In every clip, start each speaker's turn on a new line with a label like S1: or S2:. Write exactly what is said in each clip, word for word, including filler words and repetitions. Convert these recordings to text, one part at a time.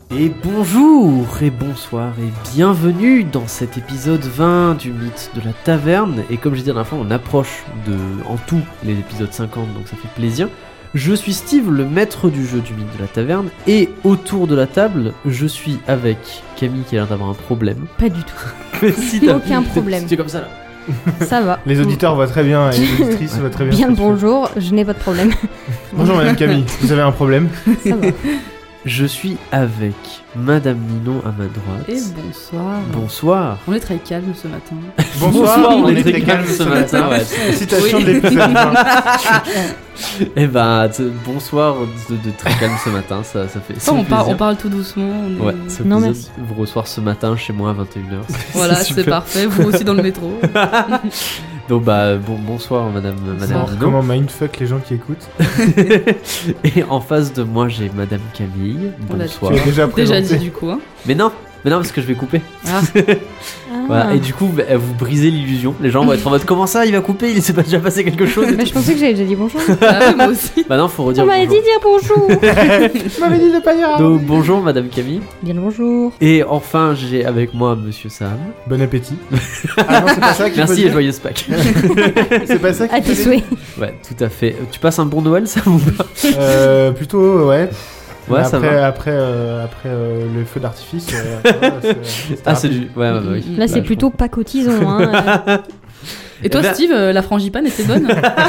S1: Et bonjour et bonsoir et bienvenue dans cet épisode vingt du mythe de la taverne. Et comme j'ai dit la dernière fois, on approche de, en tout les épisodes cinquante, donc ça fait plaisir. Je suis Steve, le maître du jeu du mythe de la taverne, et autour de la table, je suis avec Camille qui a l'air d'avoir un problème.
S2: Pas du tout.
S1: Mais si t'as
S2: Aucun problème.
S1: C'est comme ça là.
S2: Ça va.
S3: Les auditeurs voient très bien et les auditrices voient très bien.
S2: Bien le bonjour, je n'ai pas de problème.
S3: Bonjour Madame Camille, vous avez un problème?
S2: Ça va.
S1: Je suis avec Madame Ninon à ma droite.
S4: Et bonsoir.
S1: Bonsoir.
S4: On est très calme ce matin.
S3: Bonsoir,
S1: on est très calme ce matin. Ouais.
S3: Citation
S4: Oui.
S3: de l'épisode vingt.
S1: Et bah, t- bonsoir de, de très calme ce matin, ça, ça fait. ça
S4: Enfin, on,
S1: fait
S4: par-
S1: plaisir.
S4: on parle tout doucement. On est...
S1: Ouais, c'est
S2: Non,
S1: plaisir
S2: merci.
S1: de vous recevoir ce matin chez moi à vingt et une heures.
S4: Voilà, c'est parfait. Vous aussi dans le métro.
S1: Donc bah bon, bonsoir Madame Madame
S3: Alors,
S1: Ninon.
S3: comment mindfuck les gens qui écoutent?
S1: Et en face de moi j'ai Madame Camille.
S4: On l'a
S1: Bonsoir.
S3: Tu as déjà
S4: Déjà
S3: présenté.
S4: dit du coup. Hein.
S1: Mais non, mais non parce que je vais couper.
S4: Ah,
S2: Ah.
S1: Voilà. Et du coup bah, vous brisez l'illusion. Les gens vont être en mode comment ça il va couper, il s'est pas déjà passé quelque chose. et
S2: Bah,
S1: tout.
S2: je pensais que j'avais déjà dit bonjour.
S4: ah ouais, moi aussi.
S1: Bah non, faut redire
S2: On m'avait dit
S1: bonjour.
S2: dire bonjour.
S3: Tu m'avais dit de pas dire.
S1: Donc bonjour Madame Camille.
S2: Bien le bonjour.
S1: Et enfin j'ai avec moi Monsieur Sam.
S3: Bon appétit. Ah non, c'est pas ça qu'il faut
S1: Merci et
S3: dire.
S1: joyeuse Pâques.
S3: C'est pas ça
S2: À
S3: qu'il
S2: tes
S3: faut dire.
S2: souhaits.
S1: Ouais, tout à fait. Tu passes un bon Noël Sam ou pas?
S3: Euh, plutôt, ouais.
S1: Ouais,
S3: Mais
S1: ça
S3: après,
S1: va.
S3: Après, euh, après euh, le feu d'artifice. euh, ça va, c'est- c'était
S1: Ah c'est
S3: rapide.
S1: du. Ouais, ouais, bah oui.
S2: Là, c'est
S1: Bah, je
S2: plutôt pas cotisant. Hein.
S4: Et toi,
S1: Eh ben-
S4: Steve, euh, la frangipane était bonne?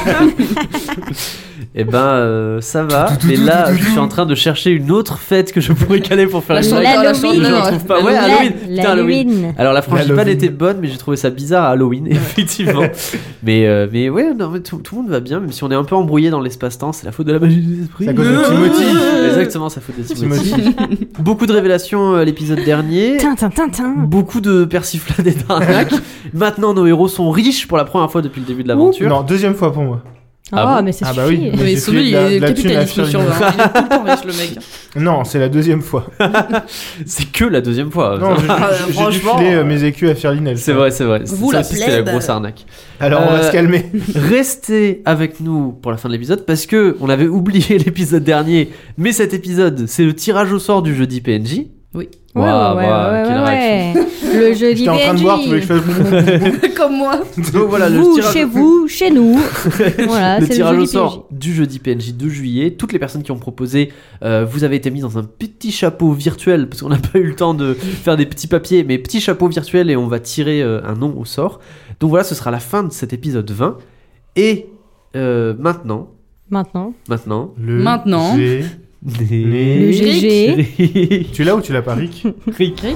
S1: Eh ben, euh, ça va. Mais là, je suis en train de chercher une autre fête que je pourrais caler pour faire
S4: La
S1: une
S4: chandeleur,
S1: soirée.
S4: la
S2: L'Halloween.
S1: Je
S4: chandeleur.
S1: ne trouve pas. Ouais,
S2: La-
S1: Halloween. Putain, Halloween.
S2: L'Halloween.
S1: Alors la frangipane
S3: L'Halloween.
S1: était bonne, mais j'ai trouvé ça bizarre à Halloween, effectivement. mais euh, mais ouais, non, mais tout, tout le monde va bien, même si on est un peu embrouillé dans l'espace-temps. C'est la faute de la magie des esprits.
S3: C'est à cause de Timothy.
S1: Exactement, ça faute de Timothy.
S3: Timothy.
S1: Beaucoup de révélations euh, l'épisode dernier.
S2: Tintin, tintin.
S1: Beaucoup de persiflades et d'arnaques. Maintenant, nos héros sont riches pour la première fois depuis le début de l'aventure.
S3: Non, deuxième fois pour moi.
S1: Ah
S2: Ah,
S1: bon
S2: mais ça
S3: Ah bah
S2: suffit.
S3: oui. Mais
S4: Oui,
S3: j'ai
S4: celui,
S3: fait
S4: il
S3: de la-
S4: est
S3: de la thune à
S4: capitalisme
S3: faire
S4: sur
S3: une-
S4: vingt. Il est tout le temps riche, le mec.
S3: Non, c'est la deuxième fois.
S1: C'est que la deuxième fois.
S3: Non, j'ai-
S4: Ah,
S3: j'ai j'ai dû
S4: franchement.
S3: filer euh, mes écus à Firlinel.
S1: C'est vrai, c'est vrai.
S4: Vous,
S1: ça
S4: la
S1: aussi, c'était la
S4: plèbe.
S1: grosse arnaque.
S3: Alors, on va
S1: Euh,
S3: se calmer.
S1: Restez avec nous pour la fin de l'épisode parce que on avait oublié l'épisode dernier, mais cet épisode, c'est le tirage au sort du jeudi P N J.
S4: Oui.
S2: Ouais,
S1: Waouh,
S2: ouais,
S1: waouh,
S2: ouais,
S1: quelle
S2: ouais,
S1: réaction.
S2: ouais. Le jeu
S3: J'étais en train de voir, tu voulais que je fasse.
S4: Comme moi.
S1: Donc voilà, le
S2: Vous,
S1: tirage,
S2: chez vous, chez nous. Voilà,
S1: le
S2: c'est
S1: tirage
S2: le
S1: au
S2: jeu
S1: sort du jeudi P N J de juillet. Toutes les personnes qui ont proposé, euh, vous avez été mis dans un petit chapeau virtuel parce qu'on n'a pas eu le temps de faire des petits papiers, mais petit chapeau virtuel et on va tirer euh, un nom au sort. Donc voilà, ce sera la fin de cet épisode vingt. Et euh, maintenant,
S2: Maintenant.
S1: maintenant,
S3: Le
S4: Maintenant.
S3: G-
S2: Le
S3: Les-
S2: G G.
S3: Tu l'as ou tu l'as pas, Rick?
S1: Rick.
S4: Rick.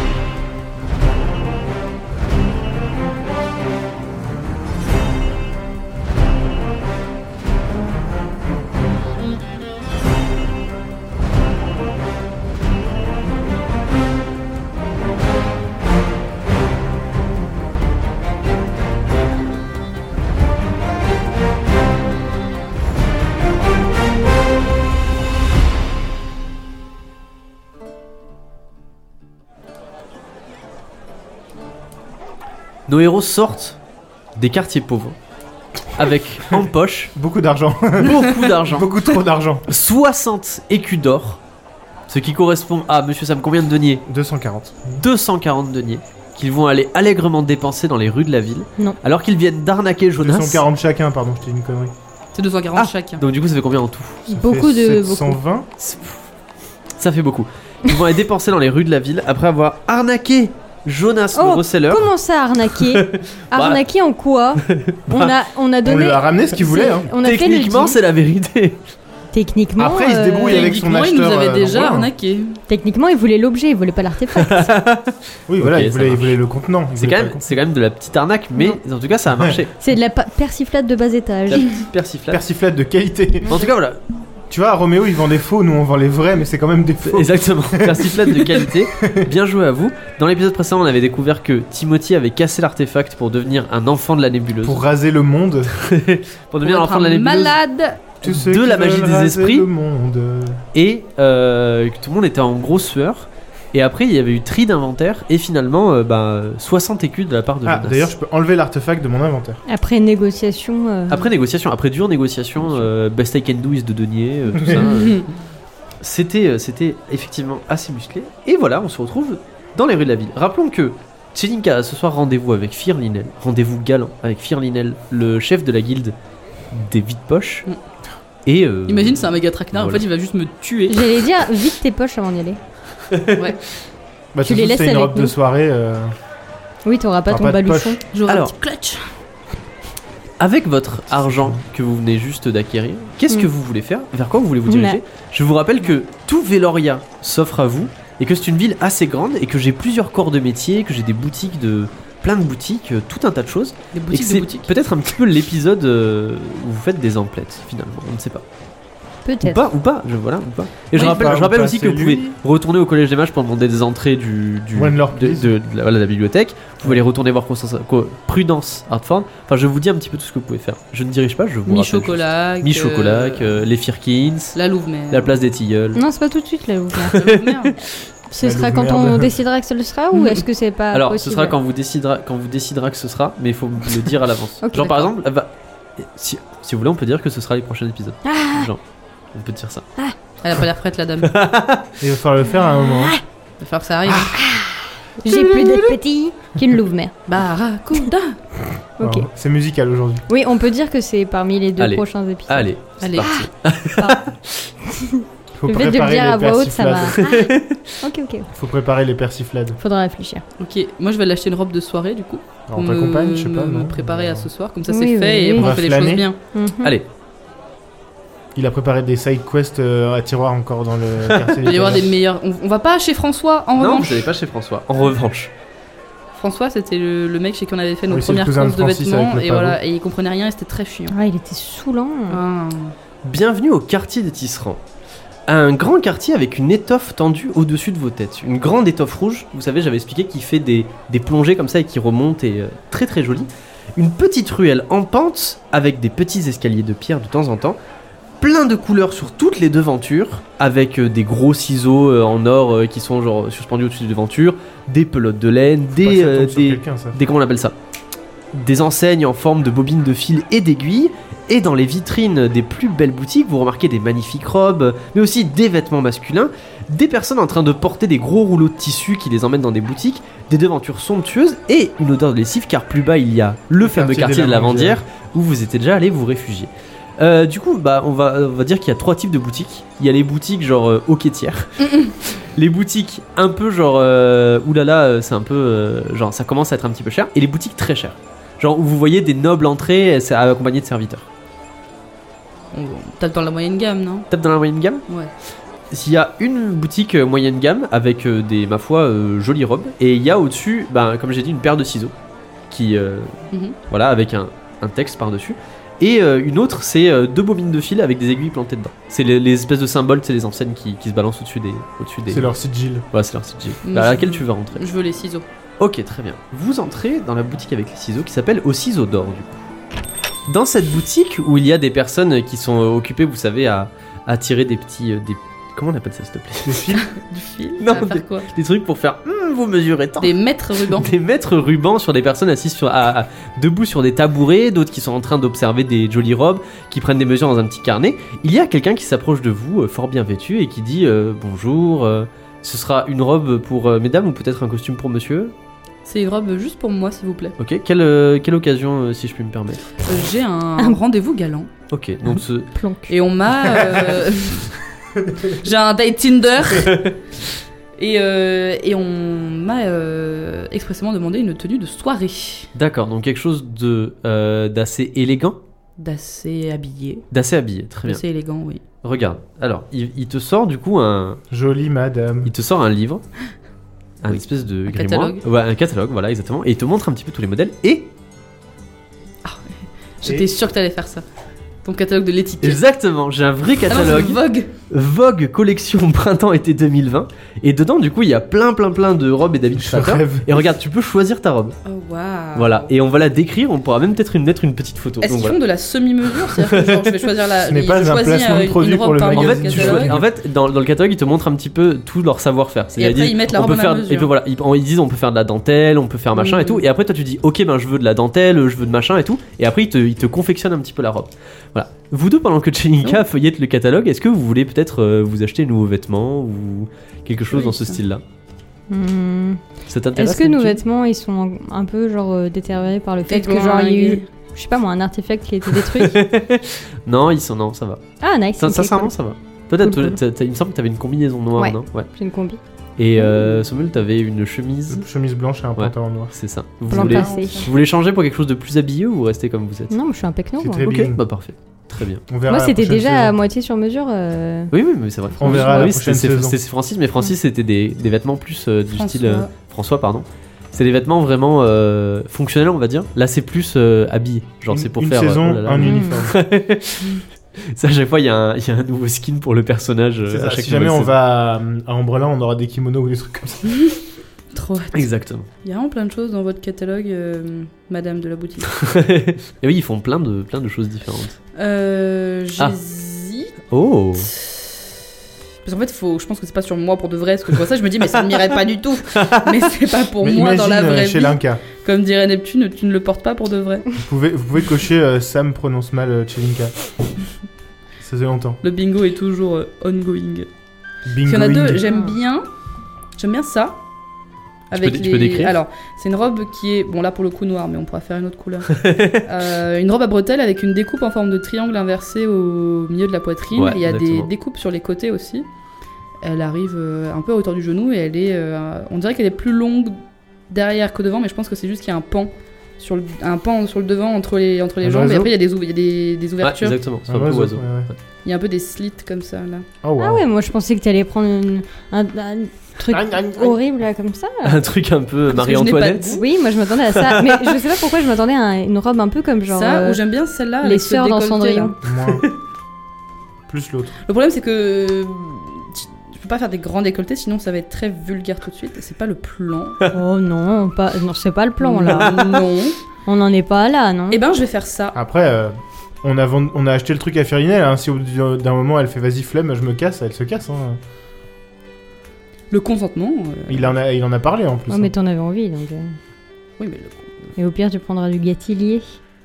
S1: Nos héros sortent des quartiers pauvres avec en poche
S3: Beaucoup d'argent.
S1: beaucoup d'argent,
S3: Beaucoup trop d'argent.
S1: soixante écus d'or, ce qui correspond à, monsieur Sam, combien de deniers?
S3: deux cent quarante.
S1: deux cent quarante deniers qu'ils vont aller allègrement dépenser dans les rues de la ville,
S2: Non.
S1: alors qu'ils viennent d'arnaquer Jonas.
S3: deux cent quarante chacun, pardon, je t'ai dit une connerie.
S4: C'est deux cent quarante
S1: Ah.
S4: chacun.
S1: Donc du coup ça fait combien en tout?
S3: Ça
S2: Beaucoup
S3: fait
S2: de-
S3: sept cent vingt.
S1: Ça fait beaucoup. Ils vont aller dépenser dans les rues de la ville après avoir arnaqué Jonas
S2: Oh,
S1: le reseller.
S2: Comment ça, arnaquer Arnaquer en quoi on a, on a
S3: On
S2: donné.
S3: lui a ramené ce qu'il voulait.
S2: c'est-
S3: Hein.
S2: On a fait le
S1: Techniquement
S2: deal.
S1: c'est la vérité.
S2: Techniquement.
S3: Après, il se débrouille
S2: euh,
S3: avec son
S4: Techniquement, il nous
S3: acheteur,
S4: avait
S3: euh,
S4: déjà
S3: voilà.
S4: arnaqué.
S2: Techniquement, il voulait l'objet, il voulait pas l'artefact.
S3: Oui, voilà,
S1: Ok,
S3: il
S1: ça
S3: voulait, il
S1: marche.
S3: voulait le contenant. il
S1: C'est
S3: voulait
S1: quand,
S3: pas
S1: même,
S3: le
S1: c'est quand même de la petite arnaque, mais en tout cas ça a marché.
S2: C'est de la pa- persiflade de bas étage.
S1: La petite persiflade.
S3: persiflade de qualité.
S1: En tout cas voilà,
S3: Tu vois, à Roméo, ils vendent des faux, nous on vend les vrais, mais c'est quand même des faux.
S1: exactement, persiflade de qualité. Bien joué à vous. Dans l'épisode précédent on avait découvert que Timothy avait cassé l'artefact pour devenir un enfant de la nébuleuse.
S3: Pour raser le monde.
S1: Pour devenir un
S4: Pour
S1: enfant de la
S4: être un
S1: nébuleuse.
S4: malade.
S3: Tous ceux
S1: De
S3: qui
S1: la magie
S3: veulent
S1: des
S3: raser
S1: esprits.
S3: le monde.
S1: Et euh, que tout le monde était en grosse sueur. Et après, il y avait eu tri d'inventaire. Et finalement, euh, bah, soixante écus de la part de
S3: Ah,
S1: Jonas.
S3: d'ailleurs, je peux enlever l'artefact de mon inventaire.
S2: Après négociation. euh,
S1: Après négociation, après dure négociation, euh, best I can do is de denier, euh, tout ça. euh. c'était, euh, c'était effectivement assez musclé. Et voilà, on se retrouve dans les rues de la ville. Rappelons que Tchelinka a ce soir rendez-vous avec Firlinel, rendez-vous galant avec Firlinel, le chef de la guilde des vides poches.
S4: Mm.
S1: Et euh,
S4: Imagine, c'est un méga traquenard,
S1: voilà.
S4: en fait, il va juste me tuer.
S2: J'allais dire, vite tes poches avant d'y aller.
S4: Ouais.
S3: Bah,
S2: Tu
S3: surtout
S2: les
S3: si
S2: laisses
S3: t'as une
S2: avec
S3: robe de
S2: nous.
S3: soirée. euh,
S2: Oui, t'auras pas
S3: T'auras
S2: ton
S3: pas de
S2: baluchon.
S3: poche.
S4: J'aurai un
S1: Alors.
S4: petit clutch.
S1: avec votre argent que vous venez juste d'acquérir, qu'est-ce
S2: Mm.
S1: que vous voulez faire? Vers quoi vous voulez vous diriger?
S2: Ouais.
S1: Je vous rappelle que tout Veloria s'offre à vous et que c'est une ville assez grande et que j'ai plusieurs corps de métier, que j'ai des boutiques de plein de boutiques, euh, tout un tas de choses.
S4: Des
S1: Et que
S4: boutiques de
S1: c'est
S4: boutiques.
S1: peut-être un petit peu l'épisode euh, où vous faites des emplettes finalement, on ne sait pas. Ou
S2: Peut-être.
S1: pas, ou pas, je, voilà, ou pas. Et je
S4: Oui,
S1: rappelle,
S3: pas,
S1: je
S3: ou
S1: rappelle
S3: pas,
S1: aussi que
S3: c'est
S1: vous pouvez
S3: lui.
S1: retourner au Collège des Mages pour demander des entrées du, du
S3: One Lord,
S1: de,
S3: please.
S1: de- de la, voilà, de la bibliothèque. Vous pouvez aller retourner voir Constance, Co- Prudence Hartford. Enfin, je vous dis un petit peu tout ce que vous pouvez faire. Je ne dirige pas, je vous rappelle juste.
S4: Mi-chocolat.
S1: Mi-chocolat, euh, les Firkins,
S4: La Louvre-Mère.
S1: la place des Tilleuls.
S2: Non, c'est pas tout de suite là. Louvre.
S4: La Louvre-Mère.
S2: Ce
S3: La
S2: sera
S3: Louvre,
S2: quand on
S3: merde.
S2: décidera que ce le sera ou
S4: Mhm.
S2: est-ce que c'est pas
S1: Alors,
S2: possible?
S1: ce sera quand vous décidera, quand vous décidera que ce sera, mais il faut me le dire à l'avance.
S2: Ok,
S1: Genre par
S2: d'accord.
S1: exemple, elle va- si, si vous voulez, on peut dire que ce sera les prochains épisodes.
S2: Ah,
S1: Genre, on peut dire ça.
S4: Elle a pas l'air prête, la dame.
S3: Il va falloir le faire à un moment.
S4: Il va falloir que ça arrive.
S2: j'ai plus d'être petit qu'une Louve-mère.
S4: Barracuda.
S2: Ok.
S3: Alors, c'est musical aujourd'hui.
S2: Oui, on peut dire que c'est parmi les deux
S1: Allez.
S2: prochains épisodes.
S1: Allez, c'est
S4: Allez.
S1: parti.
S3: Faut
S2: Le fait de le
S3: préparer
S2: dire
S3: les
S2: à voix haute, ça m'a.
S3: persiflades.
S2: Ah, ok, ok.
S3: Faut préparer les persiflades.
S2: Faudra réfléchir.
S4: Ok, moi je vais l'acheter une robe de soirée du coup.
S3: Alors, on
S4: Pour
S3: t'accompagne,
S4: me-
S3: je sais pas.
S4: me-
S3: non
S4: me préparer à ce soir, comme ça
S2: Oui,
S4: c'est
S2: oui,
S4: fait et
S2: oui.
S4: après
S3: On
S4: on
S3: va
S4: fait les
S3: flâner.
S4: choses bien.
S2: Mhm.
S1: Allez,
S3: Il a préparé des side quests euh, à tiroir encore dans le quartier.
S4: Il va y avoir des
S3: des
S4: meilleurs. On, on va pas chez François en
S1: non, vous
S4: revanche.
S1: n'allez pas chez François. En revanche,
S4: François, c'était le, le mec chez qui on avait fait nos
S3: Oui, c'est le
S4: premières
S3: cousin de
S4: courses de
S3: Francis
S4: vêtements
S3: avec le
S4: et
S3: pavot.
S4: voilà, et il comprenait rien et c'était très chiant.
S2: Ah, il était saoulant.
S4: Ah.
S1: bienvenue au quartier des Tisserands. Un grand quartier avec une étoffe tendue au-dessus de vos têtes. Une grande étoffe rouge, vous savez, j'avais expliqué, qui fait des, des plongées comme ça et qui remonte et euh, très très jolie. Une petite ruelle en pente avec des petits escaliers de pierre de temps en temps. Plein de couleurs sur toutes les devantures, avec euh, des gros ciseaux euh, en or euh, qui sont genre suspendus au-dessus des devantures, des pelotes de laine, des, euh, des, des comment on appelle ça, des enseignes en forme de bobines de fil et d'aiguilles. Et dans les vitrines des plus belles boutiques, vous remarquez des magnifiques robes, mais aussi des vêtements masculins, des personnes en train de porter des gros rouleaux de tissu qui les emmènent dans des boutiques, des devantures somptueuses et une odeur de lessive, car plus bas il y a le,
S3: Le
S1: fameux
S3: quartier
S1: quartier
S3: des
S1: de la
S3: Lavandières.
S1: Vendière où vous étiez déjà allé vous réfugier. Euh, du coup, bah, on va, on va dire qu'il y a trois types de boutiques. Il y a les boutiques genre euh, hoquetières, les boutiques un peu genre euh, oulala, euh, c'est un peu euh, genre ça commence à être un petit peu cher, et les boutiques très chères. Genre où vous voyez des nobles entrées euh, c'est accompagnées de serviteurs.
S4: On tape dans la moyenne gamme, non?
S1: Tape dans la moyenne gamme.
S4: Ouais.
S1: Il y a une boutique euh, moyenne gamme avec euh, des, ma foi, euh, jolies robes. Et il y a au-dessus, ben, comme j'ai dit, une paire de ciseaux. Qui, euh,
S4: Mhm.
S1: voilà, avec un, un texte par-dessus. Et euh, une autre, c'est euh, deux bobines de fil avec des aiguilles plantées dedans. C'est les, les espèces de symboles, c'est les enseignes qui, qui se balancent au-dessus des. Au-dessus des...
S3: C'est leur sigil.
S1: Voilà, c'est leur sigil.
S4: Mm,
S1: Bah, à
S4: je-
S1: laquelle tu veux rentrer.
S4: Je veux les ciseaux.
S1: Ok, très bien. Vous entrez dans la boutique avec les ciseaux qui s'appelle Au Ciseau d'Or, du coup. Dans cette boutique où il y a des personnes qui sont euh, occupées, vous savez, à, à tirer des petits. euh, des... Comment on appelle ça, s'il te plaît?
S3: Des fils.
S4: Du fil?
S1: Non,
S4: Ça va
S1: des-
S4: faire quoi?
S1: Des trucs pour faire. Hum, vous mesurez tant.
S4: Des mètres rubans.
S1: Des maîtres rubans sur des personnes assises sur, à- à- debout sur des tabourets, d'autres qui sont en train d'observer des jolies robes, qui prennent des mesures dans un petit carnet. Il y a quelqu'un qui s'approche de vous, euh, fort bien vêtu, et qui dit euh, bonjour. euh, ce sera une robe pour euh, mesdames ou peut-être un costume pour monsieur.
S4: C'est une robe juste pour moi, s'il vous plaît.
S1: Ok, quelle, euh, quelle occasion, euh, si je puis me permettre.
S4: Euh, J'ai un rendez-vous galant.
S1: Ok, donc ce.
S2: Plonk.
S4: Et on m'a. euh, J'ai un date Tinder. Et, euh, et on m'a euh, expressément demandé une tenue de soirée.
S1: D'accord, donc quelque chose de euh, d'assez élégant,
S4: D'assez habillé.
S1: d'assez habillé, très bien.
S4: D'assez élégant, oui.
S1: Regarde, alors, il, il te sort du coup un.
S3: Jolie madame.
S1: Il te sort un livre, un
S4: Oui.
S1: espèce de
S4: Un
S1: grimoire.
S4: catalogue.
S1: Ouais, un catalogue, voilà, exactement. Et il te montre un petit peu tous les modèles. Et
S4: J'étais
S3: Et-
S4: sûre que t'allais faire ça. Ton catalogue de l'étiquette.
S1: exactement, j'ai un vrai
S4: Ah non,
S1: catalogue.
S4: c'est Vogue.
S1: Vogue collection printemps-été deux mille vingt. Et dedans, du coup, il y a plein, plein, plein de robes et d'habits de
S3: Je
S1: créateurs.
S3: rêve.
S1: Et regarde, tu peux choisir ta robe.
S4: Oh waouh.
S1: Voilà, et on va la décrire. On pourra même peut-être une, mettre une petite photo.
S4: Est-ce
S1: Donc,
S4: qu'ils
S1: voilà.
S4: font de la semi-mesure? C'est-à-dire que genre, je vais choisir la.
S3: Ce n'est
S4: je
S3: pas un
S4: choisis,
S3: placement de
S4: euh, une
S3: produit
S4: robe
S3: pour le
S4: parmi
S1: En
S4: le
S1: fait,
S3: magasin.
S1: tu
S4: catalogue.
S1: choisis- en fait, dans, dans le catalogue, ils te montrent un petit peu tout leur savoir-faire.
S4: Et
S1: C'est-à-dire,
S4: après, ils mettent la
S1: on
S4: robe
S1: peut
S4: à
S1: faire,
S4: ma
S1: et
S4: mesure.
S1: puis voilà, ils, ils disent on peut faire de la dentelle, on peut faire machin et
S4: Mhm.
S1: tout. Et après, toi, tu dis ok, ben je veux de la dentelle, je veux de machin et tout. Et après, ils te, ils te confectionnent un petit peu la robe. Voilà. vous deux, pendant que Chelinka feuillette le catalogue, est-ce que vous voulez peut-être euh, vous acheter de nouveaux vêtements ou quelque chose
S4: Oui,
S1: dans ce
S4: ça.
S1: style-là?
S2: Hmm.
S1: Ça t'intéresse?
S2: Est-ce que nos
S1: Neptune
S2: vêtements, ils sont un peu genre euh, détériorés par le fait
S4: Peut-être
S2: que genre il y a eu,
S4: gris.
S2: je sais pas moi, un artefact qui a été détruit?
S1: Non, ils sont non, ça va.
S2: Ah nice.
S1: Ça,
S2: ok,
S1: sincèrement,
S2: cool.
S1: ça va. Peut-être,
S2: Cool, cool.
S1: t'as- t'as- il me semble que t'avais une combinaison noire,
S2: Ouais.
S1: non? Ouais.
S2: J'ai une combi.
S1: Et euh, Sommel, t'avais une chemise.
S3: Chemise blanche et un
S1: Ouais.
S3: pantalon noir.
S1: C'est ça. Vous
S2: Blanc
S1: voulez,
S2: passé.
S1: vous voulez changer pour quelque chose de plus habillé ou rester comme vous êtes?
S2: Non, moi je suis un pecno.
S3: C'est
S2: moi.
S3: très
S1: Ok,
S3: bien.
S1: bah parfait. Très bien.
S3: On verra
S2: Moi
S3: la
S2: c'était
S3: prochaine
S2: déjà à
S3: saison.
S2: moitié sur mesure. euh,
S1: Oui, oui, mais c'est vrai.
S3: On verra
S1: Ah
S3: la
S1: oui,
S3: prochaine
S1: c'était c'est-
S3: saison.
S1: c'était Francis, mais Francis c'était des, des vêtements plus euh, du
S4: François.
S1: style euh, François, pardon. C'est des vêtements vraiment euh, fonctionnels, on va dire. Là, c'est plus euh, habillé. Genre,
S3: Une-
S1: c'est pour
S3: une
S1: faire.
S3: saison,
S1: euh, oh là là.
S3: un
S2: Mm.
S3: uniforme.
S1: Ça, à chaque fois, il y, a un- il y a un nouveau skin pour le personnage. euh,
S3: C'est
S1: à
S3: ça,
S1: chaque
S3: si jamais
S1: nouvelle
S3: on
S1: saison.
S3: va à, à Umbrella, on aura des kimonos ou des trucs comme ça.
S4: Trop hâte.
S1: Exactement.
S4: Il y a vraiment plein de choses dans votre catalogue, euh, madame de la boutique.
S1: Et oui, ils font plein de, plein de choses différentes.
S4: Euh,
S1: Ah.
S4: J'hésite.
S1: Oh!
S4: Parce qu'en fait, faut, je pense que c'est pas sur moi pour de vrai. Parce que je vois ça, je me dis, mais ça ne m'irait pas du tout. Mais c'est pas pour
S3: Mais
S4: moi dans la
S3: imagine,
S4: vraie
S3: euh, chez
S4: vie.
S3: Linka.
S4: Comme dirait Neptune, tu ne le portes pas pour de vrai.
S3: Vous pouvez, vous pouvez cocher euh, Sam prononce mal euh, Chelinka. Ça faisait longtemps.
S4: Le bingo est toujours euh, ongoing.
S3: Bingo.
S4: Il y en a deux,
S3: Ing.
S4: j'aime bien. J'aime bien ça.
S1: Tu peux- tu peux décrire
S4: Alors, c'est une robe qui est, bon là pour le coup noir, mais on pourra faire une autre couleur. Euh, une robe à bretelles avec une découpe en forme de triangle inversé au milieu de la poitrine.
S1: Ouais,
S4: Il y a
S1: exactement.
S4: des découpes sur les côtés aussi. Elle arrive euh, un peu à hauteur du genou et elle est, euh, on dirait qu'elle est plus longue derrière que devant, mais je pense que c'est juste qu'il y a un pan sur le, un pan sur le devant entre les, entre les
S3: Un
S4: jambes.
S3: oiseau
S4: Et après il y a des, ou- il y a des, des
S1: Ouais,
S4: ouvertures.
S1: exactement. C'est
S3: Un
S1: un peu
S3: oiseau,
S1: oiseau.
S3: ouais, ouais.
S4: Il y a un peu des slits comme ça là.
S3: Oh, wow.
S2: Ah ouais, moi je pensais que t'allais prendre une- un, un truc
S3: Aïe, aïe, aïe.
S2: horrible là comme ça.
S1: Un truc un peu
S4: Parce que je n'ai
S1: Marie-Antoinette.
S4: pas de-
S2: Oui, moi je m'attendais à ça. Mais je sais pas pourquoi je m'attendais à un- une robe un peu comme genre.
S4: ça,
S2: euh,
S4: ou j'aime bien celle-là.
S2: les
S4: avec ce
S2: sœurs dans
S4: décolleté, là.
S2: Cendrillon.
S3: Moins. Plus l'autre.
S4: Le problème, c'est que je peux pas faire des grands décolletés, sinon ça va être très vulgaire tout de suite. Et c'est pas le plan.
S2: Oh non, pas, non c'est pas le plan là.
S4: Non.
S2: On n'en est pas là, non.
S4: Eh ben, je vais faire ça.
S3: Après, euh, on, a vend- on a acheté le truc à Férinelle. Hein. Si au bout d'un moment elle fait vas-y flemme, je me casse, elle se casse. Hein.
S4: Le consentement. euh,
S3: Il, en a, il en a parlé en plus.
S2: Oh,
S3: hein.
S2: mais t'en avais envie donc. euh.
S4: Oui, mais le-
S2: Et au pire, tu prendras du gâtillier.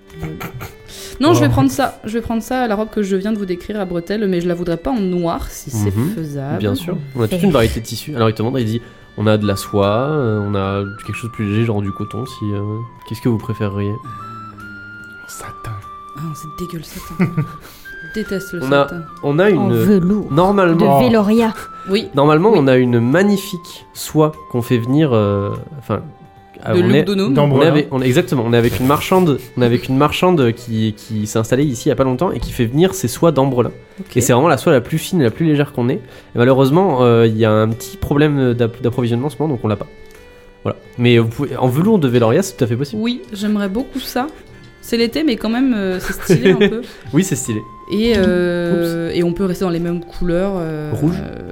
S4: Non, je vais
S3: Oh.
S4: prendre ça. Je vais prendre ça, la robe que je viens de vous décrire à bretelles, mais je la voudrais pas en noir si c'est
S1: Mhm.
S4: faisable.
S1: Bien sûr. On a toute une variété de tissus. Alors il te demande, il dit on a de la soie, euh, on a quelque chose de plus léger, genre du coton. Si, euh, Qu'est-ce que vous préféreriez?
S3: Satin.
S4: Ah, c'est dégueu le satin. Je déteste le
S1: On a-
S4: satin.
S1: On a
S2: En
S1: une.
S2: velours.
S1: Normalement,
S2: De Veloria.
S4: Oui,
S1: normalement
S4: Oui.
S1: on a une magnifique soie qu'on fait venir. euh, Enfin. ah,
S4: de
S1: on est-
S4: Lugdunum.
S3: Dans-
S1: On est
S3: Voilà.
S1: avec, on est- exactement, on est avec une marchande, on est avec une marchande qui, qui s'est installée ici il y a pas longtemps et qui fait venir ses soies d'Ambrelin.
S4: Ok.
S1: Et c'est vraiment la soie la plus fine et la plus légère qu'on ait. Et malheureusement, euh, il y a un petit problème d'app- d'approvisionnement en ce moment, donc on l'a pas. Voilà. Mais vous pouvez, en velours de Veloria, c'est tout à fait possible.
S4: Oui, j'aimerais beaucoup ça. C'est l'été, mais quand même, euh, c'est stylé un peu.
S1: Oui, c'est stylé.
S4: Et, euh, et on peut rester dans les mêmes couleurs. euh,
S1: Rouge
S4: euh,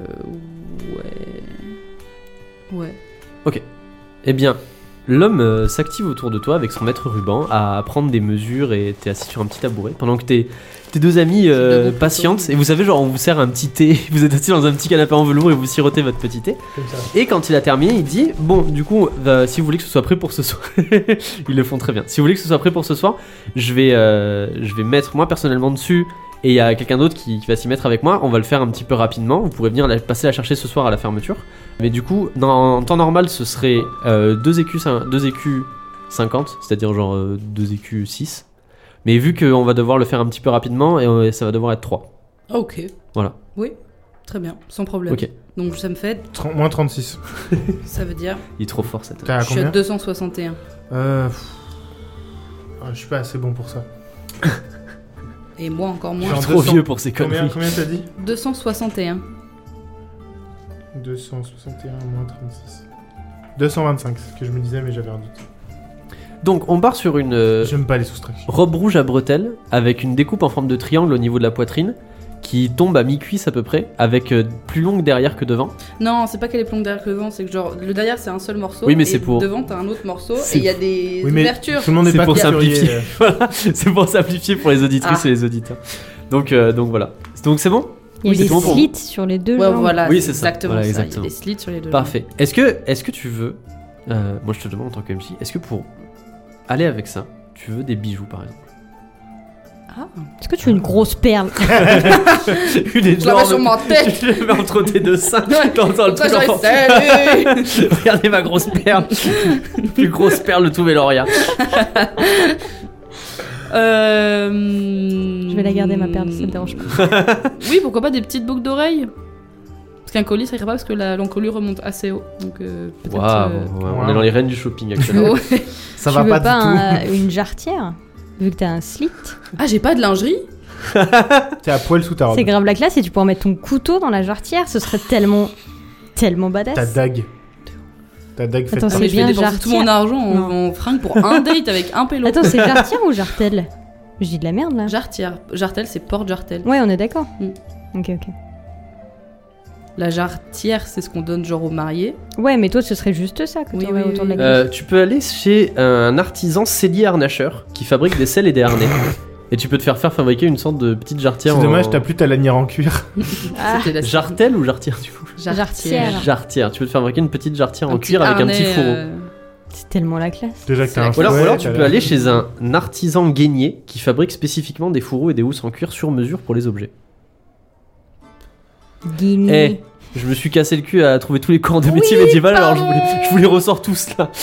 S4: Ouais. Ouais.
S1: Eh bien, l'homme euh, s'active autour de toi avec son maître ruban à prendre des mesures et t'es assis sur un petit tabouret pendant que tes, tes deux amis euh,
S4: Debout plutôt.
S1: patientent. Et vous savez, genre, on vous sert un petit thé, vous êtes assis dans un petit canapé en velours et vous sirotez votre petit thé.
S3: Comme ça.
S1: Et quand il a terminé, il dit bon, du coup, euh, si vous voulez que ce soit prêt pour ce soir, ils le font très bien. Si vous voulez que ce soit prêt pour ce soir, je vais, euh, je vais mettre moi personnellement dessus. Et il y a quelqu'un d'autre qui, qui va s'y mettre avec moi. On va le faire un petit peu rapidement. Vous pourrez venir la, passer la chercher ce soir à la fermeture. Mais du coup, dans, en temps normal, ce serait euh, deux écus, cin- deux écus cinquante, c'est-à-dire genre euh, deux écus six. Mais vu qu'on va devoir le faire un petit peu rapidement, et, euh, ça va devoir être trois.
S4: Ah, ok.
S1: Voilà.
S4: Oui, très bien, sans problème.
S1: Ok.
S4: Donc ça me fait,
S3: Tr- moins trente-six.
S4: ça veut dire,
S1: Il est trop fort cette.
S3: T'es à
S4: je suis à
S3: combien
S4: deux cent soixante et un.
S3: euh, pff. Ah, Je suis pas assez bon pour ça.
S4: Et moi encore
S3: Je
S4: moins.
S3: suis en
S1: Trop
S3: deux cents.
S1: vieux pour ces
S3: Combien,
S1: conneries.
S3: combien t'as dit
S4: deux cent soixante et un.
S3: deux cent soixante et un moins trente-six. deux cent vingt-cinq, c'est ce que je me disais, mais j'avais un doute.
S1: Donc on part sur une euh,
S3: J'aime pas les soustractions.
S1: robe rouge à bretelles avec une découpe en forme de triangle au niveau de la poitrine qui tombe à mi-cuisse à peu près, avec euh, plus longue derrière que devant.
S4: Non, c'est pas qu'elle est plombe derrière que le devant, c'est que genre le derrière c'est un seul morceau.
S1: Oui, mais
S4: et
S1: c'est pour-
S4: devant t'as un autre morceau
S1: C'est-
S4: et il y a des
S3: Oui, mais
S4: ouvertures.
S3: tout le monde n'est
S1: C'est
S3: pas
S1: pour
S3: couturier,
S1: simplifier.
S3: euh.
S1: Voilà, c'est pour simplifier pour les auditrices
S4: Ah.
S1: et les auditeurs. Donc, euh, donc voilà. Donc c'est bon?
S2: Il y a
S1: Oui, c'est
S2: des
S1: tout bon pour
S2: slits sur les deux
S4: Ouais,
S2: jambes.
S4: voilà,
S1: Oui,
S4: c'est
S1: c'est ça.
S4: exactement
S1: Voilà,
S4: ça.
S1: exactement.
S4: Il y a des slits sur les deux.
S1: Parfait. Est-ce que, est-ce que tu veux, euh, moi je te demande en tant que M J, est-ce que pour aller avec ça, tu veux des bijoux par exemple?
S4: Ah.
S2: Est-ce que tu veux une grosse perle?
S1: Une
S4: Je la mets sur
S1: énorme.
S4: ma tête.
S1: Je la mets entre tes deux seins.
S4: Ouais.
S1: T'entends le
S4: Comme ça,
S1: truc
S4: j'aurais
S1: enfant.
S4: salut.
S1: Regardez ma grosse perle. Plus grosse perle de tout Veloria.
S4: Euh...
S2: Je vais la garder, ma perle, ça te dérange pas.
S4: Oui, pourquoi pas des petites boucles d'oreilles. Parce qu'un collier, ça irait pas parce que la- l'encolure remonte assez haut. Donc euh, peut-être.
S1: Waouh,
S4: euh,
S1: ouais, on est dans les reines du shopping actuellement.
S4: ouais.
S3: Ça
S2: tu
S3: va
S2: veux
S3: pas,
S2: pas,
S3: du
S2: un- une jarretière? Vu que t'as un slit.
S4: Ah, j'ai pas de lingerie.
S3: tout. T'es à poil sous ta robe.
S2: C'est grave la classe et tu pourrais mettre ton couteau dans la jarretière. Ce serait tellement. tellement badass.
S3: Ta dague. Ta dague faite
S2: Attends,
S3: par-
S4: Ah, mais je vais
S2: bien
S4: dépenser tout mon
S2: jarretière.
S4: argent en,
S2: Non.
S4: en fringues pour un date avec un pélo.
S2: Attends, c'est jarretière ou jartel? Je dis de la merde là.
S4: Jarretière. Jartel, c'est porte-jartel.
S2: Ouais, on est d'accord.
S4: Mm.
S2: Ok, ok.
S4: La jarretière, c'est ce qu'on donne genre aux mariés.
S2: Ouais, mais toi, ce serait juste ça que
S4: Oui,
S2: t'aurais
S4: oui,
S2: autour
S4: oui.
S2: de la glace.
S1: Euh, tu peux aller chez un artisan sellier harnacheur qui fabrique des selles et des harnais. Et tu peux te faire faire fabriquer une sorte de petite jarretière.
S3: C'est dommage,
S1: en...
S3: t'as plus ta lanière en cuir.
S2: Ah.
S4: C'était la
S1: Jartel ou jarretière du coup
S2: Jarretière.
S1: Jarretière. Tu peux te faire fabriquer une petite jarretière
S4: Un
S1: en
S4: petit
S1: cuir avec un petit
S4: harnais,
S1: fourreau.
S4: euh,
S2: C'est tellement la classe.
S3: Déjà que
S4: C'est
S3: t'as un
S4: la
S1: Ou alors, ou
S3: fouet,
S1: alors
S3: t'as
S1: tu peux
S3: la-
S1: aller chez un artisan gainier qui fabrique spécifiquement des fourreaux et des housses en cuir sur mesure pour les objets.
S2: Guinée.
S1: Eh, je me suis cassé le cul à trouver tous les corps de
S2: Oui,
S1: métier médiéval, alors je vous,
S4: pardon.
S1: les, je vous les ressors tous là.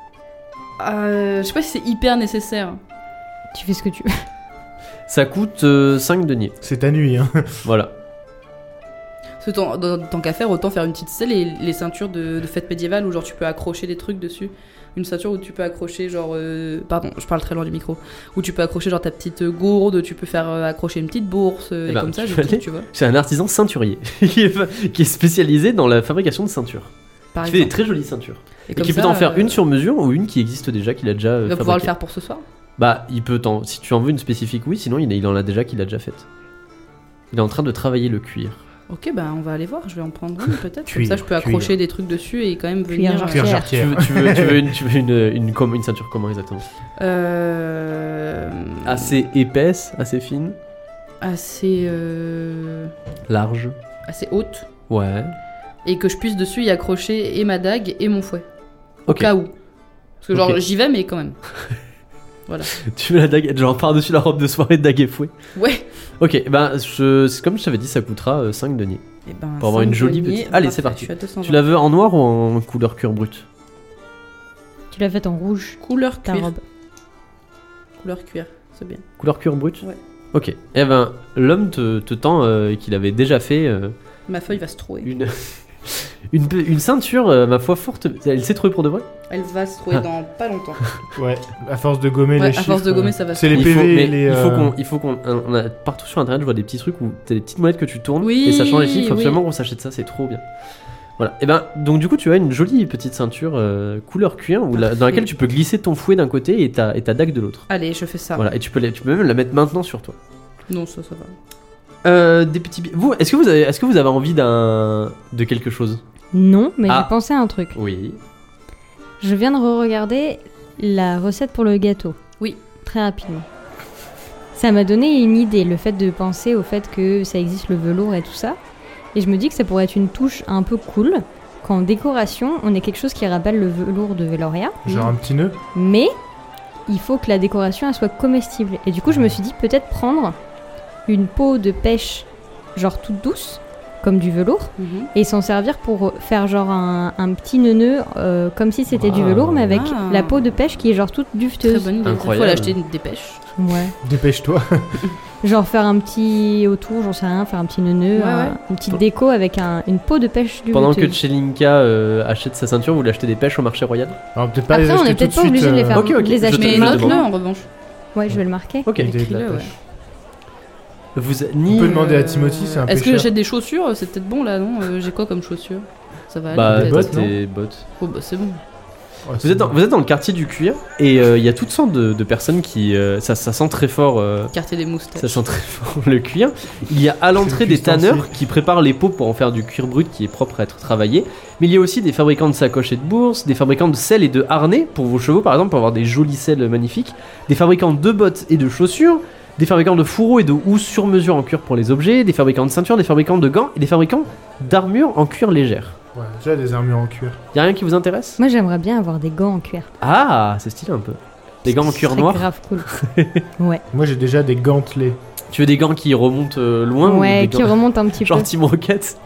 S4: euh, je sais pas si c'est hyper nécessaire.
S2: Tu fais ce que tu veux.
S1: Ça coûte euh, cinq deniers.
S3: C'est ta nuit, hein.
S1: Voilà.
S4: Parce que tant, dans- tant qu'à faire, autant faire une petite selle et les ceintures de, de fête médiévale où genre tu peux accrocher des trucs dessus. Une ceinture où tu peux accrocher genre... euh, pardon, je parle très loin du micro. Où tu peux accrocher genre ta petite gourde, tu peux faire euh, accrocher une petite bourse, euh,
S1: Eh
S4: et
S1: ben,
S4: comme ça,
S1: tu
S4: des
S1: peux
S4: trucs,
S1: aller-
S4: tu vois.
S1: C'est un artisan ceinturier qui est, qui est spécialisé dans la fabrication de ceintures.
S4: Par
S1: Qui fait des
S4: exemple.
S1: très jolies ceintures.
S4: Et
S1: Et
S4: comme
S1: qui peut
S4: ça,
S1: en faire
S4: euh,
S1: une sur mesure ou une qui existe déjà, qu'il a déjà euh,
S4: Il va pouvoir le
S1: fabriquée.
S4: faire pour ce soir.
S1: Bah, il peut t'en... Si tu en veux une spécifique, oui, sinon il, il en a déjà qu'il a déjà faite. Il est en train de travailler le cuir.
S4: Ok, bah on va aller voir, je vais en prendre une peut-être. Comme
S3: Cuir,
S4: ça, je peux
S3: cuir.
S4: accrocher des trucs dessus et quand même
S2: Cuir,
S4: venir.
S2: genre
S3: Cuir
S2: Jarretière.
S1: Tu
S3: jarretière.
S1: veux, tu veux, tu veux, une, tu veux une, une, com- une ceinture comment exactement
S4: Euh...
S1: Assez épaisse, assez fine,
S4: Assez. euh,
S1: large.
S4: assez haute.
S1: Ouais.
S4: Et que je puisse dessus y accrocher et ma dague et mon fouet. Au
S1: Ok.
S4: cas où. Parce que genre
S1: Ok.
S4: j'y vais, mais quand même.
S1: Tu veux la dague être genre par-dessus la robe de soirée de dague et fouet.
S4: Ouais.
S1: Ok, bah je, c'est comme je t'avais dit, ça coûtera euh, cinq deniers.
S4: Et ben,
S1: Pour avoir
S4: cinq
S1: une jolie
S4: deniers,
S1: petite- Allez,
S4: parfait,
S1: c'est parti.
S4: je suis à deux cent vingt.
S1: Tu la veux en noir ou en couleur cuir brut?
S2: Tu l'as faite en rouge,
S4: Couleur
S2: ta
S4: cuir.
S2: robe.
S4: Couleur cuir, c'est bien.
S1: Couleur cuir brut?
S4: Ouais.
S1: Ok. Eh ben, l'homme te, te tend euh, qu'il avait déjà fait euh,
S4: Ma feuille va se trouer.
S1: une, une, pe- une ceinture, euh, ma foi forte. Elle s'est trouvée pour de vrai?
S4: Elle va se trouver
S1: Ah.
S4: dans pas longtemps.
S3: Ouais, à force de gommer
S4: Ouais,
S3: les
S4: à
S3: chiffres.
S4: force de gommer,
S3: euh,
S4: ça va se
S3: C'est les
S1: il
S3: P V
S1: faut,
S3: et
S1: mais
S3: les.
S1: il faut
S3: euh,
S1: qu'on, il faut qu'on, on a partout sur internet, je vois des petits trucs où t'as des petites monettes que tu tournes
S4: Oui,
S1: et ça change les chiffres. Il faut
S4: oui.
S1: absolument qu'on s'achète ça, c'est trop bien. Voilà. Et ben, donc du coup, tu as une jolie petite ceinture euh, couleur cuir où la- dans laquelle
S4: Parfait.
S1: tu peux glisser ton fouet d'un côté et ta, et ta dague de l'autre.
S4: Allez, je fais ça.
S1: Voilà. Et tu peux, la- tu peux même la mettre maintenant sur toi.
S4: Non, ça, ça va.
S1: Euh, des petits. bi- Vous, est-ce que vous avez, est-ce que vous avez envie d'un, de quelque chose?
S2: Non, mais
S1: Ah.
S2: j'ai pensé à un truc.
S1: Oui.
S2: Je viens de re-regarder la recette pour le gâteau.
S4: Oui.
S2: Très rapidement. Ça m'a donné une idée, le fait de penser au fait que ça existe le velours et tout ça. Et je me dis que ça pourrait être une touche un peu cool qu'en décoration, on ait quelque chose qui rappelle le velours de Veloria.
S3: Genre un petit nœud.
S2: Mais il faut que la décoration elle soit comestible. Et du coup, je me suis dit peut-être prendre une peau de pêche, genre toute douce, comme du velours,
S4: Mhm.
S2: et s'en servir pour faire genre un, un petit neuneu, euh, comme si c'était du
S1: Wow.
S2: velours, mais avec
S4: Ah.
S2: la peau de pêche qui est genre toute
S4: Très
S2: dufteuse.
S4: bonne idée. Il faut
S1: Incroyable.
S4: l'acheter une dépêche.
S2: Ouais.
S3: Dépêche-toi.
S2: Genre faire un petit autour, j'en sais rien, faire un petit neuneu,
S4: Ouais,
S2: un-
S4: ouais.
S2: une petite déco avec un- une peau de pêche duveteuse.
S1: Pendant que Tchelinka euh, achète sa ceinture, vous l'achetez des pêches au marché royal?
S3: Alors peut-être pas les
S2: Après, on
S3: acheter
S2: est
S3: tout
S2: peut-être
S3: de
S2: pas
S3: suite,
S2: obligé de les
S3: euh,
S2: faire,
S1: Ok, ok,
S2: les
S1: je
S2: acheter.
S1: te-
S4: Mais
S1: je
S4: note-le
S1: demande.
S4: en revanche.
S2: Ouais, je vais le marquer.
S1: Ok.
S3: l'idée de la
S4: Écris-le, ouais.
S3: pêche.
S1: Vous,
S3: On
S1: ni,
S3: peut demander à
S1: euh,
S3: Timothy, c'est un
S4: Est-ce que
S3: pêcheur.
S4: j'achète des chaussures? C'est peut-être bon là, non? Euh, J'ai quoi comme chaussures? Ça va aller
S1: Bah,
S4: peut-être.
S3: bottes,
S1: bottes
S3: non
S1: et bottes.
S4: Oh, bah c'est bon.
S3: Ouais,
S1: Vous
S3: c'est
S1: êtes, dans,
S3: bon.
S1: vous êtes dans le quartier du cuir et euh, il y a toutes sortes de, de personnes qui. euh, ça, ça sent très fort. euh,
S4: Quartier des moustaches.
S1: ça sent très fort le cuir. Il y a à l'entrée des
S3: cuistancier.
S1: tanneurs qui préparent les peaux pour en faire du cuir brut qui est propre à être travaillé. Mais il y a aussi des fabricants de sacoches et de bourses, des fabricants de selles et de harnais pour vos chevaux par exemple, pour avoir des jolies selles magnifiques, des fabricants de bottes et de chaussures, des fabricants de fourreaux et de housses sur mesure en cuir pour les objets, des fabricants de ceintures, des fabricants de gants et des fabricants d'armures en cuir légère.
S3: Ouais, déjà des armures en cuir.
S1: Y a rien qui vous intéresse?
S2: Moi, j'aimerais bien avoir des gants en cuir.
S1: Ah, c'est stylé un peu. Des gants en cuir
S2: C'est
S1: noir.
S2: grave cool. Ouais.
S3: Moi j'ai déjà des gantelets.
S1: Tu veux des gants qui remontent euh, loin ou
S2: Ouais,
S1: des
S2: qui
S1: gants...
S2: remonte un petit
S1: Genre
S2: peu.
S1: Team Rocket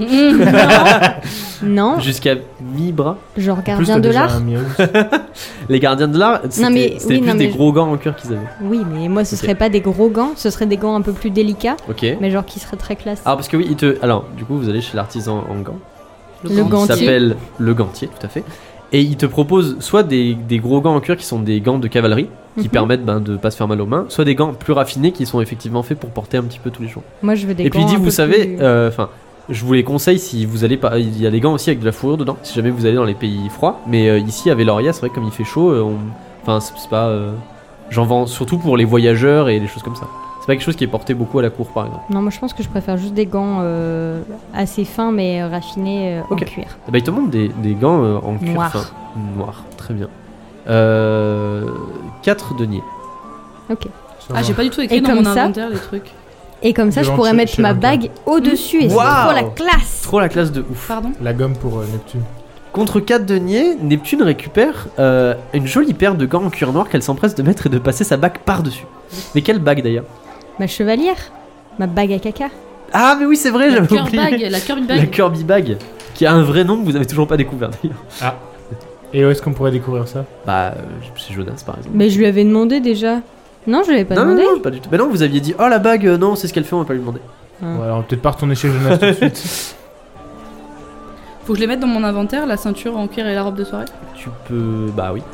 S2: Non,
S1: jusqu'à mi-bras.
S2: genre
S3: En plus,
S2: gardien
S3: t'as
S2: de
S3: déjà
S2: l'art.
S3: un Miaus.
S1: Les gardiens de l'art, c'était,
S2: mais-
S1: c'était
S2: oui,
S1: plus
S2: non,
S1: des
S2: mais je-
S1: gros gants en cuir qu'ils avaient.
S2: Oui, mais moi ce
S1: Ok.
S2: serait pas des gros gants, ce serait des gants un peu plus délicats,
S1: Ok.
S2: mais genre qui seraient très classe.
S1: Alors parce que oui, il te... Alors, du coup, vous allez chez l'artisan en gants.
S2: Le
S1: Il
S2: gantier.
S1: s'appelle le gantier, tout à fait. Et il te propose soit des, des gros gants en cuir qui sont des gants de cavalerie, qui
S2: Mhm.
S1: permettent ben, de pas se faire mal aux mains, soit des gants plus raffinés qui sont effectivement faits pour porter un petit peu tous les jours.
S2: Moi je veux des
S1: Et
S2: gants.
S1: puis il dit,
S2: un
S1: vous
S2: peu
S1: savez,
S2: plus-
S1: enfin, je vous les conseille si vous allez pas. Il y a des gants aussi avec de la fourrure dedans, si jamais vous allez dans les pays froids. Mais euh, ici, à Veloria, c'est vrai que comme il fait chaud, euh, on- enfin, c'est c'est pas. euh, J'en vends surtout pour les voyageurs et des choses comme ça. C'est pas quelque chose qui est porté beaucoup à la cour, par exemple.
S2: Non, moi je pense que je préfère juste des gants euh, assez fins mais raffinés euh,
S1: Ok.
S2: en cuir.
S1: Eh ben, il te montre des, des gants euh, en cuir
S2: Noir.
S1: fin. Noir, très bien. Euh, quatre deniers.
S2: Ok.
S3: Ça
S4: Ah,
S3: va.
S4: j'ai pas du tout écrit
S2: Et
S4: dans
S2: comme
S4: mon
S2: ça
S4: inventaire les trucs.
S2: Et comme ça,
S3: De
S2: je pourrais
S3: l'anti-
S2: mettre
S3: chez
S2: ma
S3: l'Inca.
S2: bague au-dessus et c'est
S1: Waouh.
S2: trop la classe.
S1: Trop la classe de ouf.
S4: Pardon
S3: La gomme pour euh, Neptune.
S1: Contre quatre deniers, Neptune récupère euh, une jolie paire de gants en cuir noir qu'elle s'empresse de mettre et de passer sa bague par-dessus. Mais quelle bague d'ailleurs?
S2: Ma chevalière, ma bague à caca.
S1: Ah mais oui c'est vrai,
S4: La
S1: j'avais
S4: Kirby
S1: oublié.
S4: bag, la Kirby
S1: La
S4: bag.
S1: Kirby bag, qui a un vrai nom que vous avez toujours pas découvert d'ailleurs.
S3: Et où est-ce qu'on pourrait découvrir ça?
S1: Bah euh, c'est Jonas par exemple.
S2: Mais je lui avais demandé déjà. Non, je lui avais pas
S1: non, non,
S2: demandé.
S1: non, pas du tout. Bah non, vous aviez dit oh la bague, euh, non, c'est ce qu'elle fait, on va pas lui demander.
S2: Ah.
S3: Bon, alors peut-être pas retourner chez Jonas tout de suite.
S4: Faut que je les mette dans mon inventaire, la ceinture en cuir et la robe de soirée.
S1: Tu peux. Bah oui.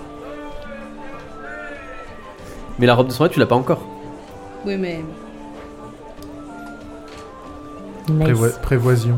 S1: Mais la robe de soirée, tu l'as pas encore.
S4: Oui, mais.
S2: Nice.
S3: Prévo- prévoision.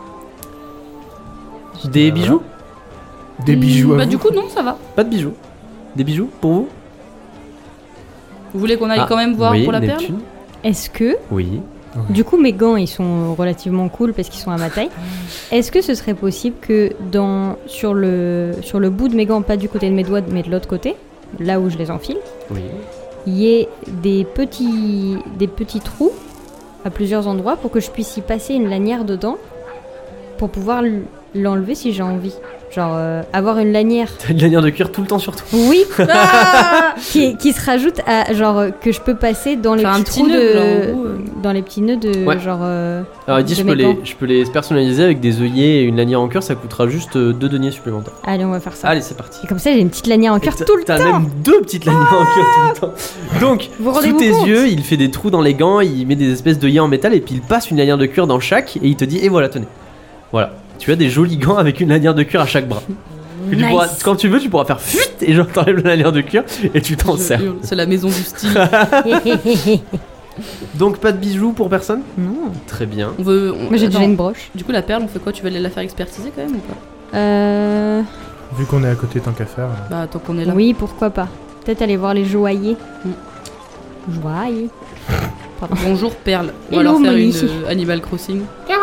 S1: Des
S3: Voilà.
S1: bijoux?
S3: Des bijoux à
S4: Bah,
S3: vous.
S4: du coup, non, ça va.
S1: Pas de bijoux. Des bijoux pour vous?
S4: Vous voulez qu'on aille
S1: Ah,
S4: quand même voir
S1: oui,
S4: pour la perle
S1: Neptune.
S2: Est-ce que,
S1: Oui.
S2: du coup, mes gants, ils sont relativement cool parce qu'ils sont à ma taille. Est-ce que ce serait possible que dans sur le sur le bout de mes gants, pas du côté de mes doigts, mais de l'autre côté, là où je les enfile,
S1: Oui.
S2: il y ait des petits des petits trous à plusieurs endroits pour que je puisse y passer une lanière dedans pour pouvoir l- l'enlever si j'ai envie. Genre euh, avoir une lanière.
S1: T'as une lanière de cuir tout le temps sur toi.
S2: Oui. qui, qui se rajoute à genre euh, que je peux passer dans les
S4: Faire un
S2: petits
S4: petit
S2: trous
S4: nœud,
S2: de
S4: genre, en haut, euh.
S2: dans les petits nœuds de
S1: Ouais.
S2: genre euh,
S1: Alors il dit
S2: de
S1: je
S2: mes
S1: peux, les,
S2: gants.
S1: je peux les personnaliser avec des œillets et une lanière en cuir, ça coûtera juste euh, deux deniers supplémentaires.
S2: Allez, on va faire ça.
S1: Allez c'est parti.
S2: Et comme ça, j'ai une petite lanière en
S1: Et
S2: cuir
S1: t'as-
S2: tout le
S1: T'as
S2: temps.
S1: même deux petites lanières en cuir tout le temps. Donc
S2: Vous
S1: sous
S2: rendez-vous
S1: tes
S2: compte
S1: yeux, il fait des trous dans les gants, il met des espèces d'œillets en métal et puis il passe une lanière de cuir dans chaque et il te dit et voilà tenez. Voilà. Tu as des jolis gants avec une lanière de cuir à chaque bras. Que tu
S2: Nice.
S1: pourras- quand tu veux, tu pourras faire fuite et genre t'enlèves la lanière de cuir et tu t'en
S4: Je
S1: sers.
S4: hurle, c'est la maison du style.
S1: Donc pas de bijoux pour personne?
S2: Non.
S1: Très bien.
S4: On veut. on-
S2: Moi, j'ai déjà
S4: Attends,
S2: une broche.
S4: Du coup, la perle, on fait quoi? Tu veux aller la faire expertiser quand même ou pas?
S2: Euh...
S3: Vu qu'on est à côté, tant qu'à faire. euh,
S4: Bah, tant qu'on est là.
S2: Oui, pourquoi pas. Peut-être aller voir les joailliers.
S4: Mm.
S2: Joailliers.
S4: Bonjour perle. Ou
S2: Hello,
S4: alors faire
S2: Molly.
S4: une euh, Animal Crossing.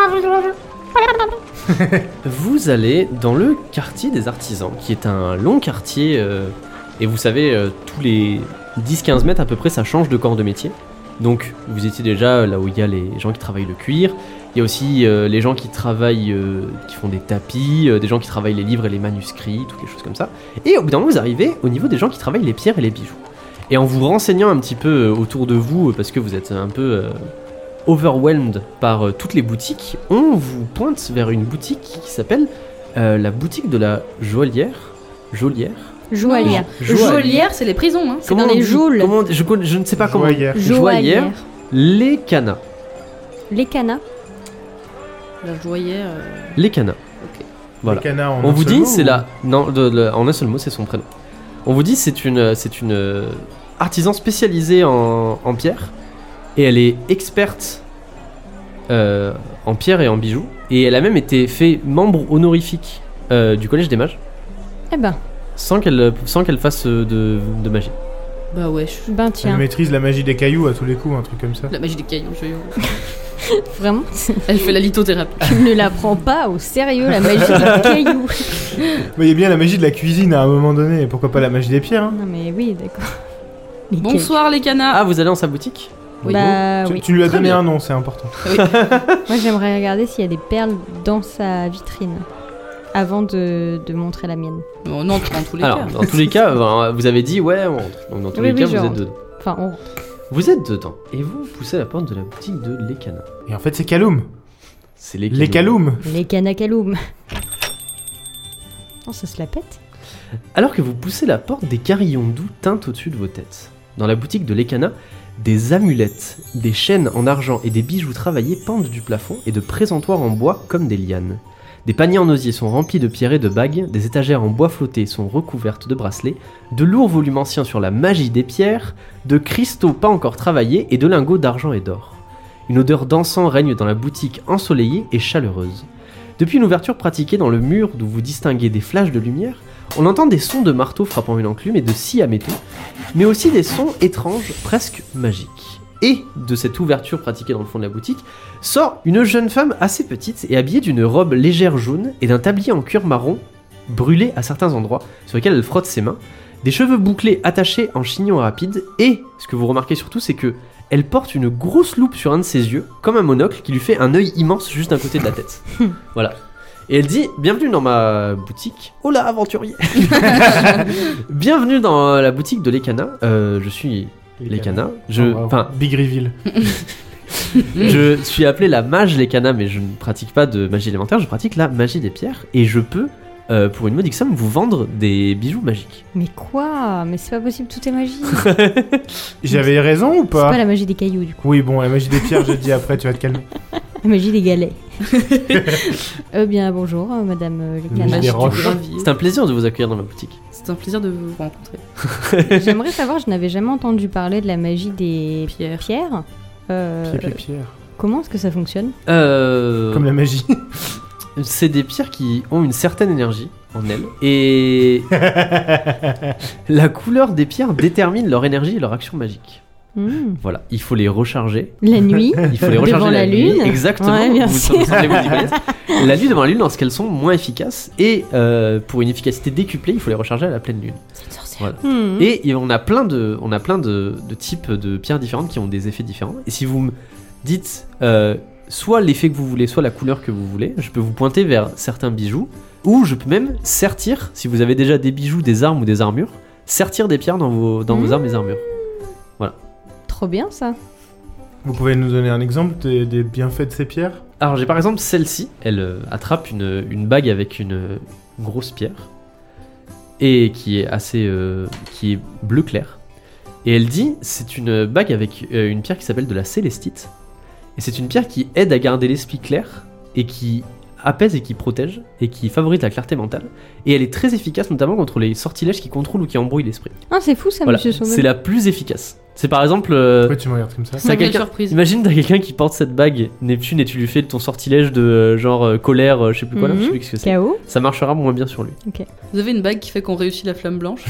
S1: Vous allez dans le quartier des artisans, qui est un long quartier, euh, et vous savez, euh, tous les dix à quinze mètres à peu près, ça change de corps de métier. Donc vous étiez déjà là où il y a les gens qui travaillent le cuir, il y a aussi euh, les gens qui travaillent, euh, qui font des tapis, euh, des gens qui travaillent les livres et les manuscrits, toutes les choses comme ça. Et au bout d'un moment, vous arrivez au niveau des gens qui travaillent les pierres et les bijoux. Et en vous renseignant un petit peu euh, autour de vous, euh, parce que vous êtes un peu euh, overwhelmed par euh, toutes les boutiques, on vous pointe vers une boutique qui s'appelle euh, la boutique de la joaillière. Joaillière
S2: Joaillière.
S4: Joaillière, c'est les prisons, hein.
S2: C'est dans les
S1: on dit-
S2: geôles.
S1: comment on dit- je, connais- je ne sais pas comment.
S3: Joaillière.
S1: Joaillière. Les canas.
S2: Les canas.
S4: La joaillère. euh,
S1: Les canas.
S4: Ok.
S1: Voilà.
S3: le canard en
S1: On
S3: un
S1: vous
S3: seul
S1: dit,
S3: mot,
S1: c'est
S3: ou-
S1: la. Non, de- de- en un seul mot, c'est son prénom. On vous dit, c'est une, c'est une euh, artisan spécialisée en, en pierre. Et elle est experte euh, en pierre et en bijoux. Et elle a même été fait membre honorifique euh, du Collège des Mages.
S2: Eh ben,
S1: Sans qu'elle, sans qu'elle fasse euh, de, de magie.
S4: Bah ouais, je-
S2: ben
S3: Elle
S2: tiens.
S3: maîtrise la magie des cailloux à tous les coups, un truc comme ça.
S4: la magie des cailloux. je hurle.
S2: Vraiment,
S4: Elle fait la lithothérapie.
S2: tu ne la prends pas au sérieux, la magie des cailloux.
S3: Mais il y a bien la magie de la cuisine à un moment donné, et pourquoi pas la magie des pierres hein.
S2: Non mais oui, d'accord. Les
S4: Bonsoir les canards.
S1: Ah, vous allez dans sa boutique?
S2: cailloux. Bah
S3: tu,
S2: oui.
S3: tu lui as
S1: Très
S3: donné
S1: bien.
S3: un nom, c'est important.
S2: Moi j'aimerais regarder s'il y a des perles dans sa vitrine. avant de, de montrer la mienne.
S4: Non, non, dans tous les
S1: Alors,
S4: cas.
S1: dans tous les cas, euh, vous avez dit ouais, on rentre. Donc dans tous
S2: Oui,
S1: les
S2: oui,
S1: cas,
S2: je
S1: vous êtes
S2: rentre.
S1: dedans.
S2: Enfin, on...
S1: Vous êtes dedans et vous poussez la porte de la boutique de Lekana.
S3: Et en fait, c'est Kaloum.
S1: C'est les
S3: Les Kaloum.
S2: les canacaloum. Oh, ça se la pète.
S1: Alors que vous poussez la porte, des carillons doux teintent au-dessus de vos têtes. Dans la boutique de Lekana, des amulettes, des chaînes en argent et des bijoux travaillés pendent du plafond et de présentoirs en bois comme des lianes. Des paniers en osier sont remplis de pierres et de bagues, des étagères en bois flotté sont recouvertes de bracelets, de lourds volumes anciens sur la magie des pierres, de cristaux pas encore travaillés et de lingots d'argent et d'or. Une odeur d'encens règne dans la boutique ensoleillée et chaleureuse. Depuis une ouverture pratiquée dans le mur d'où vous distinguez des flashs de lumière, on entend des sons de marteau frappant une enclume et de scie à métaux, mais aussi des sons étranges, presque magiques. Et de cette ouverture pratiquée dans le fond de la boutique, sort une jeune femme assez petite et habillée d'une robe légère jaune et d'un tablier en cuir marron brûlé à certains endroits, sur lesquels elle frotte ses mains, des cheveux bouclés attachés en chignon rapide, et ce que vous remarquez surtout, c'est que elle porte une grosse loupe sur un de ses yeux, comme un monocle qui lui fait un œil immense juste d'un côté de la tête. Voilà. Et elle dit, bienvenue dans ma boutique. Oh là, aventurier. Bienvenue dans la boutique de Lekana. Euh, je suis Lekana. Je,
S3: Oh, wow.
S1: enfin,
S3: Big Reveal.
S1: je suis appelé la mage Lekana, mais je ne pratique pas de magie élémentaire, je pratique la magie des pierres, et je peux, euh, pour une modique somme, vous vendre des bijoux magiques.
S2: Mais quoi? Mais c'est pas possible, tout est magie.
S3: J'avais raison ou
S2: C'est
S3: pas,
S2: pas la magie des cailloux, du coup.
S3: Oui, bon, la magie des pierres, je te dis après, tu vas te calmer.
S2: La magie des galets. euh, bien, bonjour, euh, madame euh, les
S3: Magie
S2: canards.
S3: des
S4: du
S3: roches.
S4: gravier.
S1: C'est un plaisir de vous accueillir dans ma boutique.
S4: C'est un plaisir de vous rencontrer.
S2: J'aimerais savoir, je n'avais jamais entendu parler de la magie des
S4: Pierre.
S2: pierres. Euh,
S3: Pierre, pierre, pierre.
S2: Comment est-ce que ça fonctionne?
S1: Euh...
S3: Comme la magie.
S1: C'est des pierres qui ont une certaine énergie en elles, et la couleur des pierres détermine leur énergie et leur action magique.
S2: Hmm.
S1: Voilà, il faut les recharger.
S2: La nuit.
S1: Il faut les recharger
S2: Devant la
S1: nuit.
S2: lune.
S1: Exactement.
S2: Ouais, bien
S1: vous
S2: sûr.
S1: semblez vous y connaître. La nuit devant la lune lorsqu'elles sont moins efficaces, et euh, pour une efficacité décuplée, il faut les recharger à la pleine lune.
S4: C'est une sorcière.
S1: Voilà.
S2: Hmm.
S1: Et, et on a plein de, on a plein de, de types de pierres différentes qui ont des effets différents. Et si vous me dites euh, soit l'effet que vous voulez, soit la couleur que vous voulez, je peux vous pointer vers certains bijoux, ou je peux même sertir, si vous avez déjà des bijoux, des armes ou des armures, sertir des pierres dans vos, dans vos
S2: Mmh.
S1: armes et armures.
S2: Trop bien ça.
S3: Vous pouvez nous donner un exemple des, des bienfaits de ces pierres?
S1: Alors j'ai par exemple celle-ci, elle euh, attrape une, une bague avec une, euh, grosse pierre, et qui est assez, euh, qui est bleu clair. Et elle dit, c'est une bague avec euh, une pierre qui s'appelle de la célestite, et c'est une pierre qui aide à garder l'esprit clair, et qui apaise et qui protège, et qui favorise la clarté mentale, et elle est très efficace notamment contre les sortilèges qui contrôlent ou qui embrouillent l'esprit.
S2: Ah, c'est fou ça,
S1: Voilà,
S2: monsieur Sauveur.
S1: c'est la plus efficace. C'est par exemple... euh,
S3: Pourquoi tu me regardes comme ça?
S1: c'est à
S4: Quelle
S1: quelqu'un-
S4: surprise.
S1: Imagine t'as quelqu'un qui porte cette bague Neptune et tu lui fais ton sortilège de euh, genre euh, colère, euh, je sais plus quoi là, je sais plus ce que c'est.
S2: K O.
S1: Ça marchera moins bien sur lui.
S4: Vous avez une bague qui fait qu'on réussit la flamme blanche.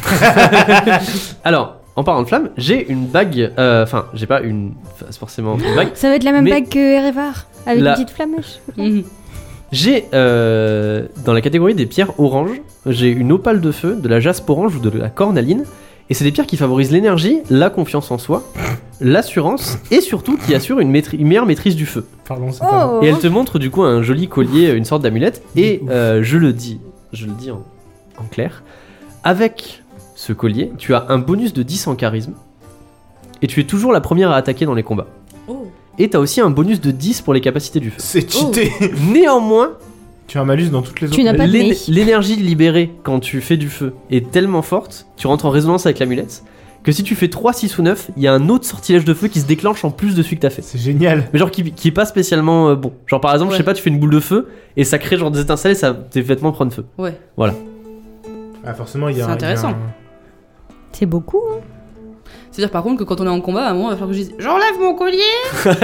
S1: Alors, en parlant de flamme, j'ai une bague, euh, enfin, j'ai pas une, enfin, c'est forcément une bague.
S2: Ça va être la même
S1: Mais-
S2: bague que Erevar, avec
S1: La-
S2: une petite flamèche.
S4: Mhm.
S1: J'ai euh, dans la catégorie des pierres oranges, j'ai une opale de feu, de la jaspe orange ou de la cornaline. Et c'est des pierres qui favorisent l'énergie, la confiance en soi, l'assurance et surtout qui assurent une, maîtri- une meilleure maîtrise du feu.
S3: Pardon, c'est pas
S2: Oh.
S1: Et elle te montre du coup un joli collier, une sorte d'amulette. Et euh, je le dis, je le dis en, en clair, avec ce collier, tu as un bonus de dix en charisme. Et tu es toujours la première à attaquer dans les combats.
S4: Oh.
S1: Et t'as aussi un bonus de dix pour les capacités du feu.
S3: C'est cheaté.
S1: Néanmoins,
S3: Tu as un malus dans toutes les autres.
S2: Tu n'as pas de
S1: l'é-
S2: nez.
S1: l'énergie libérée quand tu fais du feu est tellement forte, tu rentres en résonance avec l'amulette, que si tu fais trois, six ou neuf, il y a un autre sortilège de feu qui se déclenche en plus de celui que t'as fait.
S3: C'est génial.
S1: Mais genre qui, qui est pas spécialement euh, bon. Genre par exemple, je sais
S4: Ouais.
S1: pas, tu fais une boule de feu et ça crée genre des étincelles et ça, tes vêtements prennent feu.
S4: Ouais.
S3: Ah, forcément, il y a
S4: C'est
S3: un-
S4: intéressant.
S3: il y a un-
S2: C'est beaucoup. Hein.
S4: C'est-à-dire par contre que quand on est en combat, à un moment, il va falloir que je dise j'enlève mon collier.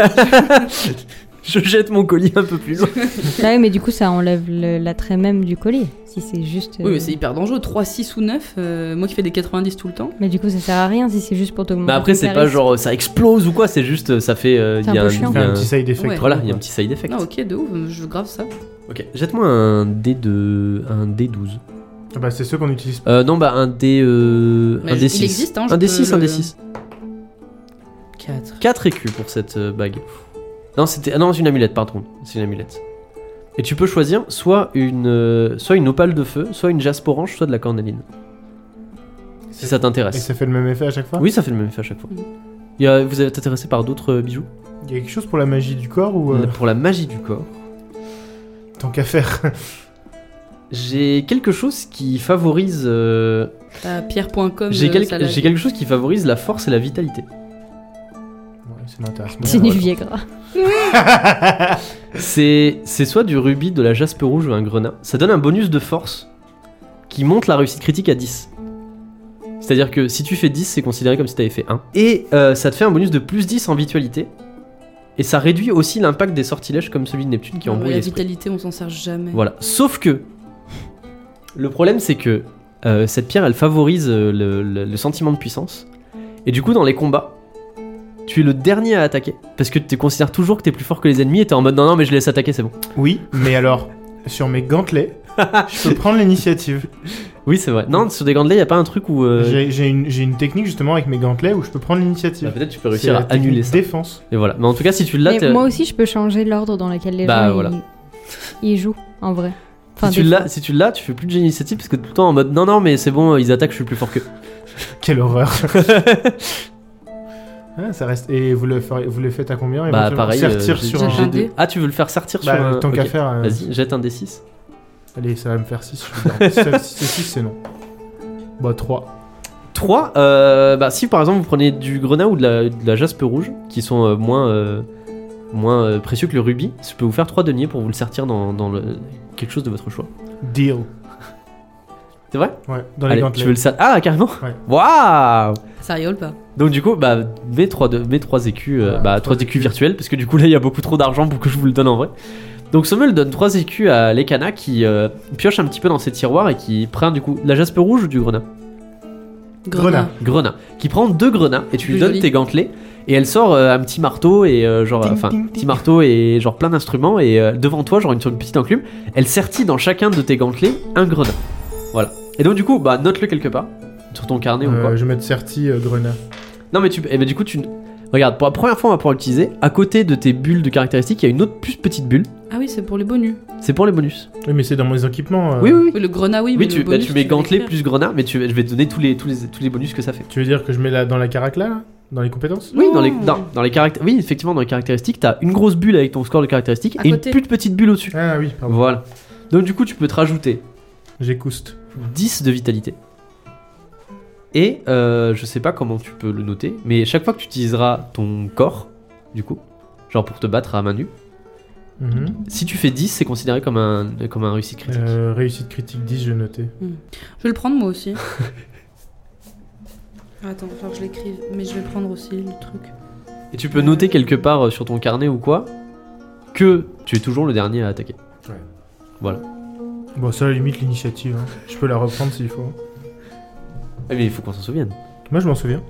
S1: Je jette mon colis un peu plus loin.
S2: Bah oui, mais du coup, ça enlève le- l'attrait même du collier. Si c'est juste. euh,
S4: Oui, mais c'est hyper dangereux. trois, six ou neuf. euh, moi qui fais des quatre-vingt-dix tout le temps.
S2: Mais du coup, ça sert à rien si c'est juste pour t'augmenter.
S1: Mais après,
S2: ton
S1: c'est pas
S2: charisme.
S1: genre ça explose ou quoi, c'est juste ça fait. euh,
S2: C'est
S1: il y a
S2: un peu
S1: un,
S2: chiant.
S1: il y a
S3: un
S1: un-
S3: petit side effect.
S4: Ouais.
S1: Voilà, il y a un petit side effect.
S4: Non, ok, de ouf, je grave ça.
S1: Ok, jette-moi un dé de. un dé douze.
S3: Ah bah, c'est ceux qu'on utilise.
S1: Euh, non, bah un dé. Euh,
S4: Mais
S1: un
S4: je-
S1: dé
S4: il
S1: six.
S4: existe, hein, je
S1: un dé
S4: peux
S1: six, un
S4: le-
S1: dé six.
S4: quatre.
S1: quatre écus pour cette euh, bague. Non, c'était. ah non, c'est une amulette, pardon. C'est une amulette. Et tu peux choisir soit une, euh, soit une opale de feu, soit une jaspe orange, soit de la cornaline. Si ça
S3: Et
S1: t'intéresse.
S3: ça fait le même effet à chaque fois?
S1: Oui, ça fait le même effet à chaque fois.
S4: Mhm.
S1: Il y a, vous êtes intéressé par d'autres euh, bijoux
S3: Il y a quelque chose pour la magie du corps ou euh,
S1: Pour la magie du corps,
S3: tant qu'à faire?
S1: j'ai quelque chose qui favorise. euh,
S4: T'as pierre point com.
S1: j'ai,
S4: euh,
S1: quel-
S4: salade.
S1: j'ai quelque chose qui favorise la force et la vitalité.
S3: Ouais, ça m'intéresse.
S2: C'est
S3: moins.
S2: du Viagra.
S1: C'est, c'est soit du rubis, de la jaspe rouge ou un grenat. Ça donne un bonus de force qui monte la réussite critique à dix. C'est-à-dire que si tu fais dix, c'est considéré comme si tu avais fait un. Et euh, ça te fait un bonus de plus dix en vitualité. Et ça réduit aussi l'impact des sortilèges comme celui de Neptune qui
S4: Non, mais
S1: embrouille
S4: la
S1: l'esprit.
S4: vitalité, on s'en sert jamais.
S1: Voilà. Sauf que le problème, c'est que euh, cette pierre, elle favorise euh, le, le- le sentiment de puissance. Et du coup, dans les combats, tu es le dernier à attaquer. Parce que tu considères toujours que tu es plus fort que les ennemis et tu es en mode non, non, mais je laisse attaquer, c'est bon.
S3: Oui, mais alors, sur mes gantelets, je peux prendre l'initiative.
S1: Oui, c'est vrai. Non, sur des gantelets, il n'y a pas un truc où. euh,
S3: J'ai j'ai une, j'ai une technique justement avec mes gantelets où je peux prendre
S1: bah,
S3: l'initiative.
S1: peut-être tu peux
S3: C'est
S1: réussir
S3: la
S1: à annuler
S3: technique
S1: ça.
S3: défense.
S1: Et voilà. Mais en tout cas, si tu l'as,
S2: Mais
S1: t'es-
S2: moi aussi, je peux changer l'ordre dans lequel les
S1: Bah,
S2: gens
S1: voilà.
S2: ils, ils jouent, en vrai. Enfin,
S1: si, tu
S2: des
S1: l'as,
S2: fois.
S1: si tu l'as, tu fais plus de jet d'initiative parce que tout le temps en mode non, non, mais c'est bon, ils attaquent, je suis plus fort qu'eux.
S3: Quelle horreur. Ah, ça reste. Et vous le, ferez- vous le faites à combien
S1: Bah,
S3: éventuellement?
S1: pareil.
S3: Sortir
S1: euh, j'ai-
S3: sur
S4: Jette
S3: un.
S4: un dé.
S1: Ah, tu veux le faire sortir sur
S3: Bah,
S1: un.
S3: tant qu'à
S1: Ok.
S3: faire. euh,
S1: Vas-y, jette un D six.
S3: Allez, ça va me faire six. Je suis dedans. Si c'est six, c'est non. Bah, trois.
S1: trois, euh, bah, si par exemple vous prenez du grenat ou de la, de la jaspe rouge, qui sont euh, moins, euh, moins euh, précieux que le rubis, je peux vous faire trois deniers pour vous le sortir dans, dans le- quelque chose de votre choix.
S3: Deal.
S1: C'est vrai?
S3: Ouais, dans les
S1: Allez,
S3: gantelets.
S1: tu veux le sortir? Ah, carrément?
S3: Ouais.
S1: Waouh!
S4: Ça rigole pas.
S1: Donc du coup, bah, mets trois, de, mets trois écus, euh,
S3: Voilà,
S1: bah,
S3: trois
S1: trois écus
S3: écus.
S1: virtuels, parce que du coup là il y a beaucoup trop d'argent pour que je vous le donne en vrai. Donc Sommel donne trois écus à Lekana qui euh, pioche un petit peu dans ses tiroirs et qui prend du coup la jaspe rouge ou du grenat?
S3: Grenat.
S1: Grenat. Qui prend deux grenats et tu lui
S4: Plus
S1: donnes
S4: joli.
S1: tes gantelets et elle sort euh, un petit marteau et euh, genre
S3: Ting,
S1: enfin
S3: ting, ting.
S1: petit marteau et genre plein d'instruments et euh, devant toi genre une, sur une petite enclume, elle sertit dans chacun de tes gantelets un grenat. Voilà. Et donc du coup bah note-le quelque part sur ton carnet ou quoi.
S3: Euh, je vais mettre Certi euh, grenat.
S1: Non mais tu et ben du coup tu regarde pour la première fois on va pouvoir l'utiliser. À côté de tes bulles de caractéristiques, il y a une autre plus petite bulle.
S4: Ah oui, c'est pour les bonus.
S1: C'est pour les bonus.
S3: Oui, mais c'est dans mes équipements. euh,
S1: Oui oui oui.
S4: Oui, le grenat, oui,
S1: Oui,
S4: mais
S1: tu,
S4: le
S1: bah,
S4: bonus,
S1: tu mets
S4: peux
S1: gantelet
S4: l'écrire.
S1: plus grenat, mais tu, je vais te donner tous les, tous, les, tous les bonus que ça fait.
S3: Tu veux dire que je mets la, dans la carac là, là Dans les compétences?
S1: Oui, dans les,
S4: Non.
S1: dans, dans les caractéristiques. Oui, effectivement, dans les caractéristiques, t'as une grosse bulle avec ton score de caractéristiques
S4: À
S1: et
S4: côté.
S1: une plus petite bulle au-dessus.
S3: Ah oui, pardon.
S1: Voilà. Donc du coup, tu peux te rajouter
S3: J'écouste.
S1: dix de vitalité. Et euh, je sais pas comment tu peux le noter, mais chaque fois que tu utiliseras ton corps, du coup, genre pour te battre à main nue,
S3: Mhm.
S1: si tu fais dix, c'est considéré comme un, comme un réussite critique.
S3: Euh, réussite critique dix, je vais noter.
S4: Je vais le prendre moi aussi. Attends, faut que je l'écrive, mais je vais prendre aussi le truc.
S1: Et tu peux noter quelque part euh, sur ton carnet ou quoi que tu es toujours le dernier à attaquer.
S3: Ouais.
S1: Voilà.
S3: Bon, ça, à la limite, l'initiative. hein. Je peux la reprendre s'il faut.
S1: Ah, mais il faut qu'on s'en souvienne.
S3: Moi, je m'en souviens.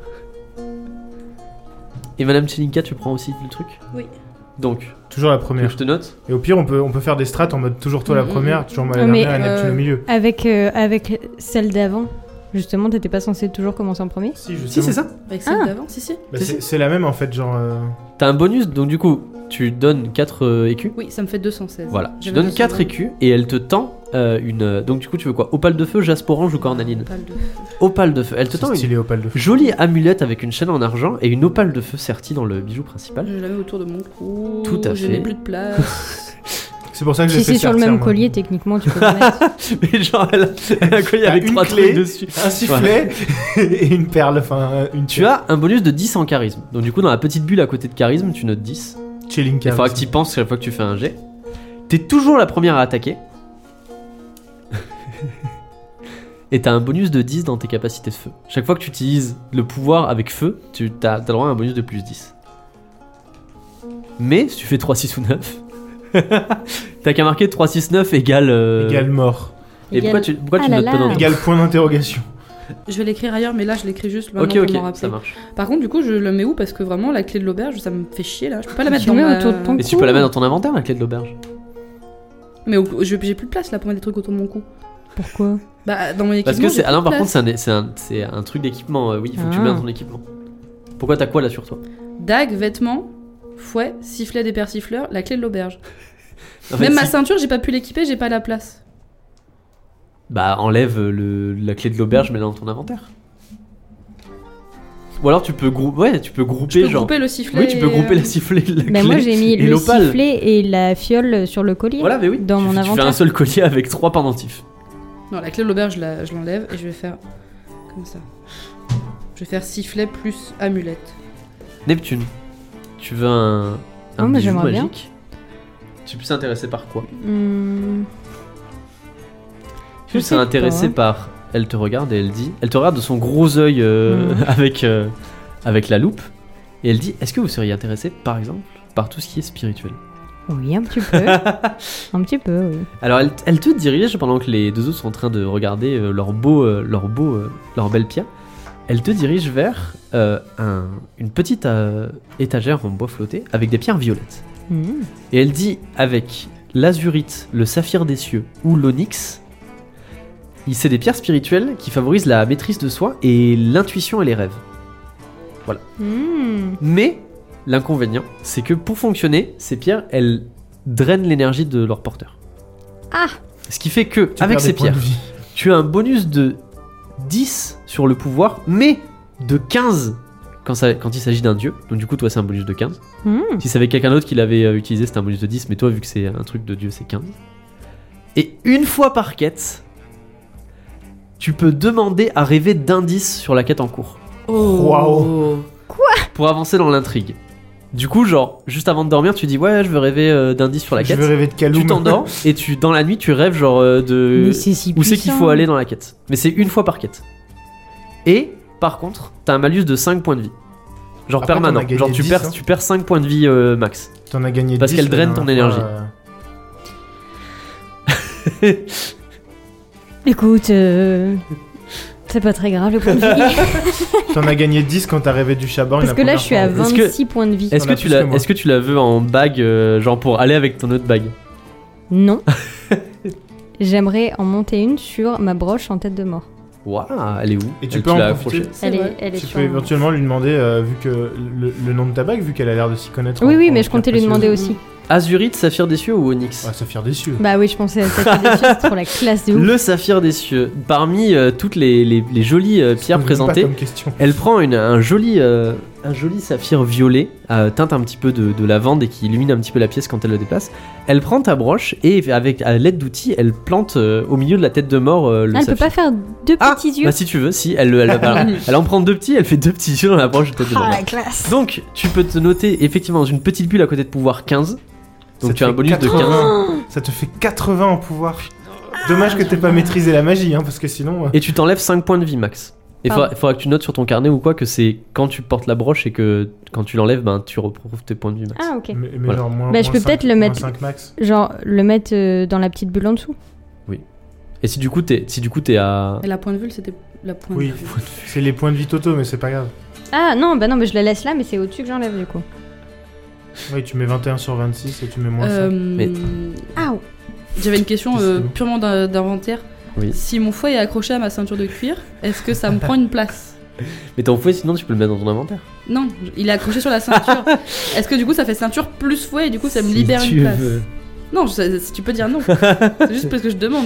S1: Et Madame Chelinka, tu prends aussi le truc?
S4: Oui.
S1: Donc,
S3: Toujours la
S1: tu veux que
S3: première.
S1: je te note?
S3: Et au pire, on peut, on peut faire des strats en mode toujours toi la
S4: Mhm.
S3: première, toujours moi la
S2: Mais,
S3: dernière et Neptune
S4: euh,
S3: au milieu.
S2: Avec, euh, avec celle d'avant, justement, t'étais pas censé toujours commencer en premier?
S3: Si,
S1: Si, c'est ça.
S4: Avec celle
S2: Ah.
S4: d'avant, si, si.
S3: Bah,
S1: Si,
S3: c'est c'est la même en fait, genre. euh,
S1: T'as un bonus, donc du coup, tu donnes quatre écus.
S4: Oui, ça me fait deux cent seize.
S1: Voilà, tu
S4: J'avais
S1: donnes
S4: deux cent
S1: quatre
S4: vingt.
S1: écus et elle te tend euh, une. euh, Donc, du coup, tu veux quoi? Opale de feu, jaspe orange ou cornaline?
S4: Pas de-
S1: Opale de feu. Elle te
S3: C'est
S1: tend une
S3: stylé opale de feu.
S1: jolie amulette avec une chaîne en argent et une opale de feu sertie dans le bijou principal.
S4: Je la mets autour de mon cou.
S1: Tout à
S4: Je
S1: fait.
S4: n'ai plus de place.
S3: C'est pour ça que j'ai
S2: Si
S3: fait
S2: c'est sur le
S3: sortir,
S2: même
S3: moi.
S2: collier, techniquement, tu peux le mettre.
S1: Mais genre, elle a, elle a un collier
S3: T'as
S1: avec
S3: une
S1: trois
S3: clé.
S1: trucs dessus.
S3: Un sifflet et une perle, enfin euh, une.
S1: Tu as un bonus de dix en charisme. Donc, du coup, dans la petite bulle à côté de charisme, tu notes dix.
S3: Chilling
S1: Il faudra que tu y penses chaque fois que tu fais un jet. T'es toujours la première à attaquer. Et t'as un bonus de dix dans tes capacités de feu. Chaque fois que tu utilises le pouvoir avec feu, tu t'as, t'as le droit à un bonus de plus dix. Mais si tu fais trois, six ou neuf, t'as qu'à marquer trois, six, neuf égale. euh,
S3: Égale mort.
S1: Et pourquoi
S2: Égale-
S1: tu, pourquoi
S2: Ah
S1: tu
S2: là
S1: notes pas
S2: là.
S1: dans ton.
S3: Égale point d'interrogation.
S4: Je vais l'écrire ailleurs, mais là, je l'écris juste maintenant
S1: Ok,
S4: pour
S1: ok,
S4: m'en rappeler.
S1: ça marche.
S4: Par contre, du coup, je le mets où? Parce que vraiment, la clé de l'auberge, ça me fait chier là. Je peux pas la mettre
S2: Tu
S4: dans
S2: mets
S4: ma...
S2: autour de ton
S1: Et tu peux la mettre dans ton inventaire, la clé de l'auberge.
S4: Mais au- je- j'ai plus de place là pour mettre des trucs autour de mon cou.
S2: Pourquoi?
S4: Bah, dans mon équipement.
S1: Parce que
S4: j'ai
S1: c'est.
S4: plus
S1: Ah non,
S4: de
S1: par
S4: place.
S1: contre, c'est un, c'est un, c'est un truc d'équipement. euh, oui, il faut que tu le
S2: Ah.
S1: mettes dans ton équipement. Pourquoi t'as quoi là sur toi?
S4: Dague, vêtements, fouet, sifflet des persifleurs, la clé de l'auberge.
S1: En fait,
S4: Même ma
S1: si-
S4: ceinture, j'ai pas pu l'équiper, j'ai pas la place.
S1: Bah, enlève le, la clé de l'auberge, mets-la dans ton inventaire. Ou alors tu peux, grou- ouais, tu peux grouper
S4: Je peux
S1: genre.
S4: grouper le sifflet.
S1: Oui, tu peux
S4: et,
S1: grouper
S4: euh,
S1: la sifflet, la
S2: Bah
S1: clé
S2: moi j'ai mis
S1: et
S2: le
S1: l'opale.
S2: sifflet et la fiole sur le collier.
S1: Voilà, mais oui.
S2: Dans
S1: tu,
S2: mon
S1: tu fais
S2: inventaire.
S1: un seul collier avec trois pendentifs.
S4: Non, la clé de l'auberge, je la- je l'enlève et je vais faire comme ça. Je vais faire sifflet plus amulette.
S1: Neptune, tu veux un, un
S2: Oh, mais
S1: bijou
S2: j'aimerais bien.
S1: magique? Tu es plus intéressé par quoi?
S2: Hmm,
S1: Tu
S2: Je
S1: serais
S2: sais
S1: intéressé
S2: pas.
S1: par. Elle te regarde et elle dit. Elle te regarde de son gros œil euh,
S2: Mhm.
S1: avec, euh, avec la loupe. Et elle dit, est-ce que vous seriez intéressé, par exemple, par tout ce qui est spirituel?
S2: Oui, un petit peu. un petit peu, oui.
S1: Alors elle, elle te dirige pendant que les deux autres sont en train de regarder euh, leur beau, euh, leur beau, euh, leur belle pierre. Elle te dirige vers euh, un- une petite euh, étagère en bois flotté avec des pierres violettes.
S2: Hmm.
S1: Et elle dit avec l'azurite, le saphir des cieux ou l'onyx, il- c'est des pierres spirituelles qui favorisent la maîtrise de soi et l'intuition et les rêves.
S2: Hmm.
S1: Mais l'inconvénient, c'est que pour fonctionner, ces pierres, elles drainent l'énergie de leur porteur.
S2: Ah.
S1: Ce qui fait que,
S3: Tu
S1: avec
S3: perds
S1: ces
S3: des points de
S1: pierres,
S3: vie.
S1: tu as un bonus de dix sur le pouvoir, mais de quinze quand, ça, quand il s'agit d'un dieu. Donc du coup, toi, c'est un bonus de quinze.
S2: Hmm.
S1: Si ça avait quelqu'un d'autre qui l'avait euh, utilisé, c'était un bonus de dix, mais toi, vu que c'est un truc de dieu, c'est quinze. Et une fois par quête, tu peux demander à rêver d'indices sur la quête en cours,
S4: Oh.
S3: Waouh.
S1: pour avancer dans l'intrigue. Du coup, genre, juste avant de dormir, tu dis ouais, je veux rêver euh, d'indices sur la
S3: Je
S1: quête.
S3: veux rêver de Kaloum.
S1: Tu t'endors et tu, dans la nuit, tu rêves genre euh, de
S2: Mais c'est si
S1: où c'est qu'il
S2: puissant.
S1: faut aller dans la quête. Mais c'est une fois par quête. Et par contre, t'as un malus de cinq points de vie. Genre
S3: Après, t'en
S1: permanent.
S3: as gagné
S1: Genre tu
S3: dix,
S1: perds,
S3: hein.
S1: tu perds cinq points de vie euh, max.
S3: T'en as gagné
S1: Parce
S3: dix,
S1: qu'elle
S3: la
S1: draine ton
S3: dernière fois,
S1: énergie.
S3: euh,
S2: Écoute, euh, c'est pas très grave le point de vie.
S3: T'en as gagné dix quand t'as rêvé du chaban.
S2: Parce que là je suis à
S1: Est-ce que-
S2: vingt-six points de vie.
S1: Est-ce
S3: T'en
S1: que,
S3: as
S1: tu
S3: plus
S1: la,
S3: que moi.
S1: est-ce que tu la veux en bague, euh, genre pour aller avec ton autre bague?
S2: Non. J'aimerais en monter une sur ma broche en tête de mort.
S1: Waouh, elle est où?
S3: Et tu
S1: Elle-
S3: peux en
S1: l'as
S3: profiter.
S1: accrochée.
S2: Elle est,
S4: vrai.
S2: elle est
S3: Tu
S2: sur
S3: peux
S2: un-
S3: éventuellement lui demander, euh, vu que le, le nom de ta bague, vu qu'elle a l'air de s'y connaître.
S2: Oui,
S3: en-
S2: oui,
S3: en
S2: mais je
S3: pierres
S2: comptais lui
S3: précieuses.
S2: demander aussi.
S1: Azurite, saphir des cieux ou onyx?
S3: Ah, Saphir des cieux.
S2: Bah oui, je pensais à cette idée, c'est trop la classe de ouf.
S1: Le saphir des cieux. Parmi euh, toutes les, les- les jolies euh, pierres
S3: Je pose même pas
S1: présentées,
S3: comme question.
S1: elle prend une- un, joli, euh, un joli saphir violet, euh, teinte un petit peu de, de lavande et qui illumine un petit peu la pièce quand elle le déplace. Elle prend ta broche et avec à l'aide d'outils, elle plante euh, au milieu de la tête de mort euh, le
S2: Ah, elle peut
S1: saphir.
S2: pas faire deux
S1: Ah,
S2: petits yeux.
S1: bah si tu veux, si, elle, elle, elle, elle en prend deux petits, elle fait deux petits yeux dans la broche de tête de mort.
S2: Ah, la classe.
S1: Donc, tu peux te noter effectivement dans une petite bulle à côté de pouvoir quinze. Donc
S3: Ça
S1: tu as
S3: te
S1: un bonus
S3: fait
S1: de quinze.
S3: quatre-vingts. Ça te fait quatre-vingts en pouvoir. Dommage que t'aies pas maîtrisé la magie, hein, parce que sinon. euh,
S1: Et tu t'enlèves cinq points de vie max. Et il
S2: Pardon.
S1: faudra, faudra que tu notes sur ton carnet ou quoi que c'est quand tu portes la broche et que quand tu l'enlèves, ben, tu retrouves tes points de vie max.
S2: Ah, ok.
S3: Mais, mais
S1: Voilà.
S3: genre moins.
S2: Bah, je
S3: moins
S2: peux
S3: cinq-
S2: peut-être le
S3: moins
S2: mettre-
S3: cinq max.
S2: Genre, le mettre euh, dans la petite bulle en dessous.
S1: Et si du coup t'es, si du coup t'es à...
S4: Et la pointe de vue, c'était la pointe
S3: Oui,
S4: de vue.
S3: c'est les points de vie totaux, mais c'est pas grave.
S2: Ah, non, bah non, mais je la laisse là, mais c'est au-dessus que j'enlève du coup.
S3: Oui, tu mets vingt et un sur vingt-six et tu mets moins
S4: Euh,
S3: cinq.
S1: Mais-
S2: Ah,
S4: J'avais une question euh,
S3: Décidément.
S4: purement d'in- d'inventaire.
S1: Oui.
S4: Si mon fouet est accroché à ma ceinture de cuir, est-ce que ça me prend une place?
S1: Mais ton fouet sinon tu peux le mettre dans ton inventaire.
S4: Non, il est accroché sur la ceinture. Est-ce que du coup ça fait ceinture plus fouet et du coup ça me
S1: Si
S4: libère
S1: tu
S4: une place?
S1: veux.
S4: Non, je- si tu peux dire non. C'est juste parce que je demande.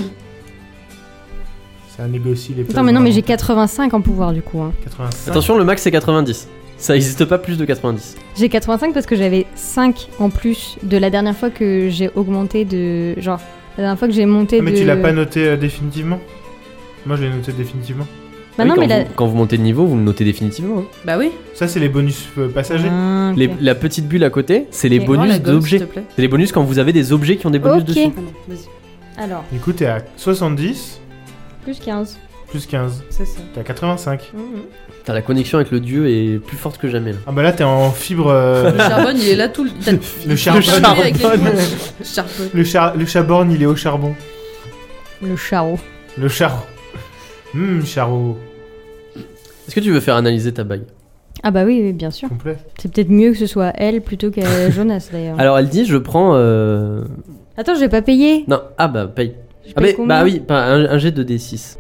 S3: Ça négocie les places.
S2: attends, mais non,
S3: dans
S2: mais j'ai
S3: l'inventaire.
S2: quatre-vingt-cinq en pouvoir du coup. Hein.
S3: quatre-vingt-cinq.
S1: Attention, le max c'est quatre-vingt-dix. Ça existe pas plus de quatre-vingt-dix.
S2: J'ai quatre-vingt-cinq parce que j'avais cinq en plus de la dernière fois que j'ai augmenté de. Genre, la dernière fois que j'ai monté
S3: Ah, mais
S2: de.
S3: tu l'as pas noté euh, définitivement? Moi, je l'ai noté définitivement.
S2: Bah
S1: Oui,
S2: non,
S1: quand,
S2: mais la.
S1: vous, quand vous montez de niveau, vous le notez définitivement. hein.
S4: Bah oui.
S3: Ça, c'est les bonus euh, passagers.
S2: Ah, ok.
S1: Les- la petite bulle à côté, c'est les
S2: Ok.
S4: Prends la
S1: bonus
S4: gomme,
S1: d'objets.
S4: s'il te plaît.
S1: C'est les bonus quand vous avez des objets qui ont des bonus
S2: Ok.
S1: dessus.
S4: Ah non, vas-y.
S2: Alors,
S3: Du coup, t'es à soixante-dix
S2: plus quinze.
S3: plus quinze.
S4: C'est ça.
S3: T'es à quatre-vingt-cinq.
S2: Mhm.
S1: T'as la connexion avec le dieu est plus forte que jamais là.
S3: Ah bah là, t'es en fibre. euh,
S4: Le charbonne, il est là tout le. t'as-
S3: Le charbon.
S4: charbonne avec les
S1: charbonne.
S4: doigts. Charbonne.
S3: le, char... le chaborne, il est au charbon.
S2: Le charreau.
S3: Le char. Hum, charo.
S1: Est-ce que tu veux faire analyser ta bague?
S2: Ah bah oui, oui, bien sûr.
S3: Complet.
S2: C'est peut-être mieux que ce soit elle plutôt qu'à Jonas d'ailleurs.
S1: Alors elle dit je prends... euh,
S2: Attends, j'ai pas payé.
S1: Non, ah bah paye.
S2: Je
S1: Ah
S2: paye
S1: mais,
S2: combien
S1: bah oui, pas un, un jet de D six.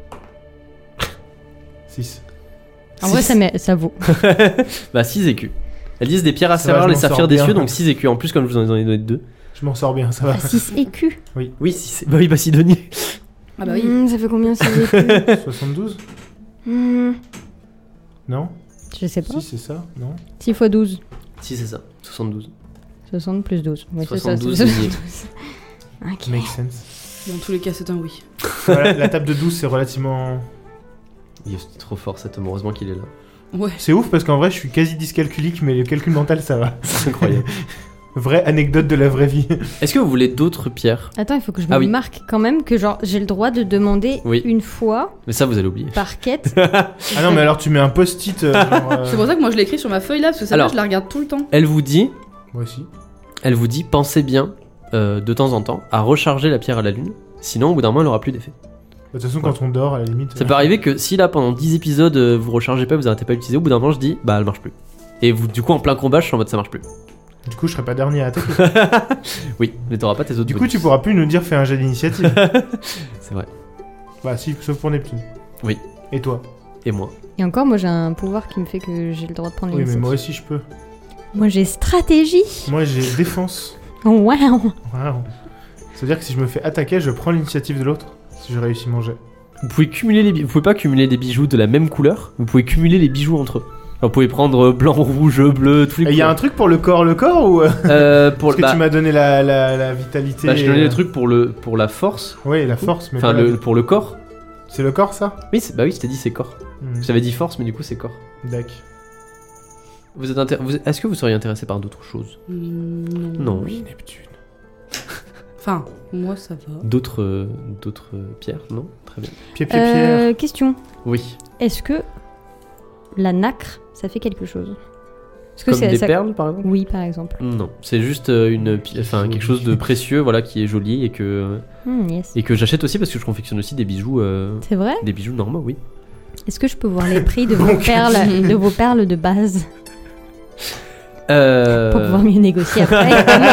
S3: six.
S2: En vrai, ça, met- ça vaut.
S1: Bah six écus. Elles disent des pierres à
S3: Ça va,
S1: savoir,
S3: je
S1: les
S3: m'en
S1: saphirs
S3: sors
S1: des
S3: bien.
S1: cieux, donc six écus. En plus comme je vous en ai donné deux.
S3: Je m'en sors bien, ça va.
S2: À six écus.
S1: Oui, si c'est... Bah oui, bah Sidonie.
S4: Ah bah oui.
S2: Hmm, ça fait combien six écus?
S3: soixante-douze
S2: Hmm,
S3: Non
S2: Je sais pas.
S3: Si, c'est ça, non
S2: six fois douze.
S1: Si, c'est ça. soixante-douze.
S2: soixante plus douze. Oui, c'est ça.
S1: soixante-douze
S2: c'est
S1: deniers.
S2: Ok.
S3: Make sense.
S4: Dans tous les cas, c'est un oui.
S3: Voilà, la table de douze, c'est relativement...
S1: Il est trop fort cet homme, heureusement qu'il est là.
S4: Ouais.
S3: C'est ouf parce qu'en vrai, je suis quasi dyscalculique, mais le calcul mental, ça va.
S1: C'est incroyable.
S3: Vraie anecdote de la vraie vie.
S1: Est-ce que vous voulez d'autres pierres?
S2: Attends, il faut que je me
S1: Ah oui.
S2: marque quand même que genre j'ai le droit de demander
S1: Oui.
S2: une fois
S1: Mais ça, vous allez oublier.
S2: par quête.
S3: Ah non, mais alors tu mets un post-it. euh, genre, euh,
S4: C'est pour ça que moi je l'ai écrit sur ma feuille là, parce que celle-là
S1: Alors.
S4: je la regarde tout le temps.
S1: Elle vous dit,
S3: Moi aussi.
S1: elle vous dit, pensez bien euh, de temps en temps à recharger la pierre à la lune. Sinon, au bout d'un moment, elle aura plus d'effet.
S3: De toute façon, quand on dort, à la limite.
S1: Ça
S3: euh,
S1: peut arriver que si là, pendant dix épisodes, euh, vous rechargez pas, vous arrêtez pas d'utiliser, au bout d'un moment, je dis, bah elle marche plus. Et vous, du coup, en plein combat, je suis en mode ça marche plus.
S3: Du coup, je serai pas dernier à attaquer.
S1: Oui, mais t'auras pas tes autres
S3: Du coup,
S1: bonus.
S3: tu pourras plus nous dire fais un jet d'initiative.
S1: C'est vrai.
S3: Bah, si, sauf pour Neptune.
S1: Oui.
S3: Et toi?
S1: Et moi.
S2: Et encore, moi j'ai un pouvoir qui me fait que j'ai le droit de prendre
S3: Oui, mais
S2: l'initiative.
S3: moi aussi, je peux.
S2: Moi j'ai stratégie.
S3: Moi, j'ai défense.
S2: Waouh.
S3: Waouh. Ça veut dire que si je me fais attaquer, je prends l'initiative de l'autre. Si je réussis mon jet.
S1: Vous pouvez cumuler les bi- vous pouvez pas cumuler des bijoux de la même couleur, vous pouvez cumuler les bijoux entre eux. Alors, vous pouvez prendre euh, blanc, rouge, bleu, tous les
S3: Il y a un truc pour le corps, le corps ou. euh,
S1: Euh, pour
S3: Parce que
S1: bah,
S3: tu m'as donné la, la, la vitalité.
S1: bah, je te donnais
S3: et,
S1: le
S3: euh,
S1: truc pour le pour la force,
S3: Oui, la force, mais.
S1: enfin
S3: pas la-
S1: le pour le corps.
S3: C'est le corps, ça?
S1: Oui, c'est- bah oui, je t'ai dit c'est corps.
S3: Hmm.
S1: J'avais dit force, mais du coup c'est corps.
S3: Dac.
S1: Vous êtes intér- vous êtes- est-ce que vous seriez intéressé par d'autres choses?
S4: Mm,
S1: Non.
S3: Oui, Neptune.
S4: Enfin, moi ça va.
S1: D'autres euh, d'autres euh, pierres? Non, très bien.
S3: Pied, pied, pierre.
S2: Euh, question.
S1: Oui.
S2: Est-ce que la nacre, ça fait quelque chose? Est-ce que
S1: Comme
S2: c'est-
S1: des
S2: ça-
S1: perles par exemple?
S2: Oui, par exemple.
S1: Non, c'est juste euh, une pi- enfin quelque chose de précieux, voilà, qui est joli et que
S2: Hmm, yes.
S1: et que j'achète aussi parce que je confectionne aussi des bijoux euh,
S2: C'est vrai?
S1: des bijoux normaux, oui.
S2: Est-ce que je peux voir les prix de vos
S3: Donc-
S2: perles, de vos perles de base
S1: Euh...
S2: pour pouvoir mieux négocier après?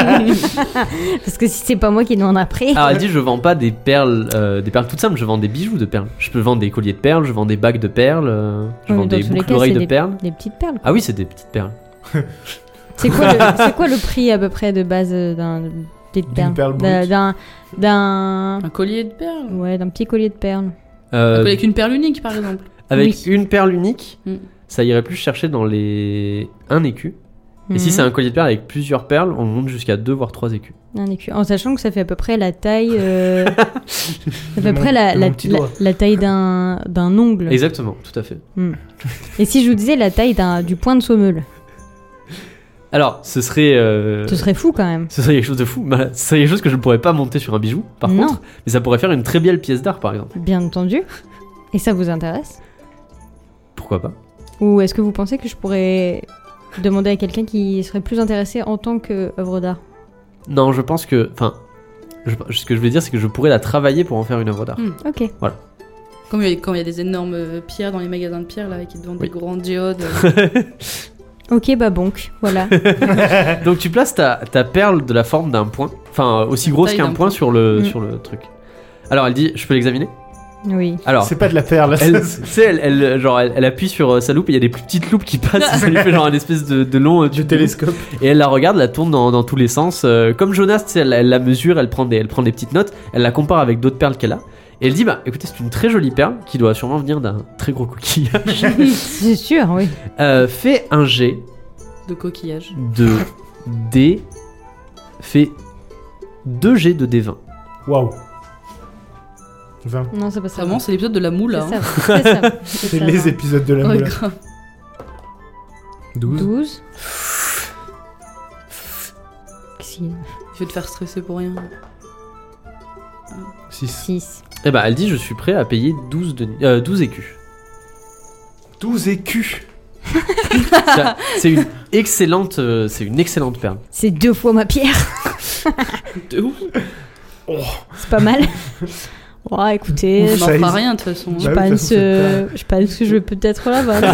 S2: Parce que si c'est pas moi qui demande après.
S1: Alors elle dit je vends pas des perles, euh, des perles toutes simples, je vends des bijoux de perles. Je peux vendre des colliers de perles, je vends des bagues de perles, euh, je
S2: Ouais,
S1: vends
S2: mais dans
S1: des
S2: tous les
S1: boucles
S2: cas,
S1: d'oreilles
S2: c'est
S1: de
S2: des-
S1: perles.
S2: Des petites perles.
S1: Ah oui, c'est des petites perles.
S2: C'est quoi, le, c'est quoi le prix à peu près de base euh, d'un petite
S3: D'une
S2: perle
S3: perle
S2: D'un-
S3: brute.
S2: D'un d'un
S4: Un collier de perles.
S2: ouais, d'un petit collier de perles.
S1: Euh,
S4: Un collier avec une perle unique par exemple.
S1: avec
S2: oui.
S1: une perle unique,
S4: Mm.
S1: ça irait plus chercher dans les un écu. Et si
S2: Mhm.
S1: c'est un collier de perles avec plusieurs perles, on monte jusqu'à deux voire trois écus.
S2: Un écu. En sachant que ça fait à peu près la taille euh, ça fait à peu
S3: Mon-
S2: près la,
S3: mon
S2: la,
S3: petit
S2: la-
S3: doigt.
S2: la taille d'un d'un ongle.
S1: Exactement, tout à fait.
S2: Et si je vous disais la taille d'un du point de Sommeul,
S1: Alors, ce serait euh,
S2: ce serait fou quand même.
S1: ce serait quelque chose de fou. Bah, ce serait quelque chose que je ne pourrais pas monter sur un bijou, par
S2: Non.
S1: contre, mais ça pourrait faire une très belle pièce d'art, par exemple.
S2: Bien entendu. Et ça vous intéresse?
S1: Pourquoi pas?
S2: Ou est-ce que vous pensez que je pourrais demander à quelqu'un qui serait plus intéressé en tant qu'œuvre d'art?
S1: Non, je pense que, enfin, je- ce que je veux dire, c'est que je pourrais la travailler pour en faire une œuvre d'art.
S4: Mm.
S2: Ok.
S4: Comme il y a- quand il y a des énormes euh, pierres dans les magasins de pierres là, qui te vendent
S1: Oui.
S4: des grandes géodes. euh,
S2: Ok, bah bonk, voilà.
S1: Donc tu places ta, ta perle de la forme d'un point, enfin euh, aussi
S4: La
S1: grosse
S4: taille
S1: qu'un
S4: d'un
S1: point
S4: point.
S1: sur le,
S2: Mm.
S1: sur le truc. Alors elle dit, je peux l'examiner?
S2: Oui.
S1: Alors,
S3: C'est pas de la perle.
S1: elle, tu
S3: c'est-
S1: sais, elle, elle, genre, elle, elle appuie sur euh, sa loupe et il y a des plus petites loupes qui passent, et ça lui fait genre un espèce de, de long euh,
S3: Du
S1: tube de loupe.
S3: télescope.
S1: Et elle la regarde, la tourne dans, dans tous les sens. euh, comme Jonas, tu sais, elle, elle la mesure, elle prend, des, elle prend des petites notes, elle la compare avec d'autres perles qu'elle a. Et elle dit, bah écoutez, c'est une très jolie perle qui doit sûrement venir d'un très gros coquillage.
S2: C'est sûr, oui.
S1: Euh, fais un jet
S4: de coquillages.
S1: de D. Fais deux jets de D vingt.
S3: Waouh. vingt.
S2: Non, c'est pas ça.
S4: Vraiment, c'est l'épisode de la moule là.
S2: C'est
S4: hein.
S2: ça. C'est ça.
S3: C'est
S2: ça.
S3: les épisodes de la
S4: Ouais,
S3: moula.
S4: grave.
S3: douze.
S2: douze. Qu'est-ce qu'il y a
S4: Je vais te faire stresser pour rien.
S3: six.
S2: six.
S1: Et bah elle dit, je suis prêt à payer douze, de, euh, douze écus.
S3: douze écus.
S1: Ça, c'est une excellente, euh, c'est une excellente perle.
S2: C'est deux fois ma pierre.
S4: De ouf.
S2: C'est pas mal. Oh, écoutez,
S4: On
S2: je,
S4: n'en
S3: Ça,
S4: fera
S3: ils-
S4: rien de toute façon.
S3: Bah
S2: je
S3: oui, de toute
S2: pense,
S3: façon, c'est
S2: euh, je pense que je vais peut-être la vendre.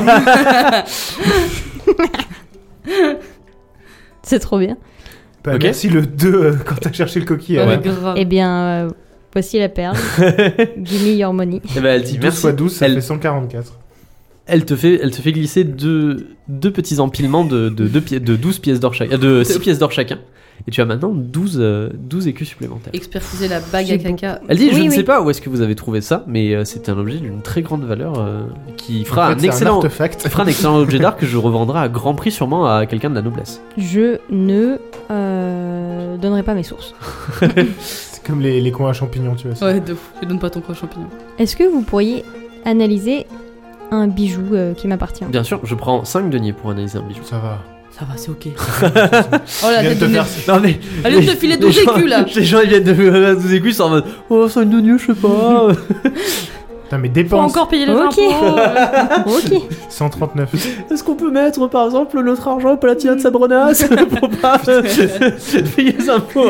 S2: C'est trop bien.
S3: Bah,
S1: Ok.
S3: Merci le deux euh, quand t'as cherché le coquille.
S4: Ouais,
S3: euh,
S1: Ouais.
S4: grave.
S2: Eh bien, euh, voici la perle. Give me your money.
S1: Et bah elle dit
S3: douze
S1: merci.
S3: fois douze, ça
S1: Elle-
S3: fait cent quarante-quatre.
S1: Elle te fait, elle te fait glisser deux, deux petits empilements de, de, deux pi- de douze pièces d'or chacun, de six pièces d'or chacun. et tu as maintenant douze, euh, douze écus supplémentaires.
S4: Expertiser la bague à
S2: C'est
S4: caca.
S1: Elle dit, je
S2: Oui,
S1: ne
S2: oui.
S1: sais pas où est-ce que vous avez trouvé ça, mais euh, c'est un objet d'une très grande valeur euh, qui fera
S3: En fait,
S1: un
S3: c'est
S1: excellent...
S3: artefact.
S1: fera un excellent objet d'art que je revendrai à grand prix sûrement à quelqu'un de la noblesse.
S2: Je ne euh, donnerai pas mes sources.
S3: C'est comme les, les coins à champignons, tu vois.
S4: Ouais, de fou. Je donne pas ton coin champignon.
S2: Est-ce que vous pourriez analyser un bijou euh, qui m'appartient?
S1: Bien sûr, je prends cinq deniers pour analyser un bijou.
S3: Ça va.
S4: Ça va, c'est ok. Oh la
S3: Je viens
S4: tête
S3: de te
S4: de
S3: faire-
S4: nez.
S1: Non mais...
S4: Elle vient de te filer douze
S1: les gens-
S4: écus là.
S1: Les gens ils viennent de me douze écus, ils sont en mode oh cinq deniers, je sais pas.
S3: Putain, mais
S4: Faut
S3: dépense.
S4: encore payer les
S2: Ok.
S4: impôts.
S2: Ok.
S3: cent trente-neuf.
S1: Est-ce qu'on peut mettre par exemple notre argent au Palatinat de Sabronas pour pas euh, payer les impôts?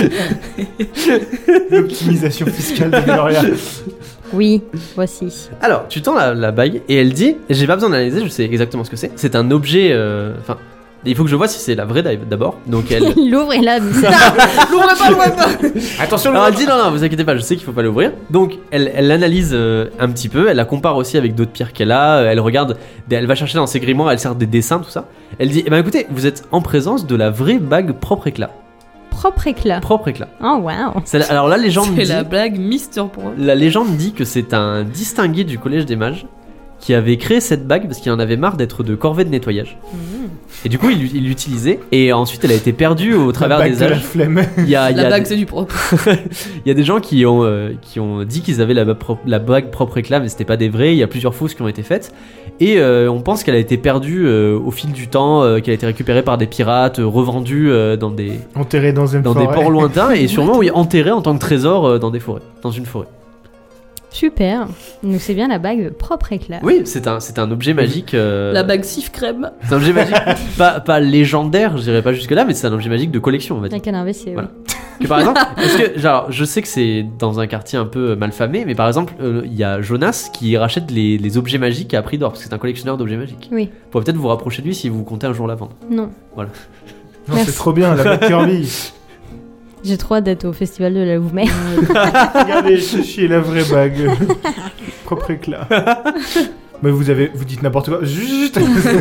S3: L'optimisation fiscale de Gloria.
S2: Oui, voici.
S1: Alors, tu tends la, la bague et elle dit, et j'ai pas besoin d'analyser, je sais exactement ce que c'est. C'est un objet, euh, enfin, il faut que je vois si c'est la vraie dive d'abord. Donc elle,
S2: Il l'ouvre et là,
S4: L'ouvrez pas, l'ouvrez pas.
S3: Attention, le
S1: alors elle dit non non, vous inquiétez pas, je sais qu'il faut pas l'ouvrir. Donc elle, elle l'analyse euh, un petit peu, elle la compare aussi avec d'autres pierres qu'elle a. euh, Elle regarde, elle va chercher dans ses grimoires, elle sert des dessins tout ça. Elle dit, eh ben écoutez, vous êtes en présence de la vraie bague propre éclat,
S2: propre éclat.
S1: propre éclat.
S2: Oh wow.
S1: C'est la- alors la légende
S4: C'est
S1: dit,
S4: la blague Mister Pro.
S1: la légende dit que c'est un distingué du collège des mages qui avait créé cette bague parce qu'il en avait marre d'être de corvée de nettoyage. Et du coup, il il l'utilisait et ensuite elle a été perdue au travers
S3: bague
S1: des
S3: de la
S1: âges.
S3: flemme.
S1: Il y a, il y
S4: La
S1: a
S4: bague
S1: des-
S4: c'est du propre.
S1: il y a des gens qui ont, euh, qui ont dit qu'ils avaient la, ba- pro- la bague propre éclat, mais c'était pas des vrais. Il y a plusieurs fausses qui ont été faites. Et euh, on pense qu'elle a été perdue euh, au fil du temps, euh, qu'elle a été récupérée par des pirates, euh, revendue euh, dans, des,
S3: Enterré dans une
S1: dans des
S3: forêt.
S1: ports lointains et sûrement oui, enterrée en tant que trésor euh, dans des forêts, dans une forêt.
S2: Super. Donc c'est bien la bague propre éclat.
S1: Oui, c'est un, c'est un objet magique. euh,
S4: La bague Sif Crème.
S1: C'est un objet magique, pas, pas légendaire, je dirais pas jusque-là, mais c'est un objet magique de collection, on va dire.
S2: Avec un R V C,
S1: Voilà. Que par exemple, est-ce que, genre, je sais que c'est dans un quartier un peu malfamé, mais par exemple, euh, il y a Jonas qui rachète les, les objets magiques à prix d'or, parce que c'est un collectionneur d'objets magiques.
S2: Oui.
S1: Vous pourrez peut-être vous rapprocher de lui si vous comptez un jour la vendre.
S2: Non.
S3: Non,
S2: Merci.
S3: c'est trop bien, la bague Kirby.
S2: J'ai trop hâte d'être au festival de la Louve-Mer.
S3: Regardez, je chier la vraie bague. Propre éclat. Mais vous avez, vous dites n'importe quoi. Juste.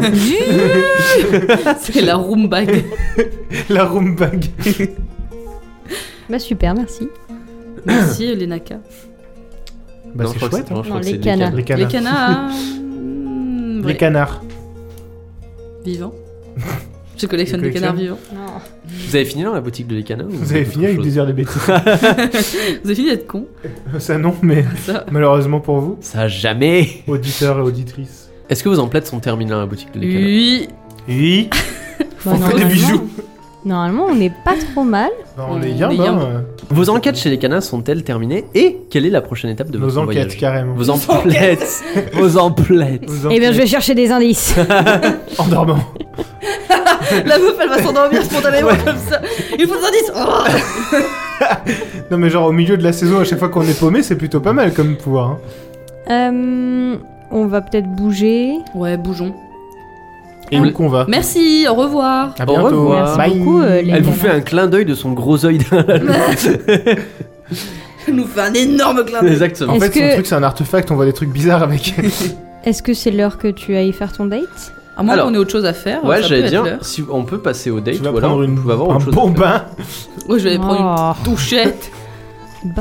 S4: C'est la room bag.
S3: La room bag.
S2: Bah super, merci.
S4: Merci les Naka.
S3: Bah
S1: Non, je
S3: c'est
S1: crois que
S3: chouette.
S1: non, je
S2: Non,
S1: crois que
S2: les
S1: c'est
S2: canards.
S3: Les
S4: Les
S3: canards.
S4: canards. hmm,
S3: Les
S4: vrai.
S3: canards.
S4: Vivants. Je collectionne
S3: Tu
S4: des canards
S3: collectionnes
S4: vivants.
S2: Non.
S1: Vous avez fini dans la boutique de Lekana ou
S3: Vous avez
S1: autre
S3: fini avec
S1: chose
S3: des heures de bêtises.
S4: Vous avez fini d'être con.
S3: Ça non, mais
S4: Ça.
S3: malheureusement pour vous,
S1: Ça jamais.
S3: auditeurs et auditrices.
S1: Est-ce que vos emplettes sont terminées dans la boutique de Lekana?
S4: Oui.
S3: Oui.
S2: Bah,
S3: On fait des
S2: normalement-
S3: bijoux.
S2: Normalement, on n'est pas trop mal.
S3: Bah, on est
S4: On
S3: yam,
S4: est
S3: hein.
S4: yam.
S1: Vos enquêtes chez Lekana sont-elles terminées? Et quelle est la prochaine étape de
S3: Nos
S1: votre
S3: enquêtes
S1: voyage?
S3: carrément.
S1: Vos emplettes. Vos emplettes.
S3: Nos
S2: Eh bien, je
S3: enquêtes.
S2: vais chercher des indices.
S3: En dormant.
S4: La meuf elle va s'endormir spontanément comme ça. Il faut des indices. Oh
S3: Non mais genre au milieu de la saison, à chaque fois qu'on est paumé, c'est plutôt pas mal comme pouvoir. Hein.
S2: Euh, on va peut-être bouger.
S4: Ouais, bougeons.
S3: Et où qu'on va.
S4: Merci, au revoir.
S3: À
S1: Au
S3: bientôt.
S1: revoir.
S2: Merci
S3: Bye.
S2: beaucoup, euh, les
S1: Elle vous
S2: canards.
S1: fait un clin d'œil de son gros œil dans la
S4: Elle nous fait un énorme clin d'œil.
S1: Exactement.
S3: En
S2: Est-ce
S3: fait, son
S2: que-
S3: truc, c'est un artefact, on voit des trucs bizarres avec.
S2: Est-ce que c'est l'heure que tu ailles faire ton date?
S4: À moins
S1: Alors,
S4: qu'on ait autre chose à faire.
S1: Ouais,
S4: ça
S1: j'allais
S4: peut
S1: dire,
S4: être l'heure.
S1: si on peut passer au date
S3: Tu vas
S1: ou alors
S3: prendre une,
S1: on peut avoir
S3: un
S1: autre chose. à
S3: bon
S1: faire.
S3: bain.
S4: Ouais, je vais aller prendre
S2: Oh.
S4: une touchette.
S2: Bah.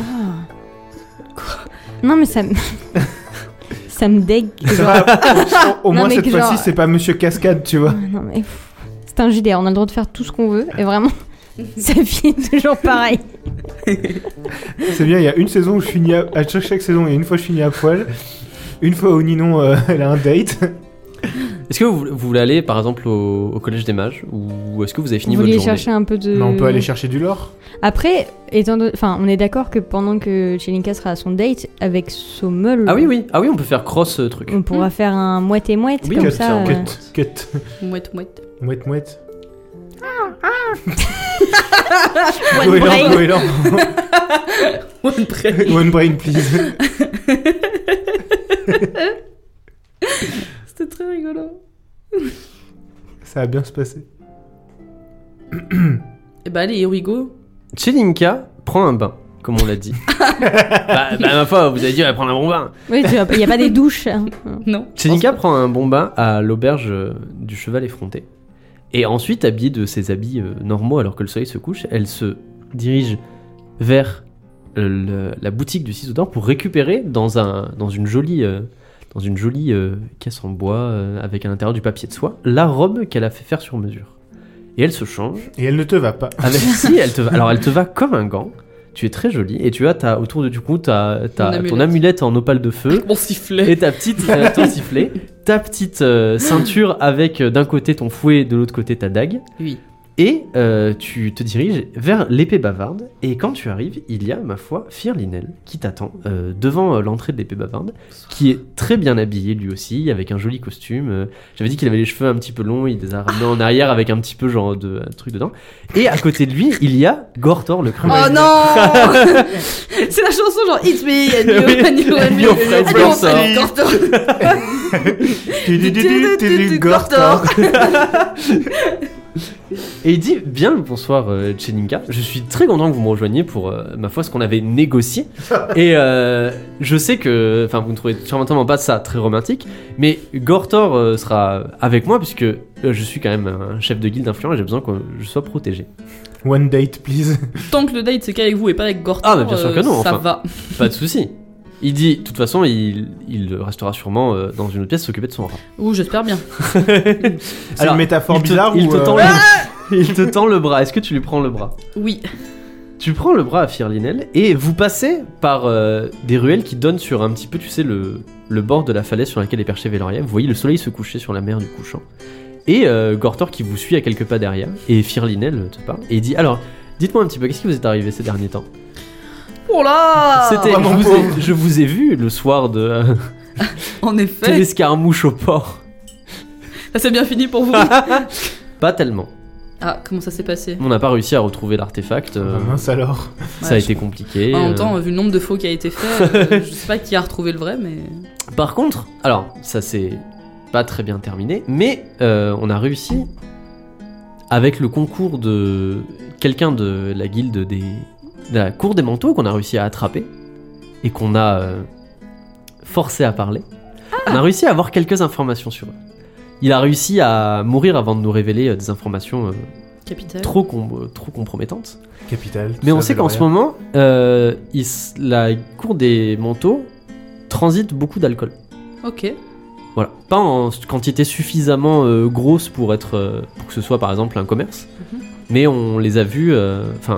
S2: Non, mais ça me. ça me dégue.
S3: Ça va, au, au
S2: Non,
S3: moins
S2: mais
S3: cette
S2: que
S3: fois-ci,
S2: genre-
S3: c'est pas Monsieur Cascade, tu vois.
S2: Ah, non, mais. pff, c'est un J D R, on a le droit de faire tout ce qu'on veut. Et vraiment, ça finit toujours pareil.
S3: C'est bien, il y a une saison où je finis à, à chaque, chaque saison, il y a une fois je finis à poil. Une fois où Ninon, euh, elle a un date.
S1: Est-ce que vous, vous voulez aller par exemple au, au collège des mages ou est-ce que vous avez fini
S2: Vous
S1: votre
S2: vouliez
S1: journée?
S2: chercher un peu de.
S3: Mais on peut aller chercher du lore.
S2: Après, étant don- enfin, on est d'accord que pendant que Chelinka sera à son date avec Sommel,
S1: Ah oui oui, ah oui, on peut faire cross euh, truc.
S2: on pourra faire un moite et moite
S1: Oui,
S2: comme
S1: cut,
S2: ça.
S1: cut.
S2: euh,
S3: Cut, cut.
S4: Mouette, mouette.
S3: Mouette, mouette.
S2: One
S3: Goéland,
S2: brain.
S3: goéland.
S4: One brain.
S3: One brain, please.
S4: C'était très rigolo.
S3: Ça va bien se passer.
S4: Et bah allez, here we go.
S1: Chelinka prend un bain, comme on l'a dit. bah, bah, ma foi, vous avez dit elle va prendre un bon bain.
S2: Oui, il n'y a pas des douches. hein.
S4: Non.
S1: Chelinka prend un bon bain à l'auberge euh, du cheval effronté. Et ensuite, habillée de ses habits euh, normaux alors que le soleil se couche, elle se dirige vers euh, le- la boutique du ciseau d'or pour récupérer dans, un, dans une jolie, euh, dans une jolie euh, caisse en bois euh, avec à l'intérieur du papier de soie, la robe qu'elle a fait faire sur mesure. Et elle se change.
S3: Et elle ne te va pas.
S1: Avec, si, elle te va, alors elle te va comme un gant. Tu es très jolie et tu as ta, autour de du cou t'as, t'as
S4: Mon
S1: ton
S4: amulette.
S1: amulette en opale de feu
S4: Mon sifflet.
S1: et ta petite euh, ton sifflet, ta petite euh, ceinture avec euh, d'un côté ton fouet, de l'autre côté ta dague.
S4: Oui.
S1: Et euh, tu te diriges vers l'épée bavarde. Et quand tu arrives, il y a, ma foi, Firlinel qui t'attend euh, devant euh, l'entrée de l'épée bavarde, qui est très bien habillé lui aussi, avec un joli costume. Euh, J'avais dit qu'il avait les cheveux un petit peu longs, il les a ramenés en arrière avec un petit peu genre de un truc dedans. Et à côté de lui, il y a Gortor le cru.
S4: Oh non. C'est la chanson genre It's me and you and you and
S1: And
S4: me.
S1: your friends
S4: And your
S1: Gortor.
S4: friends Gortor.
S3: Tu dis, dis, dis, dis, dis, Gortor.
S1: Et il dit bien le bonsoir euh, Chelinka, je suis très content que vous me rejoigniez pour euh, ma foi ce qu'on avait négocié. Et euh, je sais que, enfin vous ne trouvez sûrement pas ça très romantique, mais Gortor euh, sera avec moi puisque euh, je suis quand même un chef de guilde influent et j'ai besoin que je sois protégé.
S3: One date, please.
S4: Tant que le date c'est qu'avec vous et pas avec Gortor,
S1: Ah, mais bien sûr que non,
S4: euh, ça
S1: enfin.
S4: va.
S1: Pas de souci. Il dit, de toute façon, il, il restera sûrement euh, dans une autre pièce s'occuper de son rat.
S4: Ouh, j'espère bien.
S3: C'est
S1: Alors,
S3: une métaphore
S1: il te-
S3: bizarre
S1: il
S3: ou
S1: te
S3: euh,
S1: tend le- il te tend le bras. Est-ce que tu lui prends le bras?
S4: Oui.
S1: Tu prends le bras à Firlinel et vous passez par euh, des ruelles qui donnent sur un petit peu, tu sais, le, le bord de la falaise sur laquelle est perché Veloria. Vous voyez le soleil se coucher sur la mer du couchant. Et euh, Gortor qui vous suit à quelques pas derrière. Et Firlinel te parle. Et il dit, alors, dites-moi un petit peu, qu'est-ce qui vous est arrivé ces derniers temps?
S4: Oh là.
S1: C'était, je
S3: vraiment
S1: vous,
S3: pauvre.
S1: ai, je vous ai vu le soir de euh,
S4: En effet.
S1: l'escarmouche au port.
S4: Ça s'est bien fini pour vous.
S1: Pas tellement.
S4: Ah, comment ça s'est passé?
S1: On n'a pas réussi à retrouver l'artefact. euh,
S3: Ah, mince alors.
S1: ça
S4: Ouais,
S1: a
S4: je-
S1: été compliqué.
S4: En même
S1: euh.
S4: temps, vu le nombre de faux qui a été fait, euh, je sais pas qui a retrouvé le vrai, mais.
S1: Par contre, alors ça c'est pas très bien terminé, mais euh, on a réussi avec le concours de quelqu'un de la guilde des de la cour des manteaux qu'on a réussi à attraper et qu'on a euh, forcé à parler. On a réussi à avoir quelques informations sur eux. Il a réussi à mourir avant de nous révéler euh, des informations euh,
S4: Capital.
S1: trop, com- trop compromettantes.
S3: Capital.
S1: Mais on
S3: ça,
S1: sait qu'en ce
S3: Veloria.
S1: moment, euh, il s- la cour des manteaux transite beaucoup d'alcool.
S4: Ok.
S1: Voilà, pas en quantité suffisamment euh, grosse pour être, euh, pour que ce soit par exemple un commerce,
S4: Mhm.
S1: mais on les a vus, euh, enfin,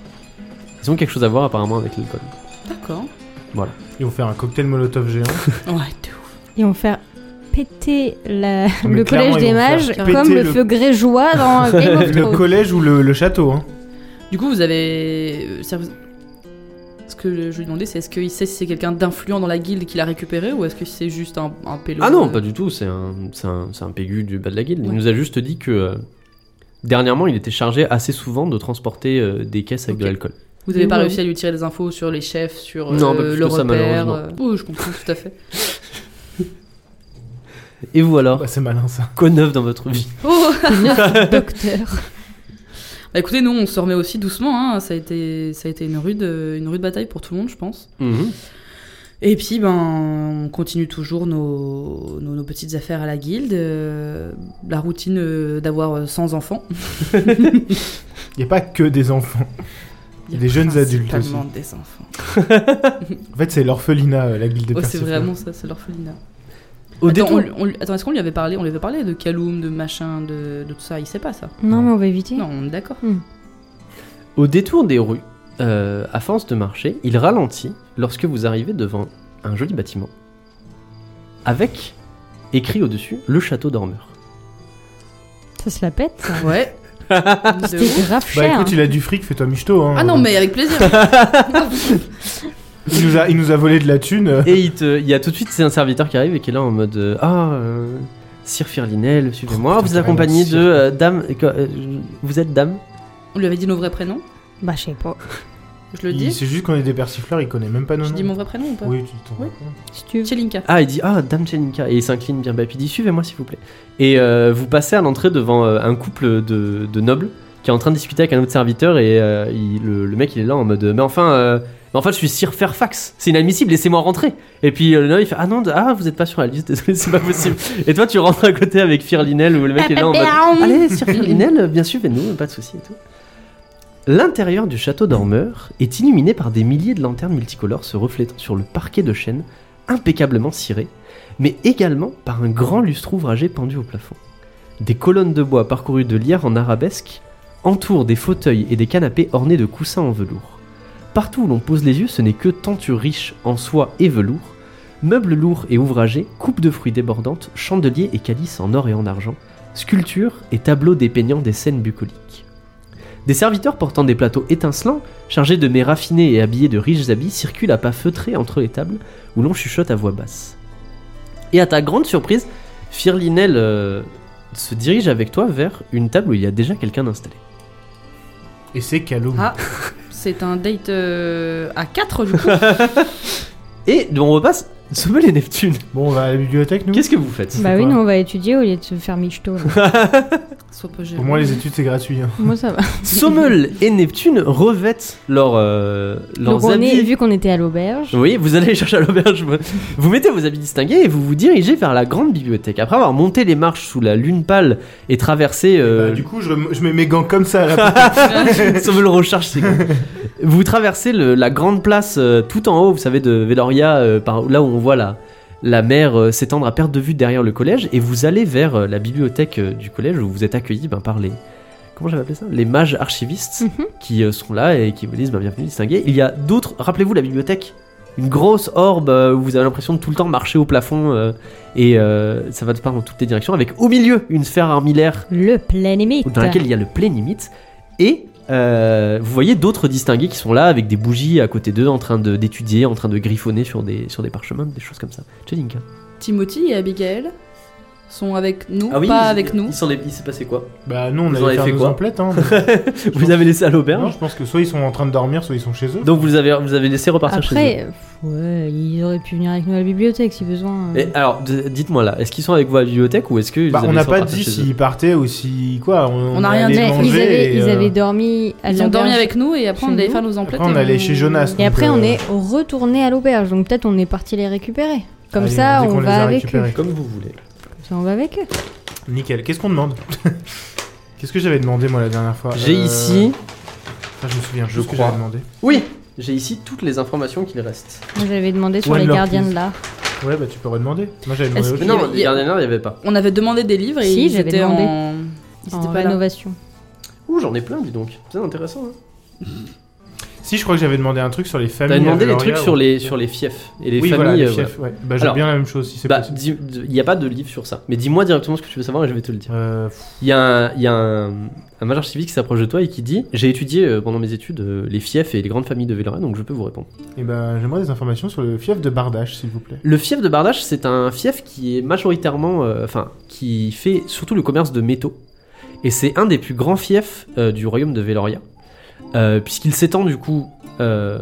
S1: ils ont quelque chose à voir apparemment avec l'alcool.
S4: D'accord.
S3: Ils vont faire un cocktail molotov géant.
S4: Ouais, de ouf.
S2: Ils vont faire péter la-
S3: mais
S2: le
S3: clairement,
S2: collège
S3: ils
S2: des
S3: vont faire
S2: mages
S3: péter
S2: comme le,
S3: le-
S2: feu grégeois dans Game of
S3: Le
S2: Thrones.
S3: collège ou le, le château. Hein.
S4: Du coup, vous avez. euh, ça vous- Ce que je lui demandais, c'est est-ce qu'il sait si c'est quelqu'un d'influent dans la guilde qui l'a récupéré ou est-ce que c'est juste un, un pélo
S1: Ah non,
S4: euh,
S1: pas du tout, c'est un, c'est un, c'est un pégu du bas de la guilde. Il
S4: Ouais.
S1: nous a juste dit que euh, dernièrement il était chargé assez souvent de transporter euh, des caisses avec
S4: Ok.
S1: de l'alcool.
S4: Vous avez pas
S2: Ouais.
S4: réussi à lui tirer des infos sur les chefs, sur euh,
S1: Non, pas plus
S4: le
S1: que ça,
S4: repère
S1: malheureusement.
S4: euh, Oui, je comprends tout à fait.
S1: Et vous alors,
S3: Bah, c'est malin ça.
S1: quoi de neuf dans votre vie?
S4: Oh
S2: Neuf docteur.
S4: Bah écoutez, nous on se remet aussi doucement, hein. ça, a été, ça a été une rude, une rude bataille pour tout le monde, je pense.
S1: Mhm.
S4: Et puis, ben, on continue toujours nos, nos, nos petites affaires à la guilde, euh, la routine euh, d'avoir euh, cent enfants.
S3: Il n'y a pas que des enfants.
S4: Il y a
S3: Des jeunes adultes
S4: principalement des enfants.
S3: En fait, c'est l'orphelinat, euh, la guilde des
S4: Ouais, c'est
S3: persifleurs.
S4: vraiment ça, c'est l'orphelinat.
S1: Au
S4: Attends,
S1: détour,
S4: on lui- on lui- attends, est-ce qu'on lui avait parlé On lui avait parlé de Kaloum, de machin, de, de tout ça Il sait pas ça
S2: Non, mais on va éviter.
S4: Non, on est d'accord.
S1: Au détour des rues, euh, à force de marcher, il ralentit lorsque vous arrivez devant un joli bâtiment avec écrit au-dessus le château dormeur.
S2: Ça se la pète, ça.
S4: Ouais. De
S2: C'était
S4: ouf.
S2: grave
S3: Bah
S2: cher.
S3: écoute, il a du fric, fais-toi michto. Hein.
S4: Ah non, mais avec plaisir.
S3: Il nous a, il nous a volé de la thune. euh.
S1: Et il, te, il y a tout de suite c'est un serviteur qui arrive et qui est là en mode euh, ah euh, Sir Firlinel, suivez-moi,
S3: Oh,
S1: vous
S3: putain,
S1: accompagnez
S3: carrément,
S1: de
S3: Sir.
S1: euh, dame. euh, vous êtes dame?
S4: On lui avait dit nos vrais prénoms
S2: Bah, je sais pas.
S4: Je le
S3: Il-
S4: dis
S3: C'est juste qu'on est des persifleurs, il connaît même pas nos
S4: Je
S3: noms.
S4: dis mon vrai prénom ou pas
S3: Oui, tu t'en
S4: Oui.
S3: rends compte.
S2: Si tu veux.
S4: Chelinka.
S1: Ah, il dit ah dame Chelinka et il s'incline bien bas et puis il dit suivez-moi s'il vous plaît. Et euh, vous passez à l'entrée devant euh, un couple de, de nobles qui est en train de discuter avec un autre serviteur et euh, il- le, le mec il est là en mode mais enfin euh, Mais en fait, je suis Sir Fairfax. C'est inadmissible, laissez-moi rentrer. Et puis euh, le nain, il fait ah non, de- ah vous êtes pas sur la liste, désolé, c'est pas possible. Et toi, tu rentres à côté avec Firlinel où le mec est là en mode allez, Sir Firlinel, bien suivez-nous, pas de souci et tout. L'intérieur du château dormeur est illuminé par des milliers de lanternes multicolores se reflétant sur le parquet de chêne impeccablement ciré, mais également par un grand lustre ouvragé pendu au plafond. Des colonnes de bois parcourues de lierre en arabesque entourent des fauteuils et des canapés ornés de coussins en velours. Partout où l'on pose les yeux, ce n'est que tentures riches en soie et velours, meubles lourds et ouvragés, coupes de fruits débordantes, chandeliers et calices en or et en argent, sculptures et tableaux dépeignant des scènes bucoliques. Des serviteurs portant des plateaux étincelants, chargés de mets raffinés et habillés de riches habits, circulent à pas feutrés entre les tables, où l'on chuchote à voix basse. Et à ta grande surprise, Firlinel euh, se dirige avec toi vers une table où il y a déjà quelqu'un installé.
S3: Et c'est Callum.
S4: Ah, c'est un date euh, à quatre du coup.
S1: Et on repasse Sommel et Neptune.
S3: Bon, on va à la bibliothèque, nous.
S1: Qu'est-ce que vous faites?
S2: Bah
S3: c'est
S2: oui,
S3: quoi
S2: nous on va étudier au lieu de se faire michto. là.
S4: Sois pas gêné.
S3: Pour moi, les études, c'est gratuit. Hein.
S2: Moi ça va.
S1: Sommel et Neptune revêtent leur, euh, leurs
S2: Donc on
S1: habits.
S2: est, vu qu'on était à l'auberge,
S1: Oui, vous allez chercher à l'auberge. Vous mettez vos habits distingués et vous vous dirigez vers la grande bibliothèque. Après avoir monté les marches sous la lune pâle et traversé... Euh...
S3: Bah, du coup, je, rem- je mets mes gants comme ça. Là.
S1: Sommel recharge ses gants. Vous traversez le- la grande place euh, tout en haut, vous savez, de Veloria, euh, par là où on voit la, la mer euh, s'étendre à perte de vue derrière le collège, et vous allez vers euh, la bibliothèque euh, du collège où vous êtes accueillis ben, par les... Comment j'avais appelé ça? Les mages archivistes
S2: Mhm.
S1: qui euh, sont là et qui vous disent ben, bienvenue distingué. Il y a d'autres... Rappelez-vous la bibliothèque, une grosse orbe euh, où vous avez l'impression de tout le temps marcher au plafond euh, et euh, ça va de part dans toutes les directions, avec au milieu une sphère armillaire
S2: le plein limite.
S1: dans laquelle il y a le plénimite, et euh, vous voyez d'autres distingués qui sont là avec des bougies à côté d'eux en train de- d'étudier, en train de griffonner sur des, sur des parchemins, des choses comme ça. Tchelinka.
S4: Timothy et Abigail sont avec nous,
S1: Ah oui,
S4: pas
S1: ils-
S4: avec nous.
S1: ils sont les- il s'est passé quoi?
S3: Bah, nous, on
S1: Vous en
S3: allait
S1: avez
S3: faire
S1: fait
S3: nos
S1: quoi
S3: emplettes. Hein.
S1: Vous avez laissé à
S3: Non,
S1: l'auberge,
S3: je pense que soit ils sont en train de dormir, soit ils sont chez eux.
S1: donc vous avez, vous avez laissé repartir chez eux.
S2: Après, pff, ouais, ils auraient pu venir avec nous à la bibliothèque si besoin.
S1: Et alors, d- dites-moi là, est-ce qu'ils sont avec vous à la bibliothèque ou est-ce que
S3: Bah,
S1: vous
S3: on
S1: avez
S3: n'a
S1: laissé
S3: pas
S1: repartir
S3: dit
S1: chez eux
S3: s'ils partaient ou si quoi. On,
S4: On n'a rien
S3: allait
S4: dit.
S2: Mais
S3: manger
S2: ils avaient,
S3: et,
S2: ils
S3: euh,
S2: avaient dormi à
S4: Ils ont dormi
S2: l'auberge.
S4: avec nous et après on
S2: chez
S4: allait
S2: nous.
S4: faire nos emplettes.
S3: Après, on
S4: et
S3: allait chez Jonas.
S2: Et
S3: donc,
S2: après, on
S3: euh,
S2: est retourné à l'auberge, donc peut-être on est parti les récupérer. Comme
S3: allez,
S2: ça,
S3: on dit
S2: on,
S3: qu'on les
S2: va
S3: a
S2: avec
S3: récupérés.
S2: eux.
S1: Comme vous voulez.
S2: Comme ça, on va avec eux.
S3: Nickel. Qu'est-ce qu'on demande? Qu'est-ce que j'avais demandé moi la dernière fois?
S1: J'ai
S3: Euh,
S1: ici...
S3: ça, je me souviens.
S1: je
S3: Je crois.
S1: crois.
S3: J'avais demandé.
S1: Oui, j'ai ici toutes les informations qu'il reste.
S2: Moi, j'avais demandé sur
S3: One
S2: les
S3: Lord,
S2: gardiens
S3: please.
S2: de l'art.
S3: Ouais, bah tu peux redemander. Moi, j'avais demandé
S4: Est-ce
S3: autre
S4: que-
S3: chose.
S1: Non,
S4: il y a-
S1: les gardiens, il n'y avait pas.
S4: On avait demandé des livres et
S2: Si,
S4: ils
S2: j'avais
S4: étaient
S2: demandé.
S4: en... Ils
S2: En
S4: étaient pas là.
S2: rénovation.
S1: Ouh, j'en ai plein, dis donc. C'est intéressant. Hein.
S3: Si, je crois que j'avais demandé un truc sur les familles.
S1: T'as demandé
S3: à
S1: les
S3: Veloria,
S1: trucs sur
S3: ou-
S1: les, sur les fiefs et les
S3: oui,
S1: familles.
S3: voilà, les
S1: euh,
S3: fiefs, ouais. Bah, j'ai
S1: Alors,
S3: bien la même chose si c'est
S1: Bah,
S3: possible.
S1: il n'y a pas de livre sur ça. Mais dis-moi directement ce que tu veux savoir et je vais te le dire.
S3: Euh,
S1: Il y a un, il y a un, un mage archiviste qui s'approche de toi et qui dit: j'ai étudié euh, pendant mes études euh, les fiefs et les grandes familles de Veloria, donc je peux vous répondre.
S3: et ben, j'aimerais des informations sur le fief de Bardache, s'il vous plaît.
S1: Le fief de Bardache, c'est un fief qui est majoritairement, euh, enfin, qui fait surtout le commerce de métaux. Et c'est un des plus grands fiefs euh, du royaume de Veloria, euh, puisqu'il s'étend du coup euh,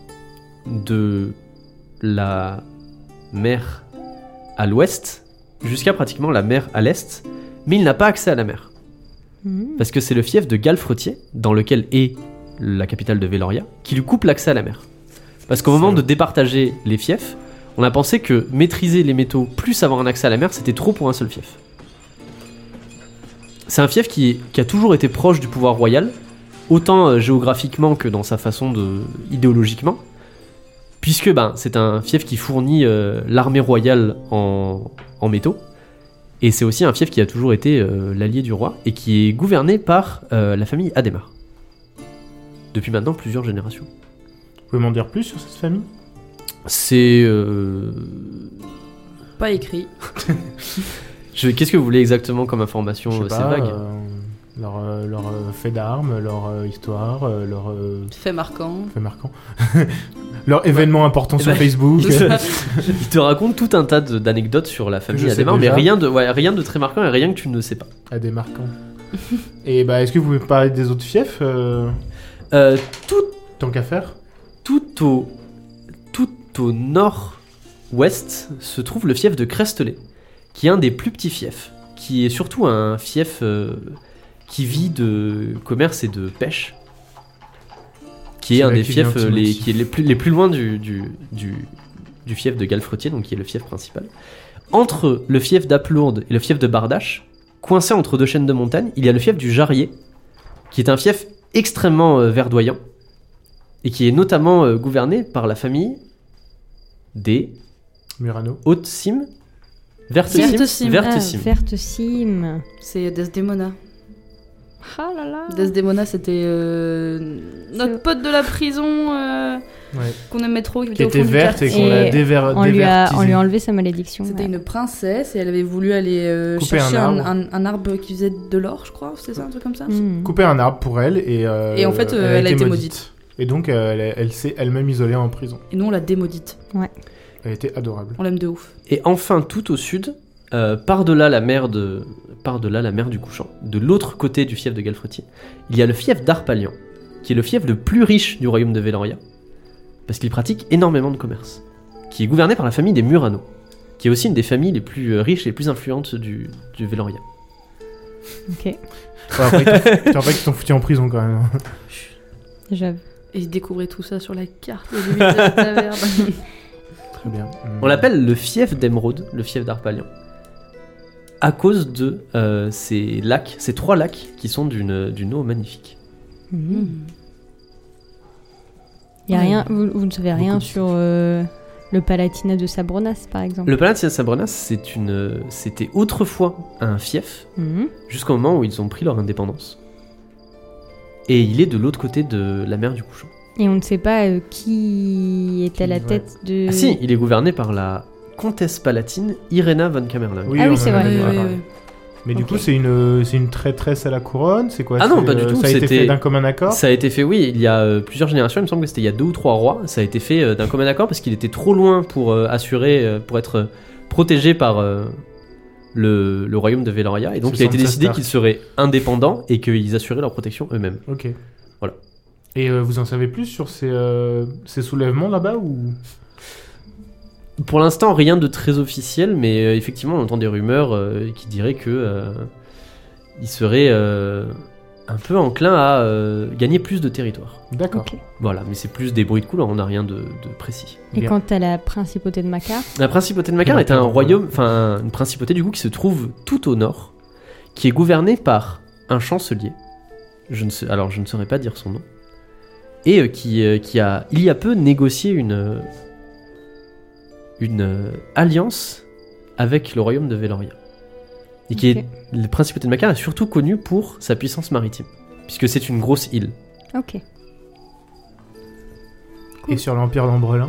S1: de la mer à l'ouest jusqu'à pratiquement la mer à l'est, mais il n'a pas accès à la mer.
S2: Mhm.
S1: Parce que c'est le fief de Galfretier, dans lequel est la capitale de Veloria, qui lui coupe l'accès à la mer. Parce qu'au moment
S3: C'est-
S1: de départager les fiefs, on a pensé que maîtriser les métaux plus avoir un accès à la mer, c'était trop pour un seul fief. C'est un fief qui, est- qui a toujours été proche du pouvoir royal, autant euh, géographiquement que dans sa façon de... idéologiquement, puisque ben, c'est un fief qui fournit euh, l'armée royale en, en métaux, et c'est aussi un fief qui a toujours été euh, l'allié du roi, et qui est gouverné par euh, la famille Adhémar. Depuis maintenant plusieurs générations.
S3: Vous pouvez m'en dire plus sur cette famille?
S1: C'est... euh,
S4: Pas écrit.
S1: je- Qu'est-ce que vous voulez exactement comme information?
S3: Je sais
S1: euh,
S3: pas,
S1: C'est vague.
S3: euh, leur, euh, leur euh, fait d'armes, leur euh, histoire, euh, leur euh,
S4: Fait marquant.
S3: fait marquant. Leur événement important
S1: Eh
S3: sur
S1: ben,
S3: Facebook.
S1: Il te raconte tout un tas de- d'anecdotes sur la famille
S3: je sais
S1: Adhémar, mais
S3: déjà.
S1: rien de, ouais, rien de très marquant et rien que tu ne sais pas.
S3: À des marquants. Et bah, est-ce que vous pouvez me parler des autres fiefs euh,
S1: Euh, tout,
S3: tant qu'à faire?
S1: tout au, tout au nord-ouest se trouve le fief de Crestelet, qui est un des plus petits fiefs, qui est surtout un fief euh, qui vit de commerce et de pêche. qui est
S3: C'est
S1: un
S3: là
S1: des
S3: qu'il vient
S1: fiefs euh, les,
S3: Timothy.
S1: qui est les plus, les plus loin du, du, du, du fief de Galfretier, donc qui est le fief principal. Entre le fief d'Aplourde et le fief de Bardache, coincé entre deux chaînes de montagnes, il y a le fief du Jarrier, qui est un fief extrêmement euh, verdoyant, et qui est notamment euh, gouverné par la famille des
S3: Murano.
S1: Haute-Cime Vertecime
S4: Vertecime.
S1: Vertecime.
S2: Ah, Vertecime.
S4: C'est Desdemona.
S2: Ah là là.
S4: Desdemona, c'était euh, notre
S2: C'est-
S4: pote de la prison euh,
S3: Ouais.
S4: qu'on aimait trop, qui
S3: Qui
S4: était au
S3: était
S4: fond du
S3: verte et
S4: quartier.
S3: qu'on l'a
S2: Et
S3: déver-
S2: On lui, a, on lui
S3: dévertisée.
S2: a enlevé sa malédiction.
S4: C'était
S2: ouais.
S4: une princesse et elle avait voulu aller euh,
S3: Couper
S4: chercher
S3: un
S4: un,
S3: arbre.
S4: un- un arbre qui faisait de l'or, je crois. C'est ça, un truc comme ça
S2: Hmm.
S3: Couper un arbre pour elle et, euh,
S4: Et en fait, euh, elle a été maudite.
S3: Et donc, euh, elle, elle s'est elle-même isolée en prison.
S4: Et nous, on l'a démaudite.
S3: Elle était adorable.
S4: On l'aime de ouf.
S1: Et enfin, tout au sud, euh, par-delà la mer de, par-delà la mer du Couchant, de l'autre côté du fief de Galfretier, il y a le fief d'Arpalian, qui est le fief le plus riche du royaume de Véloria, parce qu'il pratique énormément de commerce, qui est gouverné par la famille des Murano, qui est aussi une des familles les plus euh, riches et les plus influentes du, du Véloria.
S2: Ok,
S3: Ouais, après, ils t'ont- après qu'ils t'ont foutu en prison quand même.
S2: j'avoue.
S4: Et découvrir tout ça sur la carte des limites de la taverne.
S3: Très bien.
S1: On l'appelle le fief d'Émeraude, le fief d'Arpalian, à cause de euh, ces lacs, ces trois lacs qui sont d'une, d'une eau magnifique.
S2: Mhm. Y a
S4: Ouais.
S2: rien, vous, vous ne savez rien
S3: Beaucoup de
S2: sur euh, le Palatinat de Sabronas, par exemple.
S1: Le Palatinat de Sabronas, c'est une, c'était autrefois un fief,
S2: Mhm.
S1: jusqu'au moment où ils ont pris leur indépendance. Et il est de l'autre côté de la mer du Couchant.
S2: Et on ne sait pas euh, qui est à la
S3: Ouais.
S2: tête de.
S1: Ah si, il est gouverné par la comtesse palatine Irena von Kamerlund.
S2: Ah oui,
S3: on
S2: c'est
S3: en a
S2: vrai.
S3: déjà
S4: Ouais, ouais,
S3: parlé.
S4: ouais.
S3: Mais du
S2: Ok.
S3: coup, c'est une, c'est une traîtresse à la couronne. C'est quoi
S1: Ah non,
S3: c'est,
S1: pas du
S3: euh,
S1: tout,
S3: Ça a été
S1: c'était-
S3: fait d'un commun accord.
S1: Ça a été fait, oui, il y a euh, plusieurs générations, il me semble que c'était il y a deux ou trois rois. Ça a été fait euh, d'un commun accord parce qu'il était trop loin pour euh, assurer, euh, pour être euh, protégé par euh, le, le royaume de Véloria. Et donc
S3: C'est
S1: il a été
S3: Sansa
S1: décidé
S3: Stark.
S1: qu'ils seraient indépendants et qu'ils assuraient leur protection eux-mêmes.
S3: Ok.
S1: Voilà.
S3: Et euh, vous en savez plus sur ces, euh, ces soulèvements là-bas ou
S1: Pour l'instant, rien de très officiel, mais euh, effectivement, on entend des rumeurs euh, qui diraient que euh, ils seraient euh, un peu enclins à euh, gagner plus de territoire.
S3: D'accord.
S2: Ok.
S1: Voilà, mais c'est plus des bruits de couloir, on n'a rien de, de précis.
S2: Et
S3: Bien.
S2: quant à la principauté de Macar,
S1: La principauté de Macar
S3: Et
S1: est un
S3: Macar,
S1: royaume, enfin une principauté du coup qui se trouve tout au nord, qui est gouvernée par un chancelier. Je ne sais, alors je ne saurais pas dire son nom. Et euh, qui, euh, qui a, il y a peu, négocié une euh, une euh, alliance avec le royaume de Véloria. Et qui
S2: Ok.
S1: est, la principauté de Macar est surtout connue pour sa puissance maritime, puisque c'est une grosse île.
S2: ok.
S3: Et sur l'Empire d'Ambrelin.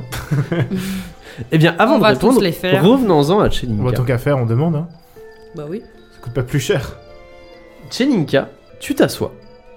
S1: Eh bien, avant
S4: On
S1: de
S4: va
S1: répondre,
S4: tous les faire.
S1: revenons-en à
S3: Bon,
S1: Chelinka.
S3: tant qu'à faire, on demande. Hein.
S4: Bah oui.
S3: Ça coûte pas plus cher.
S1: Chelinka, tu t'assois.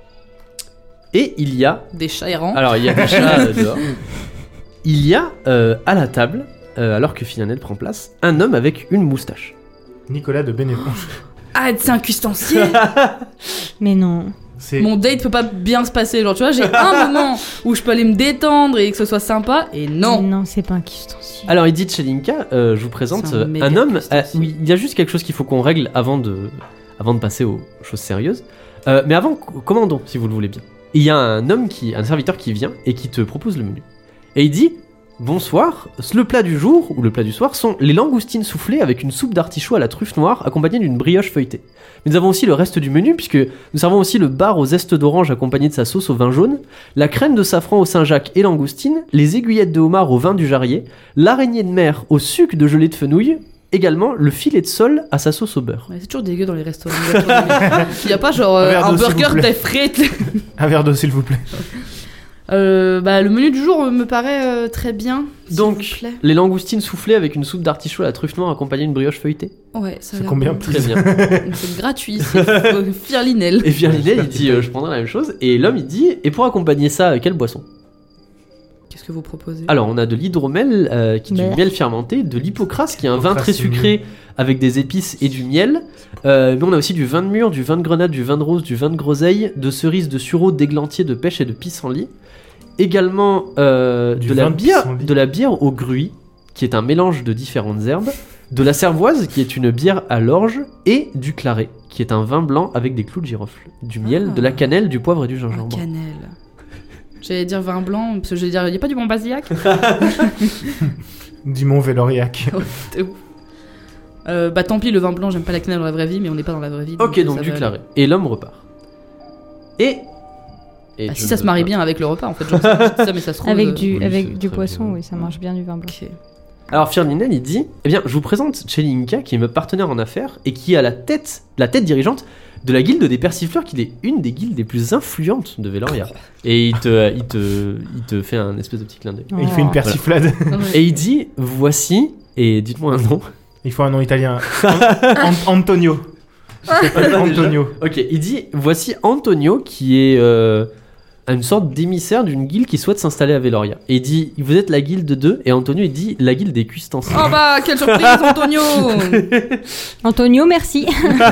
S1: Et il y a
S4: Des chats errants.
S1: Alors, il y a des chats euh, dehors. Il y a euh, à la table, euh, alors que Philanel prend place, un homme avec une moustache.
S3: Nicolas de Bénéponge.
S4: Ah, c'est un custancier.
S2: Mais non.
S3: C'est
S4: Mon date peut pas bien se passer. Genre, tu vois, j'ai un moment où je peux aller me détendre et que ce soit sympa. Et non.
S2: Non, c'est pas un custancier.
S1: Alors, il dit Chelinka, euh, je vous présente
S4: C'est un
S1: euh,
S4: méga
S1: un homme.
S4: custancier.
S1: euh, oui, il y a juste quelque chose qu'il faut qu'on règle avant de, avant de passer aux choses sérieuses. Euh, mais avant, co- commandons, si vous le voulez bien. Il y a un homme, qui, un serviteur qui vient et qui te propose le menu. Et il dit bonsoir, le plat du jour, ou le plat du soir, sont les langoustines soufflées avec une soupe d'artichaut à la truffe noire accompagnée d'une brioche feuilletée. Mais nous avons aussi le reste du menu, puisque nous servons aussi le bar aux zestes d'orange accompagné de sa sauce au vin jaune, la crème de safran au Saint-Jacques et langoustine, les aiguillettes de homard au vin du Jarrier, l'araignée de mer au sucre de gelée de fenouil, également le filet de sole à sa sauce au beurre.
S4: Ouais, c'est toujours dégueu dans les restaurants. Il y a pas genre
S3: Un
S4: euh,
S3: verre
S4: un
S3: d'eau, s'il
S4: burger
S3: vous plaît.
S4: des frites.
S3: un verre d'eau, s'il vous plaît.
S4: Euh, bah, le menu du jour euh, me paraît euh, très bien. s'il
S1: Donc,
S4: vous plaît.
S1: les langoustines soufflées avec une soupe d'artichaut à la truffe noire accompagnée d'une brioche feuilletée.
S4: Ouais, ça a
S3: C'est
S4: l'air
S3: combien
S4: bon.
S1: Très bien.
S4: C'est gratuit, c'est euh, Firlinel.
S1: Et Firlinel, il dit euh, je prendrai la même chose. Et l'homme, il dit et pour accompagner ça, euh, quelle boisson?
S4: Qu'est-ce que vous proposez?
S1: Alors, on a de l'hydromel, euh, qui est du
S2: Merde.
S1: miel fermenté, de l'hypocras, qui est un vin
S3: Hypocras,
S1: très
S3: c'est
S1: sucré avec des épices et du miel. Euh, mais on a aussi du vin de mûre, du vin de grenade, du vin de rose, du vin de groseille, de cerise, de sureau, d'églantier, de pêche et de pissenlit. Également euh,
S3: Du
S1: de, la
S3: vin de
S1: bière,
S3: pissenlit.
S1: de la bière au gruy, qui est un mélange de différentes herbes. De la cervoise, qui est une bière à l'orge. Et du claret, qui est un vin blanc avec des clous de girofle. Du miel,
S4: Ah.
S1: de la cannelle, du poivre et du
S4: Ah,
S1: gingembre.
S4: cannelle. J'allais dire vin blanc, parce que j'allais dire, il n'y a pas du bon Basillac.
S3: Dimon Véloriac.
S4: Ouais, ouf. Euh, bah tant pis, le vin blanc, j'aime pas la quenelle dans la vraie vie, mais on n'est pas dans la vraie vie.
S1: Ok, donc
S4: ça
S1: du
S4: va
S1: claret. Et l'homme repart. Et. et
S4: Ah,
S1: je
S4: si ça
S1: ne
S4: se marie
S1: veux
S4: bien avec le repas, en fait, genre, ça, ça, mais ça se trouve.
S2: Avec
S4: euh,
S2: du,
S1: oui,
S2: avec
S1: c'est
S2: du
S1: très
S2: poisson,
S1: bien.
S2: oui, ça marche bien du vin blanc.
S4: Ok.
S1: pas. Alors Firlinel, il dit eh bien, je vous présente Chelinka, qui est ma partenaire en affaires et qui a la tête, la tête dirigeante de la guilde des persifleurs, qui est une des guildes les plus influentes de Veloria. Et il te, il te, il te fait un espèce de petit clin d'œil.
S3: Et il fait une persiflade.
S4: Non, mais-
S1: Et il dit voici, et dites-moi un nom.
S3: Il faut un nom italien. An- Antonio. Antonio.
S1: Ok, il dit voici Antonio, qui est euh, une sorte d'émissaire d'une guilde qui souhaite s'installer à Veloria. Et il dit vous êtes la guilde deux, et Antonio il dit la guilde des cuistanciers.
S4: Oh bah, quelle surprise, Antonio.
S2: Antonio, merci.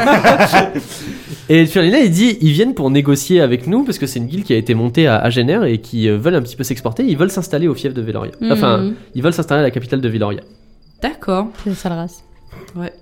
S1: Et Firlinel il dit ils viennent pour négocier avec nous parce que c'est une guilde qui a été montée à Agener et qui euh, veulent un petit peu s'exporter. Ils veulent s'installer au fief de Veloria. Enfin,
S4: Mhm.
S1: ils veulent s'installer à la capitale de Veloria.
S4: D'accord.
S2: C'est une sale race.
S4: Ouais.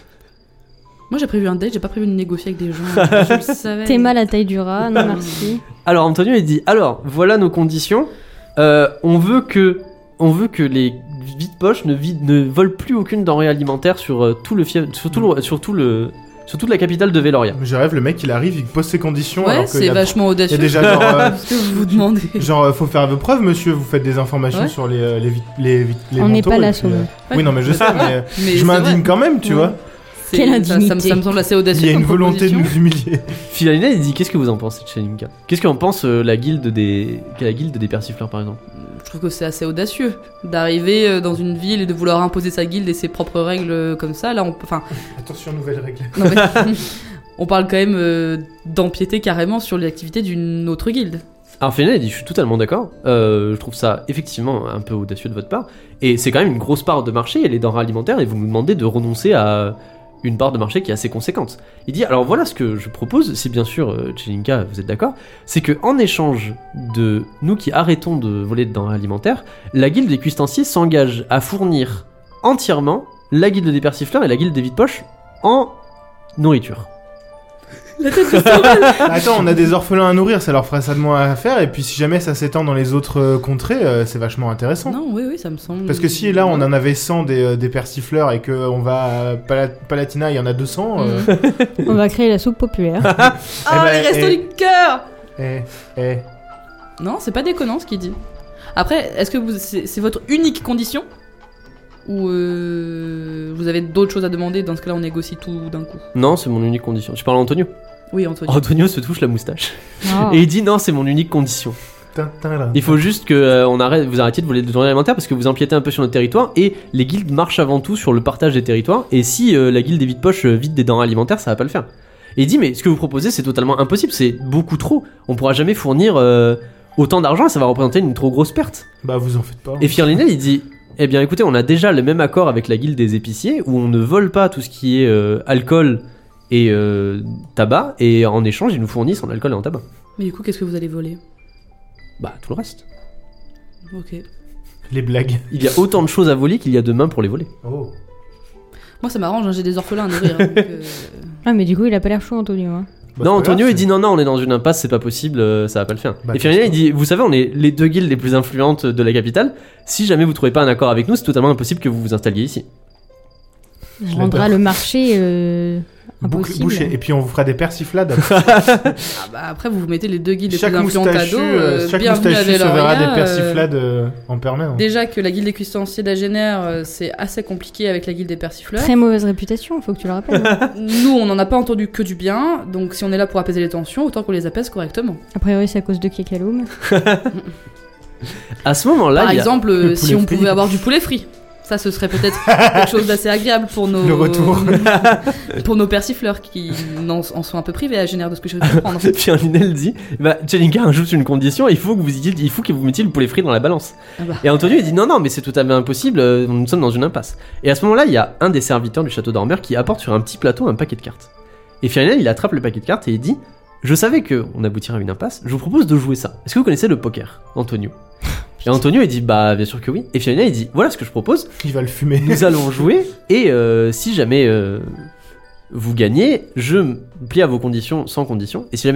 S4: Moi j'ai prévu un date, j'ai pas prévu de négocier avec des gens. Je le savais.
S2: T'es mal à taille du rat, non merci.
S1: Alors Antonio il dit alors voilà nos conditions. Euh, on veut que on veut que les vides-poches ne, vide- ne volent plus aucune denrée alimentaire sur euh, tout le fief, sur tout le, sur tout le, sur toute la capitale de Veloria.
S3: Je rêve, le mec il arrive, il pose ses conditions.
S4: Ouais,
S3: alors qu'il
S4: c'est
S3: y a-
S4: vachement
S3: Il y
S4: audacieux.
S3: a déjà genre. euh,
S4: Ce que vous vous demandez.
S3: Genre, euh, faut faire vos preuves, monsieur. Vous faites des informations
S4: Ouais.
S3: sur les, euh, les, vi- les, vi- les
S2: On n'est
S3: manteaux,
S2: pas
S3: et
S2: là,
S3: puis,
S2: Saumon.
S3: euh, Oui, non, mais je sais, mais euh,
S4: Mais
S3: je
S4: c'est
S3: m'indigne
S4: vrai.
S3: quand même, tu
S4: Ouais.
S3: vois.
S4: C'est-
S2: Quelle
S4: ça- ça, me-
S2: indignité.
S4: ça me semble assez audacieux.
S3: Il y a une
S4: comme
S3: volonté de
S4: proposition.
S3: nous humilier.
S1: Firlinel il dit qu'est-ce que vous en pensez de Chelinka? Qu'est-ce qu'en pense euh, la guilde des la guilde des persifleurs par exemple?
S4: Je trouve que c'est assez audacieux d'arriver euh, dans une ville et de vouloir imposer sa guilde et ses propres règles euh, comme ça. Là, on, enfin,
S3: Attention, nouvelle règle.
S4: non, mais- on parle quand même euh, d'empiéter carrément sur l'activité d'une autre guilde.
S1: Alors Firlinel il dit je suis totalement d'accord. Euh, je trouve ça effectivement un peu audacieux de votre part. Et c'est quand même une grosse part de marché, les denrées alimentaires, et vous nous demandez de renoncer à une part de marché qui est assez conséquente. Il dit alors voilà ce que je propose, si bien sûr euh, Chelinka vous êtes d'accord, c'est que en échange de nous qui arrêtons de voler de denrées alimentaires, la guilde des cuistanciers s'engage à fournir entièrement la guilde des persifleurs et la guilde des vides-poches en nourriture.
S4: La tête de Samuel.
S3: Attends, on a des orphelins à nourrir, ça leur fera ça de moins à faire. Et puis si jamais ça s'étend dans les autres euh, contrées, euh, c'est vachement intéressant.
S4: Non, oui, oui, ça me semble.
S3: Parce que si là on en avait cent des, euh, des persifleurs et qu'on va à Pala- Palatina, il y en a deux cents. euh,
S4: Mhm.
S2: On va créer la soupe populaire.
S4: Ah,
S3: Eh ben,
S4: les restos
S3: eh.
S4: du cœur.
S3: eh, eh.
S4: Non, c'est pas déconnant ce qu'il dit. Après, est-ce que vous, c'est, c'est votre unique condition ou euh, vous avez d'autres choses à demander? Dans ce cas-là, on négocie tout d'un coup.
S1: Non, c'est mon unique condition. Tu parles à Antonio?
S4: Oui, Antonio.
S1: Antonio se touche la moustache.
S2: Oh.
S1: Et il dit non, c'est mon unique condition.
S3: Tin, tin, là.
S1: Il faut juste que euh, on arrête, vous arrêtiez de voler des denrées alimentaires parce que vous empiétez un peu sur notre territoire et les guildes marchent avant tout sur le partage des territoires. Et si euh, la guilde des vides-poches euh, vide des denrées alimentaires, ça va pas le faire. Et il dit mais ce que vous proposez c'est totalement impossible, c'est beaucoup trop. On pourra jamais fournir euh, autant d'argent et ça va représenter une trop grosse perte.
S3: Bah vous en faites pas.
S1: Et Firlinel il dit eh bien écoutez, on a déjà le même accord avec la guilde des épiciers où on ne vole pas tout ce qui est euh, alcool et euh, tabac et en échange ils nous fournissent en alcool et en tabac.
S4: Mais du coup, qu'est-ce que vous allez voler?
S1: Bah tout le reste.
S4: Ok.
S3: Les blagues.
S1: Il y a autant de choses à voler qu'il y a de mains pour les voler.
S3: Oh.
S4: Moi, ça m'arrange, hein, j'ai des orphelins à nourrir. donc, euh,
S2: Ah, mais du coup, il a pas l'air chaud, Antonio. Hein.
S3: Bah,
S1: non,
S3: c'est pas
S1: Antonio
S3: grave,
S1: il dit non, non, on est dans une impasse, c'est pas possible, euh, ça va pas le faire.
S3: Bah,
S1: et Firlinel il
S3: qu'est-ce
S1: dit vous savez, on est les deux guildes les plus influentes de la capitale. Si jamais vous trouvez pas un accord avec nous, c'est totalement impossible que vous vous installiez ici.
S2: On rendra le marché euh,
S3: Bouc-
S2: impossible.
S3: bouché. Et puis on vous fera des persiflades.
S4: ah bah, après, vous vous mettez les deux guildes les
S3: chaque
S4: plus influentes à
S3: moustachu,
S4: dos.
S3: euh,
S4: euh,
S3: chaque
S4: bienvenue à
S3: moustachu se verra
S4: Veloria,
S3: des
S4: euh,
S3: persiflades euh, en permanence.
S4: Déjà que la guilde des cuistanciers d'Agener, euh, c'est assez compliqué avec la guilde des persifleurs.
S2: Très mauvaise réputation, faut que tu le rappelles. hein.
S4: Nous, on n'en a pas entendu que du bien, donc si on est là pour apaiser les tensions, autant qu'on les apaise correctement.
S2: A priori, c'est à cause de Kekaloum.
S1: À ce moment-là,
S4: Par
S1: il y a...
S4: exemple,
S3: le
S4: euh, si
S3: poulet
S4: on
S3: frit.
S4: pouvait avoir du poulet frit. Ça, ce serait peut-être quelque chose d'assez agréable pour nos...
S3: Le retour.
S4: pour nos persifleurs qui en, en sont un peu privés à Génère de ce que je vais comprendre.
S1: Firlinel dit bah Chelinka ajoute une condition, il faut que vous y- il faut que vous mettiez le poulet frit dans la balance.
S4: Ah bah.
S1: Et Antonio il dit non non mais c'est tout à fait impossible, euh, nous sommes dans une impasse. Et à ce moment-là, il y a un des serviteurs du château d'Ormer qui apporte sur un petit plateau un paquet de cartes. Et Firlinel il attrape le paquet de cartes et il dit je savais que on aboutirait à une impasse, je vous propose de jouer ça. Est-ce que vous connaissez le poker, Antonio? Et Antonio il dit bah bien sûr que oui. Et Firlinel il dit voilà ce que je propose,
S3: Il va le fumer.
S1: nous allons jouer et euh, si jamais euh, vous gagnez, je me plie à vos conditions sans condition. Et si jamais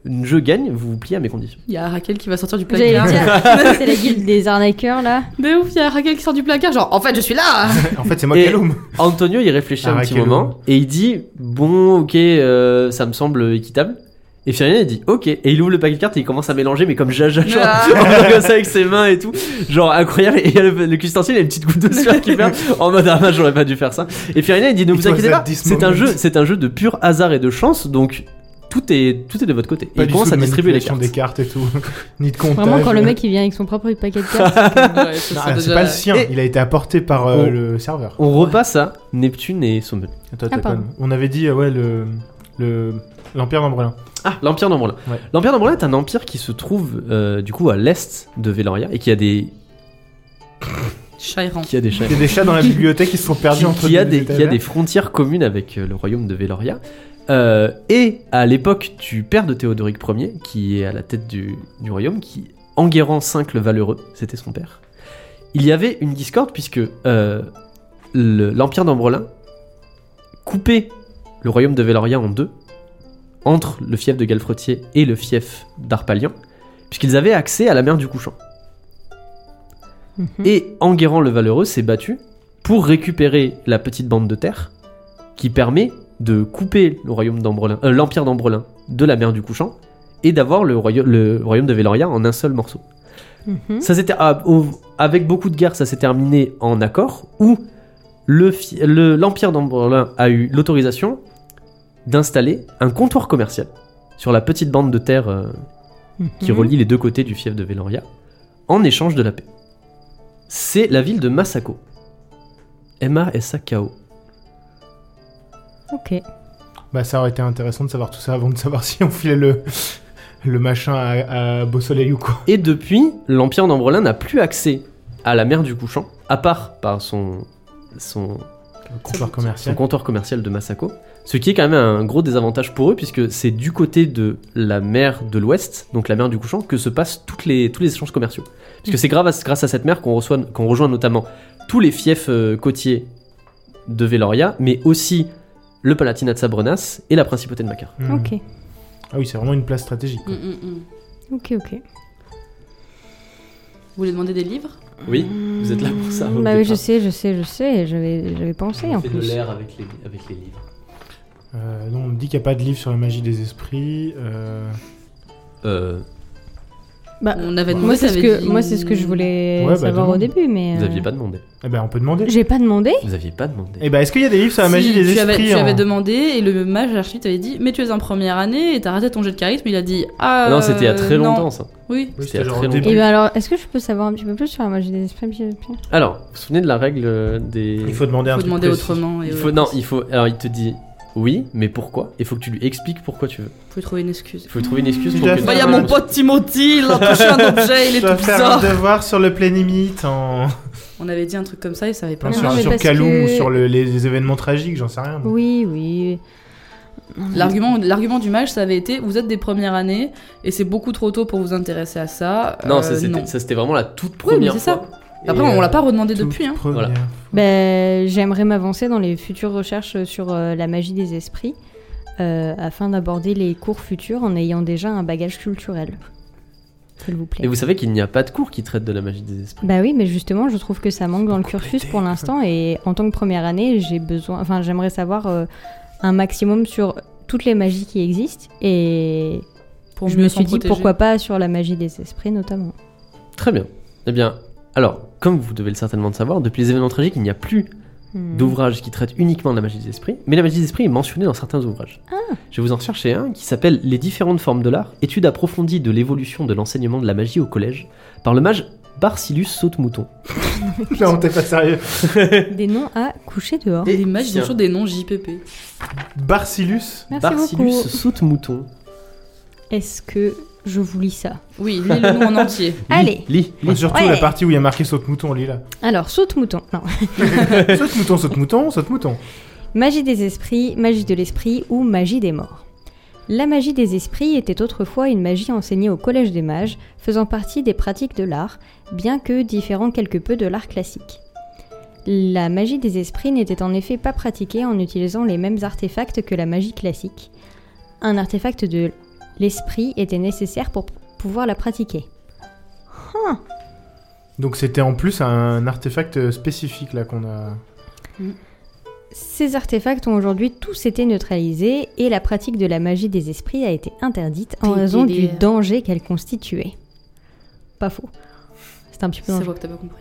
S1: je gagne, vous vous pliez à mes conditions.
S4: Il y a Raquel qui va sortir du
S2: J'allais
S4: placard.
S2: dire, c'est la guilde des arnaqueurs là.
S4: De ouf, il y a Raquel qui sort du placard, genre en fait je suis là.
S3: En fait, c'est moi
S1: Et-
S3: Kaloum.
S1: Antonio, il réfléchit
S3: Ah,
S1: un petit
S3: Raquel,
S1: moment et il dit bon, ok, euh, ça me semble équitable. Et Firina, il dit ok, et il ouvre le paquet de cartes et il commence à mélanger, mais comme Jaja, genre,
S4: Ah.
S1: en faisant comme ça avec ses mains et tout, genre incroyable. Et il y a le, le custancier, il a une petite goutte de sueur qui fait en mode ah, j'aurais pas dû faire ça. Et Firina, il dit ne vous
S3: It was
S1: inquiétez
S3: at
S1: pas,
S3: this
S1: c'est un
S3: moment.
S1: jeu, c'est un jeu de pur hasard et de chance, donc tout est, tout est de votre côté.
S3: Pas
S1: et il
S3: du
S1: commence
S3: tout
S1: à
S3: de
S1: distribuer les
S3: manipulation
S1: cartes.
S3: des cartes et tout. Ni de comptage.
S2: Vraiment, quand le mec il vient avec son propre paquet de cartes. c'est que-
S4: Ouais, ça,
S3: Non,
S4: c'est
S3: c'est
S4: déjà-
S3: pas le sien,
S1: Et-
S3: il a été apporté par euh,
S1: On-
S3: le serveur.
S1: On repasse à Neptune et Sommel.
S3: Attends,
S2: Ah,
S3: t'as
S2: pardon.
S3: pas- On avait dit, euh, ouais, le. le... L'Empire d'Ambrelin.
S1: Ah, l'Empire d'Ambrelin.
S3: Ouais.
S1: L'Empire d'Ambrelin est un empire qui se trouve euh, du coup à l'est de Veloria et qui a des,
S4: Chairant.
S1: qui a des chats.
S3: Il y a des chats dans la bibliothèque qui se sont perdus
S1: qui,
S3: entre
S1: qui a
S3: deux
S1: des, qui a
S3: étagères.
S1: des frontières communes avec euh, le royaume de Veloria. Euh, et à l'époque du père de Théodoric Ier, qui est à la tête du, du royaume, qui Enguerrand cinq le Valeureux, c'était son père, il y avait une discorde puisque euh, le- l'Empire d'Ambrelin coupait le royaume de Veloria en deux, entre le fief de Galfretier et le fief d'Arpalian, puisqu'ils avaient accès à la mer du Couchant.
S2: Mhm.
S1: Et Enguerrand le Valeureux s'est battu pour récupérer la petite bande de terre qui permet de couper le royaume d'Ambrelin, euh, l'Empire d'Ambrelin de la mer du Couchant et d'avoir le, roya- le royaume de Veloria en un seul morceau.
S2: Mhm.
S1: Ça s'était, ah, au- avec beaucoup de guerres, ça s'est terminé en accord où le, fi- le- l'Empire d'Ambrelin a eu l'autorisation d'installer un comptoir commercial sur la petite bande de terre euh, qui
S2: Mhm.
S1: relie les deux côtés du fief de Veloria en échange de la paix. C'est la ville de Masako. M A S A K O.
S2: Ok.
S3: Bah, ça aurait été intéressant de savoir tout ça avant de savoir si on filait le, le machin à, à Beau Soleil ou quoi.
S1: Et depuis, l'Empire d'Ambrelin n'a plus accès à la mer du Couchant, à part par son, son,
S3: Le comptoir
S1: son
S3: commercial.
S1: comptoir commercial de Masako. Ce qui est quand même un gros désavantage pour eux, puisque c'est du côté de la mer de l'Ouest, donc la mer du Couchant, que se passent toutes les, tous les échanges commerciaux. Puisque c'est grâce à, grâce à cette mer qu'on, reçoit, qu'on rejoint notamment tous les fiefs euh, côtiers de Veloria, mais aussi le Palatinat de Sabrenas et la Principauté de Macar.
S3: Hmm.
S2: Ok.
S3: Ah oui, c'est vraiment une place stratégique.
S4: Mm,
S3: quoi.
S4: mm, mm.
S2: Ok, ok.
S4: Vous voulez demander des livres?
S1: Oui, vous êtes là pour ça. au
S2: Bah oui,
S1: départ.
S2: je sais, je sais, je sais. J'avais, j'avais pensé
S1: On
S2: en
S1: fait de
S2: plus.
S1: l'air avec les, avec les livres.
S3: Euh, non, on me dit qu'il n'y a pas de livre sur la magie des esprits. Euh...
S1: Euh,
S2: Bah,
S4: On avait demandé.
S2: moi, c'est ce
S4: t'avais
S2: que,
S4: dit-
S2: moi, c'est ce que je voulais
S3: Ouais, bah,
S2: savoir au
S3: demande.
S2: début, mais.
S1: vous
S2: euh,
S1: aviez pas demandé.
S3: Eh ben, on peut demander.
S2: J'ai pas demandé.
S1: Vous aviez pas demandé.
S3: Eh ben, est-ce qu'il y a des livres sur la magie
S4: Si,
S3: des
S4: tu
S3: esprits
S4: avais, tu
S3: en-
S4: avais demandé et le mage archi t'avait dit mais tu es en première année et t'as raté ton jet de charisme. Il a dit ah.
S1: non, c'était il y a très
S4: non.
S1: longtemps ça.
S4: Oui.
S3: Oui,
S1: C'était il y a
S3: genre
S1: très
S3: au
S1: longtemps.
S3: début.
S2: Et ben alors, est-ce que je peux savoir un petit peu plus sur la magie des esprits, Pierre Pierre
S1: Alors, vous vous souvenez de la règle euh, des.
S3: Il faut demander
S4: Il
S3: un
S4: faut
S3: truc
S4: demander
S3: précis.
S4: autrement. Et
S1: Il
S4: ouais,
S1: faut non, il faut. Alors, il te dit oui, mais pourquoi? Il faut que tu lui expliques pourquoi tu veux.
S4: faut trouver une excuse.
S1: Il faut trouver une excuse
S3: Tu
S1: pour
S3: dois
S1: que.
S3: faire
S4: Bah, il y a
S3: un-
S4: mon pote Timothy, il a touché un objet, il est
S3: Je dois
S4: tout
S3: faire un
S4: bizarre.
S3: devoir sur le plénimite en...
S4: On avait dit un truc comme ça, il savait pas.
S3: Non,
S2: Non,
S3: sur,
S2: mais
S3: sur
S2: parce
S3: Kaloum
S2: que-
S3: ou sur le- les, les événements tragiques, j'en sais rien. moi.
S2: Oui, oui.
S4: L'argument, l'argument du mage, ça avait été vous êtes des premières années et c'est beaucoup trop tôt pour vous intéresser à ça.
S1: Non,
S4: Euh,
S1: ça c'était,
S4: non.
S1: ça, c'était vraiment la toute
S4: Oui, mais
S1: première
S4: c'est
S1: fois.
S4: ça. Après,
S3: Et,
S4: on
S3: euh,
S4: l'a pas redemandé
S3: toute
S4: depuis. Hein.
S3: première.
S1: Voilà.
S2: Ben, j'aimerais m'avancer dans les futures recherches sur euh, la magie des esprits euh, afin d'aborder les cours futurs en ayant déjà un bagage culturel. S'il vous plaît.
S1: Et vous savez qu'il n'y a pas de cours qui traite de la magie des esprits.
S2: Bah oui, mais justement, je trouve que ça manque dans le cursus pour l'instant et en tant que première année, j'ai besoin, enfin, j'aimerais savoir euh, un maximum sur toutes les magies qui existent et
S4: Pour
S2: je
S4: mieux
S2: me
S4: s'en
S2: suis dit
S4: protéger.
S2: pourquoi pas sur la magie des esprits notamment.
S1: Très bien. Eh bien, alors, comme vous devez le certainement le savoir, depuis les événements tragiques, il n'y a plus
S2: Hmm.
S1: d'ouvrages qui traitent uniquement de la magie des esprits, mais la magie des esprits est mentionnée dans certains ouvrages. Je vais vous en chercher un qui s'appelle Les différentes formes de l'art, étude approfondie de l'évolution de l'enseignement de la magie au collège, par le mage Barcillus Saute-Mouton.
S3: Non, t'es pas sérieux.
S2: Des noms à coucher dehors.
S1: Et
S4: Les mages, ils ont
S1: tiens.
S4: toujours des noms J P P.
S3: Barcillus.
S2: Merci
S1: Barcillus
S2: beaucoup.
S1: Saute-Mouton.
S2: Est-ce que je vous lis ça?
S4: Oui, lis le nom en entier.
S1: Lis,
S2: Allez.
S1: lis, lis.
S3: Enfin, surtout
S2: Ouais.
S3: la partie où il y a marqué saute-mouton, lit là.
S2: Alors, saute-mouton. Non.
S3: Saute-mouton, saute-mouton, saute-mouton.
S2: Magie des esprits, magie de l'esprit ou magie des morts. La magie des esprits était autrefois une magie enseignée au Collège des Mages, faisant partie des pratiques de l'art, bien que différant quelque peu de l'art classique. La magie des esprits n'était en effet pas pratiquée en utilisant les mêmes artefacts que la magie classique. Un artefact de l'esprit était nécessaire pour p- pouvoir la pratiquer. Huh.
S3: Donc c'était en plus un artefact spécifique là qu'on a...
S2: Ces artefacts ont aujourd'hui tous été neutralisés et la pratique de la magie des esprits a été interdite en
S4: Des
S2: raison du
S4: délires.
S2: danger qu'elle constituait. Pas faux. C'est un petit peu
S4: C'est
S2: dangereux.
S4: vrai que t'as pas compris.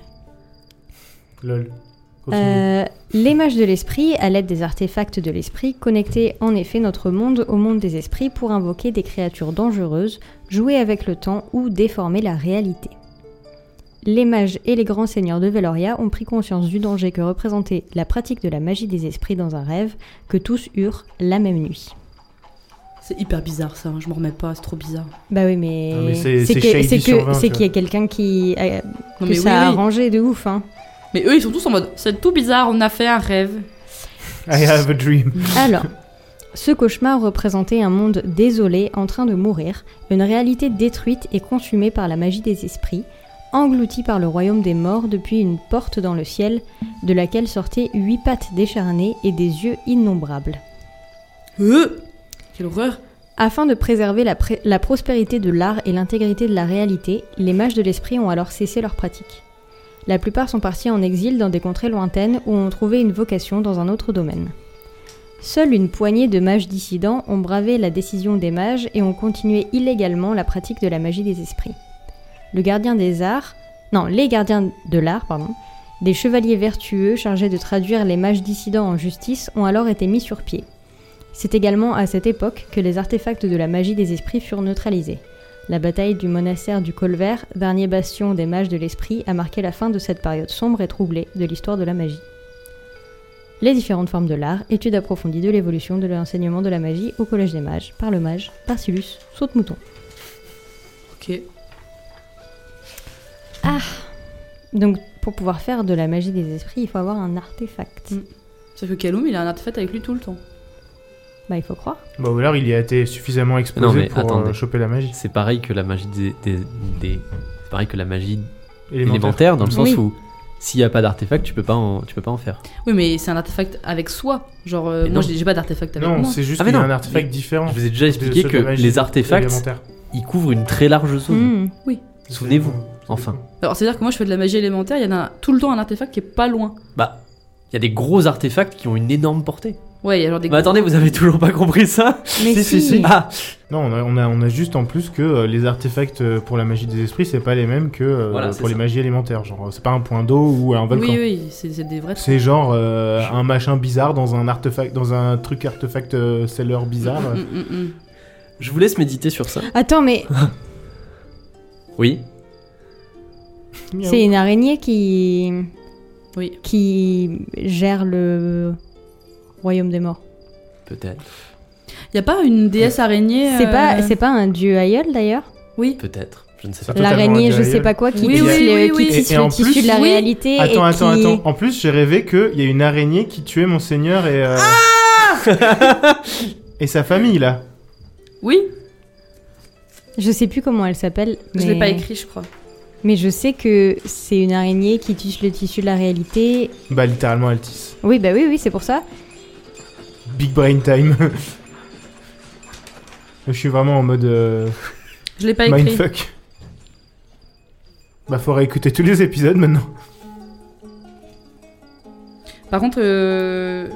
S3: Lol. Continue.
S2: Euh, les mages de l'esprit, à l'aide des artefacts de l'esprit, connectaient en effet notre monde au monde des esprits pour invoquer des créatures dangereuses, jouer avec le temps ou déformer la réalité. Les mages et les grands seigneurs de Veloria ont pris conscience du danger que représentait la pratique de la magie des esprits dans un rêve que tous eurent la même nuit.
S4: C'est hyper bizarre ça, hein, je m'en remets pas, c'est trop bizarre.
S2: Bah oui, mais,
S3: Non, mais c'est- c'est
S2: que-
S3: shady
S2: c'est
S3: sur
S2: que
S3: vingt,
S2: c'est
S3: tu
S2: qu'il y a quelqu'un qui euh,
S4: Non
S2: que
S4: mais
S2: ça
S4: oui,
S2: a
S4: oui.
S2: arrangé de ouf, hein.
S4: Mais eux ils sont tous en mode, c'est tout bizarre, on a fait un rêve.
S3: I have a dream.
S2: Alors, ce cauchemar représentait un monde désolé en train de mourir, une réalité détruite et consumée par la magie des esprits, engloutie par le royaume des morts depuis une porte dans le ciel, de laquelle sortaient huit pattes décharnées et des yeux innombrables.
S4: Euh Quelle horreur.
S2: Afin de préserver la, pré- la prospérité de l'art et l'intégrité de la réalité, les mages de l'esprit ont alors cessé leur pratique. La plupart sont partis en exil dans des contrées lointaines où ont trouvé une vocation dans un autre domaine. Seule une poignée de mages dissidents ont bravé la décision des mages et ont continué illégalement la pratique de la magie des esprits. Le gardien des arts, non, les gardiens de l'art, pardon, des chevaliers vertueux chargés de traduire les mages dissidents en justice ont alors été mis sur pied. C'est également à cette époque que les artefacts de la magie des esprits furent neutralisés. La bataille du monastère du Colvert, dernier bastion des mages de l'esprit, a marqué la fin de cette période sombre et troublée de l'histoire de la magie. Les différentes formes de l'art, étude approfondie de l'évolution de l'enseignement de la magie au Collège des Mages, par le mage Parcillus Saute-Mouton.
S4: Ok.
S2: Donc, pour pouvoir faire de la magie des esprits, il faut avoir un artefact.
S4: Mm. Sauf que Kaloum il a un artefact avec lui tout le temps.
S2: Bah, il faut croire.
S3: Bah ou alors il y a été suffisamment exposé
S1: Non, mais
S3: pour
S1: attendez.
S3: euh, choper la magie.
S1: C'est pareil que la magie des, des, des- c'est pareil que la magie
S3: Élémentaire.
S1: élémentaire dans le sens
S2: Oui.
S1: où s'il y a pas d'artefact, tu peux pas en, tu peux pas en faire.
S4: Oui mais c'est un artefact avec soi. Genre euh,
S1: Mais
S4: moi
S1: non.
S4: j'ai j'ai pas d'artefact avec
S3: Non,
S4: moi.
S3: c'est juste
S1: Ah, mais
S3: qu'il y a
S1: non,
S3: un artefact
S1: mais
S3: différent.
S1: Je vous ai déjà
S3: de
S1: expliqué
S3: ceux de
S1: que
S3: la magie
S1: les artefacts,
S3: élémentaire.
S1: ils couvrent une très large zone.
S2: Hmm.
S1: Souvenez-vous, enfin.
S4: Alors c'est à dire que moi je fais de la magie élémentaire, il y en a tout le temps un artefact qui est pas loin.
S1: Bah, il y a des gros artefacts qui ont une énorme portée.
S4: Ouais il y a genre des
S1: Mais attendez, vous avez toujours pas compris ça?
S2: Mais
S3: Si, si, si.
S1: Ah,
S3: Non, on a, on, a, on a juste en plus que euh, les artefacts euh, pour la magie des esprits, c'est pas les mêmes que euh,
S1: Voilà, c'est
S3: pour les
S1: ça.
S3: magies élémentaires. Genre, c'est pas un point d'eau ou un volcan.
S4: Oui oui, c'est c'est des vrais trucs.
S3: C'est genre euh, un machin bizarre dans un artefact, dans un truc artefact euh, seller bizarre.
S4: Mm, mm, mm, mm.
S1: je vous laisse méditer sur ça.
S2: Attends, mais
S1: Oui.
S3: Miaou.
S2: c'est une araignée qui...
S4: Oui.
S2: qui gère le royaume des morts.
S1: Peut-être,
S4: Y a pas une déesse araignée
S2: C'est
S4: euh,
S2: pas, c'est pas un dieu aïeul d'ailleurs?
S4: Oui.
S1: peut-être. Je ne sais
S3: C'est
S1: pas.
S3: totalement
S2: L'araignée,
S3: un
S2: je
S3: dieu
S2: sais
S3: aïeul.
S2: pas quoi, qui
S4: Oui,
S2: tisse,
S4: oui,
S2: le,
S4: oui,
S2: qui
S4: oui.
S2: tisse
S3: Et- et
S2: le
S3: en
S2: tissu
S3: plus-
S2: de la
S4: oui.
S2: réalité.
S3: Attends,
S2: et
S3: attends,
S2: qui...
S3: attends. En plus, j'ai rêvé qu'il y a une araignée qui tuait mon seigneur et, euh, et sa famille là.
S4: Oui.
S2: Je sais plus comment elle s'appelle.
S4: Je
S2: mais...
S4: l'ai pas écrit je crois.
S2: Mais je sais que c'est une araignée qui tisse le tissu de la réalité.
S3: Bah, littéralement, elle tisse.
S2: Oui, bah oui, oui, c'est pour ça.
S3: Big brain time. Je suis vraiment en mode euh,
S4: Je l'ai pas écrit.
S3: mindfuck. Bah, faudrait écouter tous les épisodes maintenant.
S4: Par contre, euh...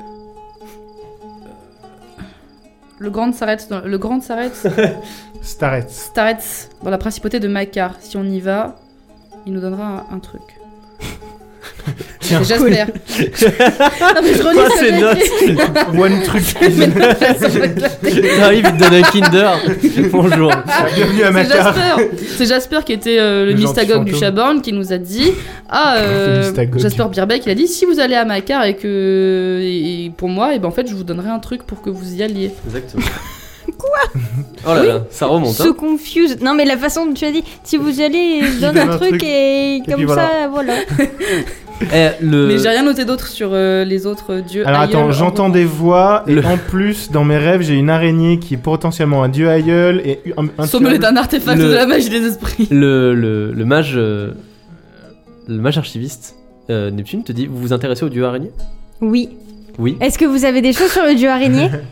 S4: le grand s'arrête dans... le grand s'arrête
S3: Starets.
S4: s'arrête dans la principauté de Makar. Si on y va, il nous donnera un, un truc.
S3: Tiens,
S4: C'est Jasper. Non mais je relis
S1: Quoi,
S4: ce que
S1: ces
S4: j'ai
S1: notes
S4: écrit.
S3: One truc.
S4: Mais non, ça va éclater.
S1: T'arrives, il te donne un Kinder. Bonjour.
S3: Bienvenue à
S4: C'est
S3: Makar.
S4: Jasper. C'est Jasper qui était euh, le
S3: Le gentil
S4: mystagogue du
S3: fantôme.
S4: Chaborn qui nous a dit ah
S3: Le
S4: euh,
S3: mystagogue.
S4: Jasper Birbeck il a dit si vous allez à Makar et que et pour moi et ben en fait je vous donnerai un truc pour que vous y alliez.
S1: Exactement. Quoi? Oh là là, ça remonte.
S2: Se
S1: Hein.
S2: confuse. Non, mais la façon dont tu as dit, si vous y allez, je donne
S3: donne
S2: un
S3: un
S2: truc,
S3: truc.
S2: et comme
S3: puis
S2: ça, voilà.
S1: Eh, le...
S4: Mais j'ai rien noté d'autre sur euh, les autres dieux.
S3: Alors
S4: aïeuls
S3: attends,
S4: en
S3: j'entends
S4: roman.
S3: des voix et
S1: Le-
S3: en plus dans mes rêves j'ai une araignée qui est potentiellement un dieu aïeul et un, un
S4: Sommel est
S3: tueur.
S4: un artefact
S1: Le-
S4: de la magie des esprits.
S1: le, le, le mage, euh, le mage archiviste euh, Neptune te dit vous vous intéressez au dieu araignée?
S2: Oui.
S1: Oui.
S2: Est-ce que vous avez des choses sur le dieu araignée?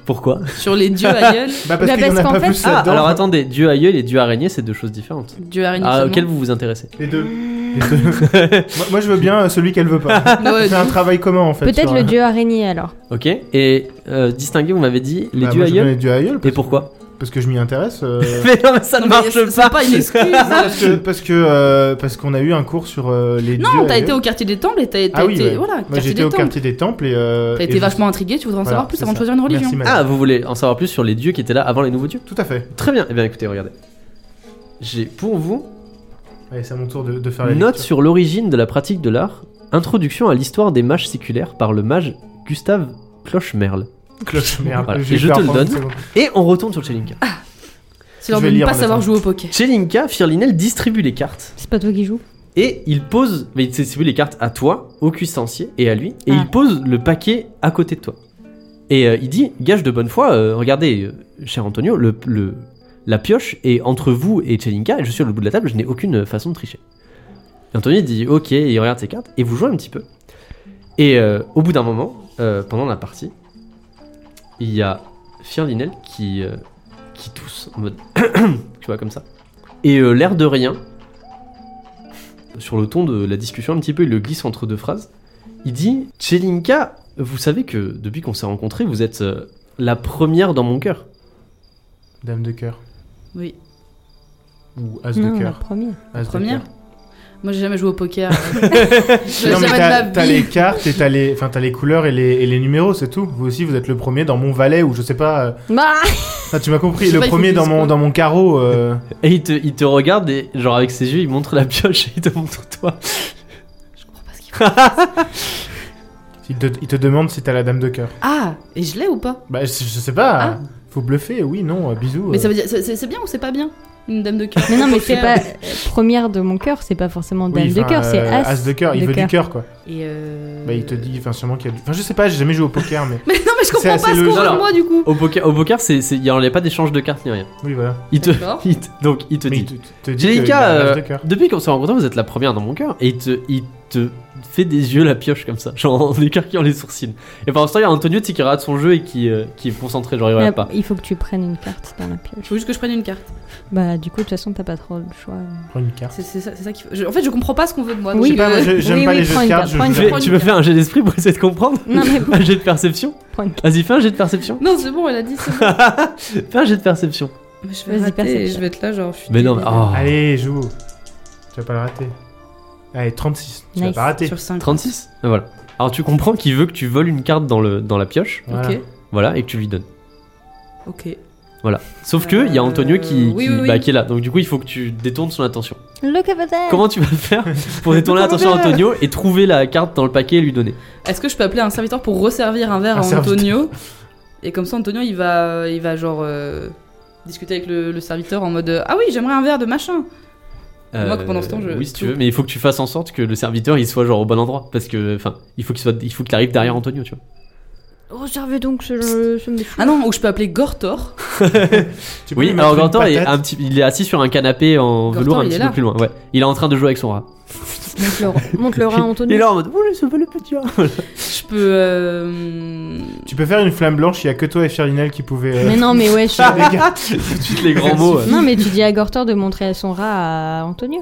S1: Pourquoi?
S4: Sur les dieux aïeuls.
S3: Bah parce
S2: Bah,
S3: qu'il y en
S2: parce
S3: a
S2: qu'en
S3: pas
S2: fait-
S3: plus
S1: Ah,
S3: là-dedans.
S1: alors attendez, dieu aïeul et dieu araignée, c'est deux choses différentes.
S4: Dieu araignée.
S1: Ah,
S4: seulement.
S1: auquel vous vous intéressez?
S3: Les deux. Les deux. moi, moi, je veux bien euh, celui qu'elle veut pas.
S4: Ouais,
S3: On fait un travail commun en fait.
S2: Peut-être
S3: sur,
S2: le
S3: euh,
S2: dieu araignée alors.
S1: Ok. Et euh, distinguer, vous m'avez dit les
S3: bah,
S1: dieux
S3: moi, je veux bien
S1: aïeuls.
S3: les dieux aïeuls.
S1: Et
S3: parce-
S1: pourquoi?
S3: Parce que je m'y intéresse. euh,
S1: Mais non, mais ça ne
S4: Non, mais
S1: marche
S4: c'est-
S1: pas.
S4: C'est pas une excuse.
S3: parce que parce que euh, parce qu'on a eu un cours sur euh, les dieux.
S4: Non, t'as
S3: aïeuls.
S4: été au quartier des temples et t'as t'as
S3: Ah oui,
S4: été.
S3: ouais.
S4: Voilà,
S3: Moi
S4: quartier
S3: j'étais
S4: des
S3: au
S4: temples.
S3: quartier des temples et. euh,
S4: T'as
S3: et
S4: été
S3: je-
S4: vachement intrigué, tu voudrais en
S3: Voilà,
S4: savoir plus
S3: c'est
S4: avant de
S3: ça.
S4: choisir une religion.
S3: Merci, madame.
S1: Ah, vous voulez en savoir plus sur les dieux qui étaient là avant les nouveaux dieux?
S3: Tout à fait.
S1: Très bien. Eh bien, écoutez, regardez. J'ai pour vous
S3: Allez, c'est à mon tour de, de faire la
S1: une note
S3: lecture.
S1: sur l'origine de la pratique de l'art. Introduction à l'histoire des mages séculaires par le mage Gustave Clochemerle.
S3: Cloche, merde.
S1: Voilà.
S3: J'ai
S1: Et je
S3: peur
S1: te le
S3: pendant une
S1: donne.
S3: seconde.
S1: Et on retourne sur Chelinka.
S4: C'est leur
S3: Je
S4: de
S3: vais
S4: ne
S3: lire,
S4: pas
S3: en
S4: savoir
S3: attendant.
S4: jouer au poker.
S1: Chelinka, Firlinel distribue les cartes.
S2: C'est pas toi qui joues.
S1: Et il pose, mais il distribue les cartes à toi, au cuistancier et à lui, et
S2: Ah.
S1: il pose le paquet à côté de toi. Et euh, il dit, gage de bonne foi, euh, regardez, euh, cher Antonio, le, le- la pioche est entre vous et Chelinka, et je suis au bout de la table, je n'ai aucune façon de tricher. Et Antonio dit, ok, et il regarde ses cartes, et vous jouez un petit peu. Et euh, au bout d'un moment, euh, pendant la partie, il y a Firlinel qui, euh, qui tousse en mode, tu vois, comme ça. Et euh, l'air de rien, sur le ton de la discussion un petit peu, il le glisse entre deux phrases. Il dit, Chelinka, vous savez que depuis qu'on s'est rencontrés, vous êtes euh, la première dans mon cœur.
S3: Dame de cœur.
S4: Oui.
S3: Ou as
S2: Non,
S3: de
S2: la
S3: cœur.
S2: première.
S3: As de
S4: Première
S3: cœur.
S4: Moi, j'ai jamais joué au poker. J'ai
S3: Non, mais
S4: jamais de
S3: t'as
S4: ma
S3: t'as
S4: vie.
S3: les cartes et t'as les, enfin, t'as les couleurs et les, et les numéros, c'est tout. Vous aussi, vous êtes le premier dans mon valet ou je sais pas. euh,
S2: Bah
S3: Enfin, tu m'as compris,
S4: Je sais
S3: le
S4: pas, il faut
S3: premier
S4: qu'ils
S3: dans
S4: disent
S3: mon,
S4: quoi.
S3: dans mon carreau. euh,
S1: Et il te, il te regarde et, genre, avec ses yeux, il montre la pioche et il te montre toi.
S4: Je comprends pas ce qu'il faut.
S3: il, te, il te demande si t'as la dame de cœur.
S4: Ah, et je l'ai ou pas?
S3: Bah, je, je sais pas.
S4: Ah.
S3: Faut bluffer, oui, non, euh, bisous.
S4: Mais
S3: euh.
S4: ça veut dire, c'est c'est bien ou c'est pas bien? Une dame de cœur.
S2: Mais non, mais
S4: Au
S2: c'est
S4: poker.
S2: pas euh, première de mon cœur, c'est pas forcément dame
S3: Oui,
S2: de
S3: enfin,
S2: cœur, c'est
S3: euh,
S2: as.
S3: de cœur. Il
S2: de
S3: veut
S2: cœur.
S3: du cœur, quoi.
S4: Et euh...
S3: Bah, il te dit, enfin, sûrement qu'il y a du. Enfin, je sais pas, j'ai jamais joué au poker, mais.
S4: Mais non, mais je
S3: C'est
S4: comprends
S3: assez
S4: pas ce qu'on
S3: logique.
S4: veut de
S1: Alors,
S4: moi du coup.
S1: Au poker, au poker c'est, c'est, il n'y a pas d'échange de cartes ni rien.
S3: Oui, voilà.
S1: Il te,
S4: D'accord.
S1: il te- donc, il te
S3: Mais
S1: dit,
S3: il te, te dit qu'il
S1: Chelinka,
S3: a
S1: euh,
S3: l'as de cœur.
S1: depuis qu'on s'est rencontrés, vous êtes la première dans mon cœur. Et il te, il te fait des yeux la pioche comme ça, genre en écarquillant les sourcils. Et pendant ce temps, il y a Antonio tu sais, qui rate son jeu et qui, euh, qui est concentré, genre il regarde
S2: Là,
S1: pas.
S2: il faut que tu prennes une carte dans la pioche.
S4: Il faut juste que je prenne une carte.
S2: Bah, du coup, de toute façon, t'as pas trop le choix.
S3: Prends une carte.
S4: C'est c'est ça, c'est ça qu'il faut. Je- en fait, je comprends pas ce qu'on veut de moi.
S2: Oui.
S3: Je sais pas, moi, je- j'aime
S2: Oui,
S3: pas
S2: oui,
S3: les jeux
S2: prends
S3: de
S2: une
S3: cartes.
S2: carte,
S3: je
S2: prends une
S3: joue
S1: Tu
S3: pas.
S1: fais, tu veux faire un jet d'esprit pour essayer de comprendre?
S2: Non, mais
S1: Un jet de perception?
S2: prends une carte.
S1: Vas-y, fais un jet de perception.
S4: Non, c'est bon, elle a dit c'est bon.
S1: Fais un jet de perception.
S4: Mais je vais
S2: Vas-y,
S4: rater et
S2: perception.
S4: je vais être là, genre. je suis
S1: Mais non, mais.
S4: débile.
S1: Oh.
S3: Allez, joue. Tu vas pas le rater. Allez, trente-six. Tu vas
S2: Nice.
S3: pas rater.
S4: Sur cinq.
S1: trente-six? Et voilà. Alors tu comprends qu'il veut que tu voles une carte dans, le, dans la pioche,
S3: Voilà.
S4: Ok.
S1: voilà, et que tu lui donnes.
S4: Ok.
S1: Voilà. Sauf que il y a Antonio qui,
S4: oui,
S1: qui,
S4: oui, oui.
S1: bah, qui est là, donc du coup il faut que tu détournes son attention.
S2: Look over there.
S1: Comment tu vas le faire pour détourner l'attention d'Antonio et trouver la carte dans le paquet et lui donner?
S4: Est-ce que je peux appeler un serviteur pour resservir un verre
S3: Un
S4: à
S3: serviteur.
S4: Antonio? Et comme ça, Antonio, il va, il va genre euh, discuter avec le, le serviteur en mode euh, ah oui, j'aimerais un verre de machin. Moi, que pendant ce temps, je-
S1: Oui, si tu
S4: tout.
S1: veux, mais il faut que tu fasses en sorte que le serviteur il soit genre au bon endroit, parce que enfin il faut qu'il soit, il faut qu'il arrive derrière Antonio, tu vois.
S2: Reservez donc ce, ce monsieur.
S4: Ah non, ou je peux appeler Gortor.
S3: Tu peux
S1: Oui,
S3: lui mettre
S1: alors
S3: une
S1: Gantor est
S3: patate
S1: un petit, il est assis sur un canapé en
S4: Gantor,
S1: velours un
S4: il
S1: petit
S4: est
S1: peu
S4: là.
S1: plus loin. Ouais, il est en train de jouer avec son rat.
S2: Montre le, montre le rat à
S1: Il est
S2: Antonio.
S1: là en mode, oh, je veux le petit rat.
S4: Je peux. euh,
S3: Tu peux faire une flamme blanche, il y a que toi et Firlinel qui pouvaient. euh,
S2: Mais non, mais wesh.
S3: faire des gars.
S1: Tout de suite les grands mots. euh.
S2: Non, mais tu dis à Gortor de montrer son rat à Antonio.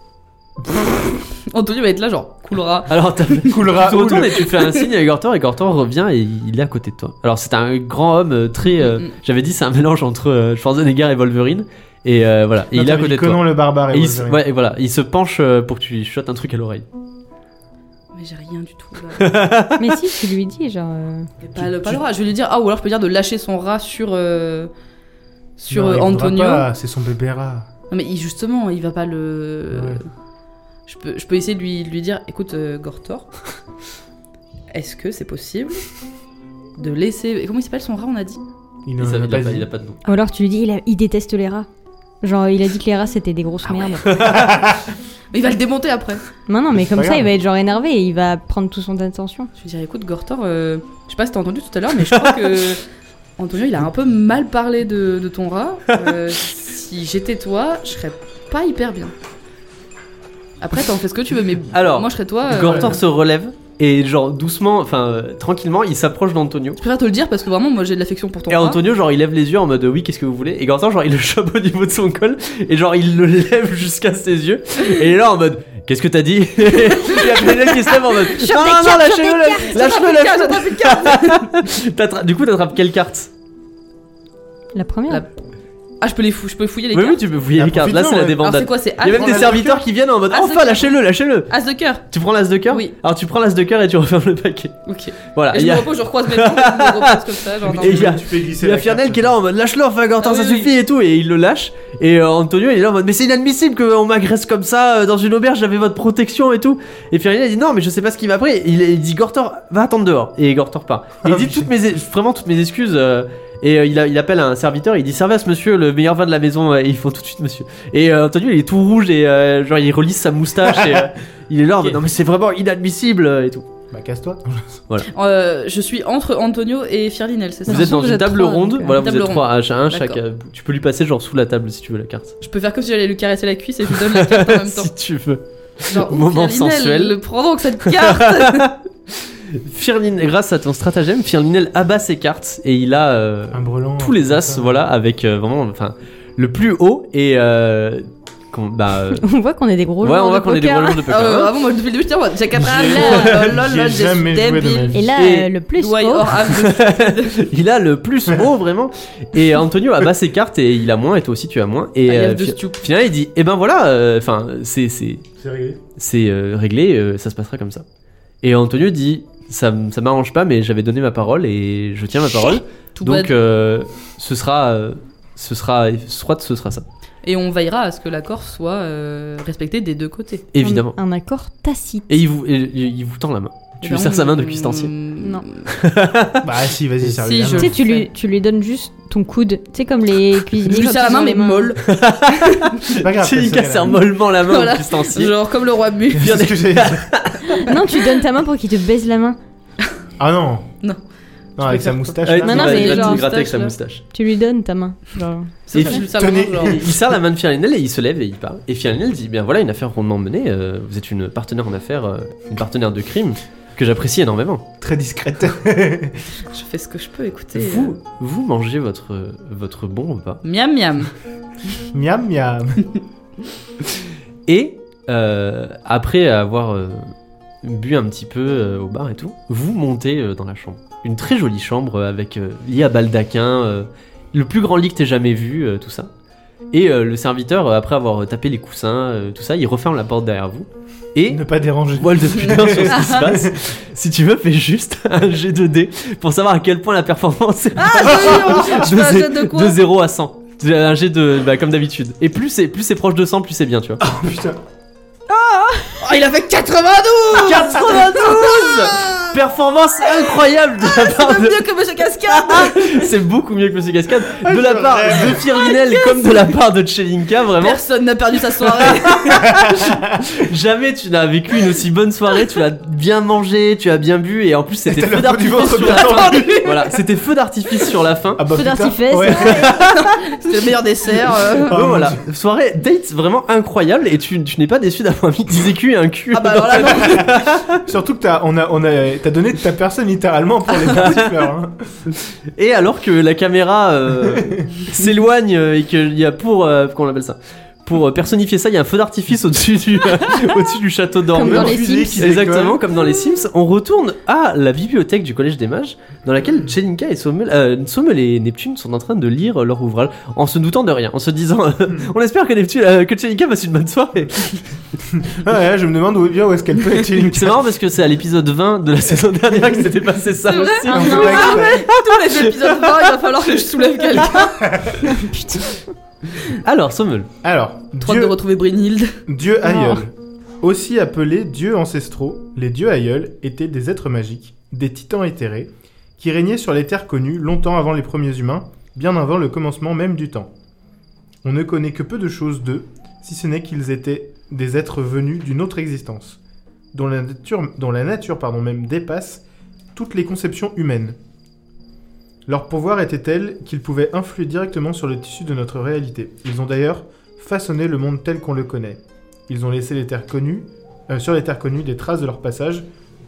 S4: Antonio va être là, genre cool rat.
S1: Alors t'as
S3: Coulera.
S1: tu te retournes et tu fais un signe à Gortor et Gortor revient et il est à côté de toi. Alors c'est un grand homme euh, très, euh,
S4: Mm, mm.
S1: j'avais dit c'est un mélange entre euh, Schwarzenegger et Wolverine et euh, voilà et il est à côté de
S3: Conan
S1: toi.
S3: le barbare et
S1: Et il, se-
S3: Wolverine.
S1: ouais, et voilà, il se penche euh, pour que tu lui chuchotes un truc à l'oreille.
S4: Mais j'ai rien du tout là.
S2: Mais si, tu lui dis, genre. euh,
S4: Mais pas, le, pas le rat. Je vais lui dire ah ou alors je peux dire de lâcher son rat sur euh, sur
S3: Non,
S4: euh,
S3: il voudra
S4: Antonio.
S3: pas, c'est son bébé rat.
S4: Non mais il- justement, il va pas le.
S3: Ouais.
S4: Je peux, je peux essayer de lui, de lui dire, écoute, euh, Gortor, est-ce que c'est possible de laisser. Comment il s'appelle son rat, on a dit?
S3: Il
S1: Et
S3: n'en
S1: ça,
S3: a
S1: il, a
S3: pas
S1: pas,
S3: dit.
S1: il a pas de nom.
S2: Ou alors tu lui dis, il, a- il déteste les rats. Genre, il a dit que les rats c'était des grosses
S4: Ah ouais.
S2: merdes.
S4: Mais il va le démonter après.
S2: Non, non, mais
S3: C'est
S2: comme
S3: pas
S2: ça,
S3: grave.
S2: il va être genre énervé et il va prendre tout son attention.
S4: Je vais dire, écoute, Gortor, euh, je sais pas si t'as entendu tout à l'heure, mais je crois que Antonio, il a un peu mal parlé de, de ton rat. Euh, si j'étais toi, je serais pas hyper bien. Après, t'en fais ce que tu veux, mais
S1: Alors,
S4: moi, je serais toi. euh,
S1: Gortor se relève et genre doucement, enfin euh, tranquillement, il s'approche d'Antonio.
S4: Je préfère te le dire parce que vraiment, moi j'ai de l'affection pour ton
S1: Et
S4: bras.
S1: Antonio, genre, il lève les yeux en mode oui, qu'est-ce que vous voulez? Et Gortan, genre, il le chope au niveau de son col et genre, il le lève jusqu'à ses yeux. Et il est là en mode qu'est-ce que t'as dit? Il y a Pénélope qui se lève en mode
S2: Sur
S1: non,
S2: des
S1: non, non,
S2: cartes,
S1: lâchez-le, lâchez-le, lâchez-le,
S4: J'attrape une carte, j'attrape une carte.
S1: T'attra- Du coup, t'attrapes quelle carte?
S2: La première.
S4: La- Ah, je peux les fou... je peux fouiller les
S1: Oui,
S4: cartes.
S1: oui, tu peux fouiller
S3: Ah,
S1: les cartes. Là, c'est
S3: profites-en,
S1: la
S3: ouais.
S4: Alors c'est
S1: débandade.
S4: quoi? C'est
S1: Il y a même
S3: Prends
S1: des
S3: la
S1: serviteurs
S3: carte.
S1: qui viennent en mode
S4: As de
S1: enfin,
S4: cœur.
S1: lâchez-le, lâchez-le.
S4: As de cœur.
S1: Tu prends l'as de cœur?
S4: Oui.
S1: Alors, tu prends l'as de cœur et tu refermes le paquet.
S4: Ok.
S1: Voilà.
S4: Et
S1: il
S4: je
S1: y
S4: me
S1: a,
S4: repose, je recroise mes bras, je me repose comme ça. Genre,
S3: Mais
S4: non,
S1: Et il y a-
S3: tu fais glisser
S1: il y a
S3: la
S1: Fiernel
S3: carte.
S1: qui est là en mode lâche-le, enfin, Gortan,
S4: Ah
S1: ça
S4: oui, oui.
S1: suffit et tout. Et il le lâche. Et euh, Antonio, il est là en mode mais c'est inadmissible qu'on m'agresse comme ça euh, dans une auberge, j'avais votre protection et tout. Et Fiernel, il dit non, mais je sais pas ce qui m'a pris. Il, il dit Gortor, va attendre dehors. Et Gortor part. Et il
S3: Ah,
S1: dit
S3: putain.
S1: toutes mes, vraiment toutes mes excuses. euh, Et euh, il, a- il appelle un serviteur, il dit servez à ce monsieur le meilleur vin de la maison, euh, et il faut tout de suite monsieur. Et euh, Antonio il est tout rouge et euh, genre il relisse sa moustache et euh, il est là en mode,
S4: Ok.
S1: non mais c'est vraiment inadmissible euh, et tout.
S3: Bah, casse-toi.
S4: Euh, je suis entre Antonio et Firlinel, c'est ça?
S1: Vous êtes dans
S2: vous
S1: une
S2: êtes
S1: table
S2: trois,
S1: ronde,
S2: donc, euh,
S1: voilà vous
S4: table
S1: êtes
S4: ronde.
S1: trois à un chaque,
S4: D'accord.
S1: euh, tu peux lui passer genre sous la table si tu veux la carte.
S4: Je peux faire comme si j'allais lui caresser la cuisse et je lui donne la carte en même temps.
S1: Si tu veux.
S4: Genre, oh,
S1: Moment
S4: Firlinel,
S1: sensuel.
S4: prends donc cette carte.
S1: Firlin, grâce à ton stratagème, Firlinel abat ses cartes et il a euh,
S3: Un brelan.
S1: tous les as, voilà, avec euh, vraiment, enfin, le plus haut et euh, qu'on- bah, euh,
S2: On voit qu'on est des gros
S1: ouais,
S2: joueurs
S1: on voit
S2: de
S1: qu'on est des
S2: poker.
S1: gros joueurs de poker.
S4: Ah ouais,
S1: hein.
S4: vraiment, moi depuis le début, j'étais en mode, j'ai quatre
S3: J'ai-
S4: as, lol, lol,
S3: J'ai
S4: lol,
S3: jamais
S4: j'ai
S3: joué de ma
S4: débile.
S3: vie.
S2: Et là,
S1: Et-
S2: euh, le plus
S4: Doigt
S2: haut,
S4: hors âge.
S1: Il a le plus haut vraiment. Et Antonio abat ses cartes et il a moins et toi aussi tu as moins. Et
S4: Ah, il
S1: euh,
S4: lève de
S1: fi-
S4: stup.
S1: finalement il dit eh ben voilà, enfin c'est c'est
S3: C'est réglé.
S1: c'est euh, réglé, euh, ça se passera comme ça. Et Antonio dit ça m- ça m'arrange pas mais j'avais donné ma parole et je tiens ma parole.
S4: Tout
S1: Donc
S4: bad.
S1: euh, ce sera euh, ce sera soit ce sera ça.
S4: Et on veillera à ce que l'accord soit euh, respecté des deux côtés.
S1: Évidemment.
S2: Un, un accord tacite.
S1: Et il vous et- il il vous tend la main. Tu lui
S4: Eh ben,
S1: serres sa main de
S4: on-
S1: cuistancier.
S2: Non.
S3: Bah, si, vas-y,
S4: Si,
S3: sérieux.
S4: je-
S2: Tu sais, tu lui, tu lui donnes juste ton coude. Tu sais, comme les cuisiniers.
S4: Je lui
S2: quand
S4: serre la
S2: ils
S4: main,
S2: ont
S4: mais
S2: les mains.
S4: molle.
S3: C'est pas grave.
S1: C'est il
S3: ça,
S1: casse
S3: ça,
S1: mollement la main
S4: Voilà.
S1: au cuistancier.
S4: Genre comme le roi mu.
S3: C'est ce que j'ai dit.
S2: Non, tu donnes ta main pour qu'il te baise la main.
S3: Ah non.
S4: Non.
S3: Non, avec
S4: peux
S3: sa
S4: faire
S3: moustache.
S1: Ouais,
S3: là.
S2: Non,
S1: il
S2: non,
S1: va-
S2: mais
S1: il va te
S2: genre-
S1: gratter avec sa
S4: moustache, là.
S1: moustache.
S2: Tu lui donnes ta main. Genre.
S4: C'est
S1: Et
S4: ça, je
S1: puis-
S4: lui serre la main,
S3: tenez.
S4: genre.
S1: Et il serre la main de Firlinel et il se lève et il part. Et Firlinel dit bien voilà une affaire rondement menée, euh, vous êtes une partenaire en affaires, euh, une partenaire de crime que j'apprécie énormément.
S3: Très discrète.
S4: Je fais ce que je peux, écoutez.
S1: Vous, vous mangez votre, votre bon repas.
S4: euh, Miam miam.
S3: Miam, miam.
S1: Et euh, après avoir euh, bu un petit peu euh, au bar et tout, vous montez euh, dans la chambre. Une très jolie chambre euh, avec euh, lit à baldaquin, euh, le plus grand lit que t'aies jamais vu, euh, tout ça. Et euh, le serviteur, euh, après avoir tapé les coussins, euh, tout ça, il referme la porte derrière vous. Et
S3: Ne pas déranger.
S1: voile de pudeur sur ce qui se passe. Si tu veux, fais juste un G deux D pour savoir à quel point la performance est
S4: Ah, je fais un jet de quoi
S1: de zéro à cent. Un G de bah, comme d'habitude. Et plus c'est plus c'est proche de cent, plus c'est bien, tu vois.
S3: Oh putain.
S4: Oh, il a fait quatre-vingt-douze
S1: quatre-vingt-douze Performance incroyable de la part
S4: C'est
S1: de...
S4: mieux que Monsieur Cascade.
S1: C'est beaucoup mieux que Monsieur Cascade. De
S3: je
S1: la part
S3: rêve.
S1: de Firlinel comme de la part de Tchelinka, vraiment.
S4: Personne n'a perdu sa soirée.
S1: Jamais tu n'as vécu une aussi bonne soirée. Tu l'as bien mangé, tu as bien bu et en plus c'était
S3: T'as
S1: feu
S3: la peau du
S1: d'artifice
S3: ventre
S1: sur
S3: bien
S1: la fin.
S3: tendue.
S1: Voilà, c'était feu d'artifice sur la fin.
S3: Ah bah
S2: Feu
S3: putain.
S2: d'artifice.
S3: Ouais.
S4: C'était le meilleur dessert. euh.
S3: Oh,
S1: Donc
S3: mon
S1: voilà,
S3: Dieu.
S1: soirée date vraiment incroyable et tu, tu n'es pas déçu d'avoir mis dix écus et un cul.
S4: Ah bah alors là, non.
S3: Surtout que t'as, on a, on a, t'as donné de ta personne littéralement pour les petites fleurs. Hein.
S1: Et alors que la caméra euh, s'éloigne euh, et qu'il y a pour euh, qu'on appelle ça pour euh, personnifier ça, il y a un feu d'artifice au-dessus du au-dessus du château
S2: Comme
S1: d'Ormeur.
S2: dans les
S3: fusée
S2: Sims.
S3: qui
S1: Exactement
S3: décolle.
S1: comme dans les Sims. On retourne à la bibliothèque du Collège des Mages, dans laquelle Tchelinka et Sommel, euh, Sommel et Neptune sont en train de lire leur ouvrage, en se doutant de rien, en se disant, euh, on espère que Neptune, euh, que Tchelinka passe une bonne soirée.
S3: Ah ouais, je me demande où, bien où est-ce qu'elle peut être Tchelinka.
S1: C'est marrant parce que c'est à l'épisode vingt de la saison dernière que s'était passé ça
S4: C'est vrai
S1: aussi.
S3: On
S2: Ah
S3: fait
S2: non.
S3: pas exprès.
S4: Tous les épisodes vingt, il va falloir que je soulève quelqu'un.
S2: Putain.
S1: Alors Sommel,
S3: Alors,
S4: Trop hâte de
S3: Dieu,
S4: retrouver Brynhild.
S3: Dieu
S2: Oh.
S3: aïeul. Aussi appelés dieux ancestraux, les dieux aïeuls étaient des êtres magiques, des titans éthérés, qui régnaient sur les terres connues longtemps avant les premiers humains, bien avant le commencement même du temps. On ne connaît que peu de choses d'eux, si ce n'est qu'ils étaient des êtres venus d'une autre existence, dont la nature, dont la nature pardon, même dépasse toutes les conceptions humaines. Leur pouvoir était tel qu'ils pouvaient influer directement sur le tissu de notre réalité. Ils ont d'ailleurs façonné le monde tel qu'on le connaît. Ils ont laissé les terres connues, euh, sur les terres connues des traces de leur passage,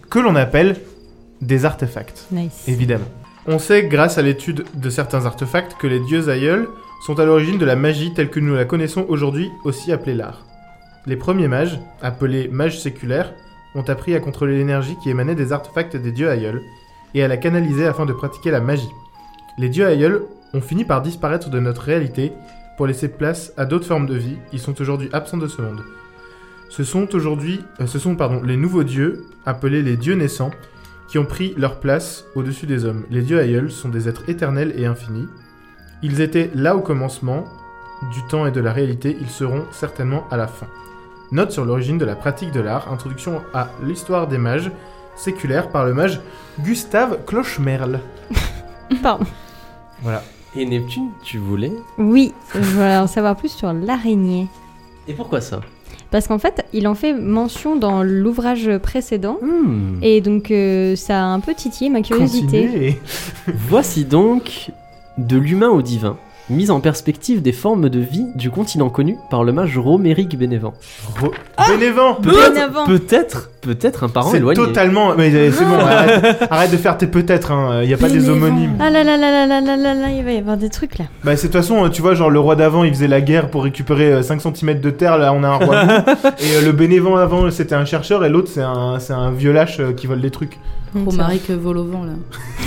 S3: que l'on appelle des artefacts,
S2: Nice.
S3: évidemment. On sait, grâce à l'étude de certains artefacts, que les dieux aïeuls sont à l'origine de la magie telle que nous la connaissons aujourd'hui, aussi appelée l'art. Les premiers mages, appelés mages séculaires, ont appris à contrôler l'énergie qui émanait des artefacts des dieux aïeuls, et à la canaliser afin de pratiquer la magie. Les dieux aïeuls ont fini par disparaître de notre réalité pour laisser place à d'autres formes de vie. Ils sont aujourd'hui absents de ce monde. Ce sont aujourd'hui, euh, ce sont pardon, les nouveaux dieux, appelés les dieux naissants, qui ont pris leur place au-dessus des hommes. Les dieux aïeuls sont des êtres éternels et infinis. Ils étaient là au commencement du temps et de la réalité, ils seront certainement à la fin. Note sur l'origine de la pratique de l'art, introduction à l'histoire des mages séculaires par le mage Gustave Clochemerle.
S2: Pardon.
S3: Voilà.
S1: Et Neptune, tu voulais?
S2: Oui, je voulais en savoir plus sur l'araignée.
S1: Et pourquoi ça?
S2: Parce qu'en fait, il en fait mention dans l'ouvrage précédent.
S1: Hmm.
S2: Et donc, euh, ça a un peu titillé ma curiosité.
S3: Continuez.
S1: Voici donc de l'humain au divin, mise en perspective des formes de vie du continent connu par le mage Roméric Bénévent.
S3: Ro- Bénévent.
S2: Bien avant.
S1: Peut-être, peut-être un parent
S3: C'est
S1: éloigné.
S3: totalement... Mais euh, c'est bon, arrête, arrête de faire tes peut-être, hein. Il n'y a pas des
S2: Bénévent.
S3: homonymes.
S2: Ah là là là là là là là là, il va y avoir des trucs là.
S3: Bah c'est de toute façon, tu vois, genre le roi d'avant, il faisait la guerre pour récupérer euh, cinq centimètres de terre, là on a un roi loup. Et euh, le Bénévent avant, c'était un chercheur, et l'autre, c'est un, c'est un vieux lâche euh, qui vole des trucs.
S4: Romaric vole au vent, là.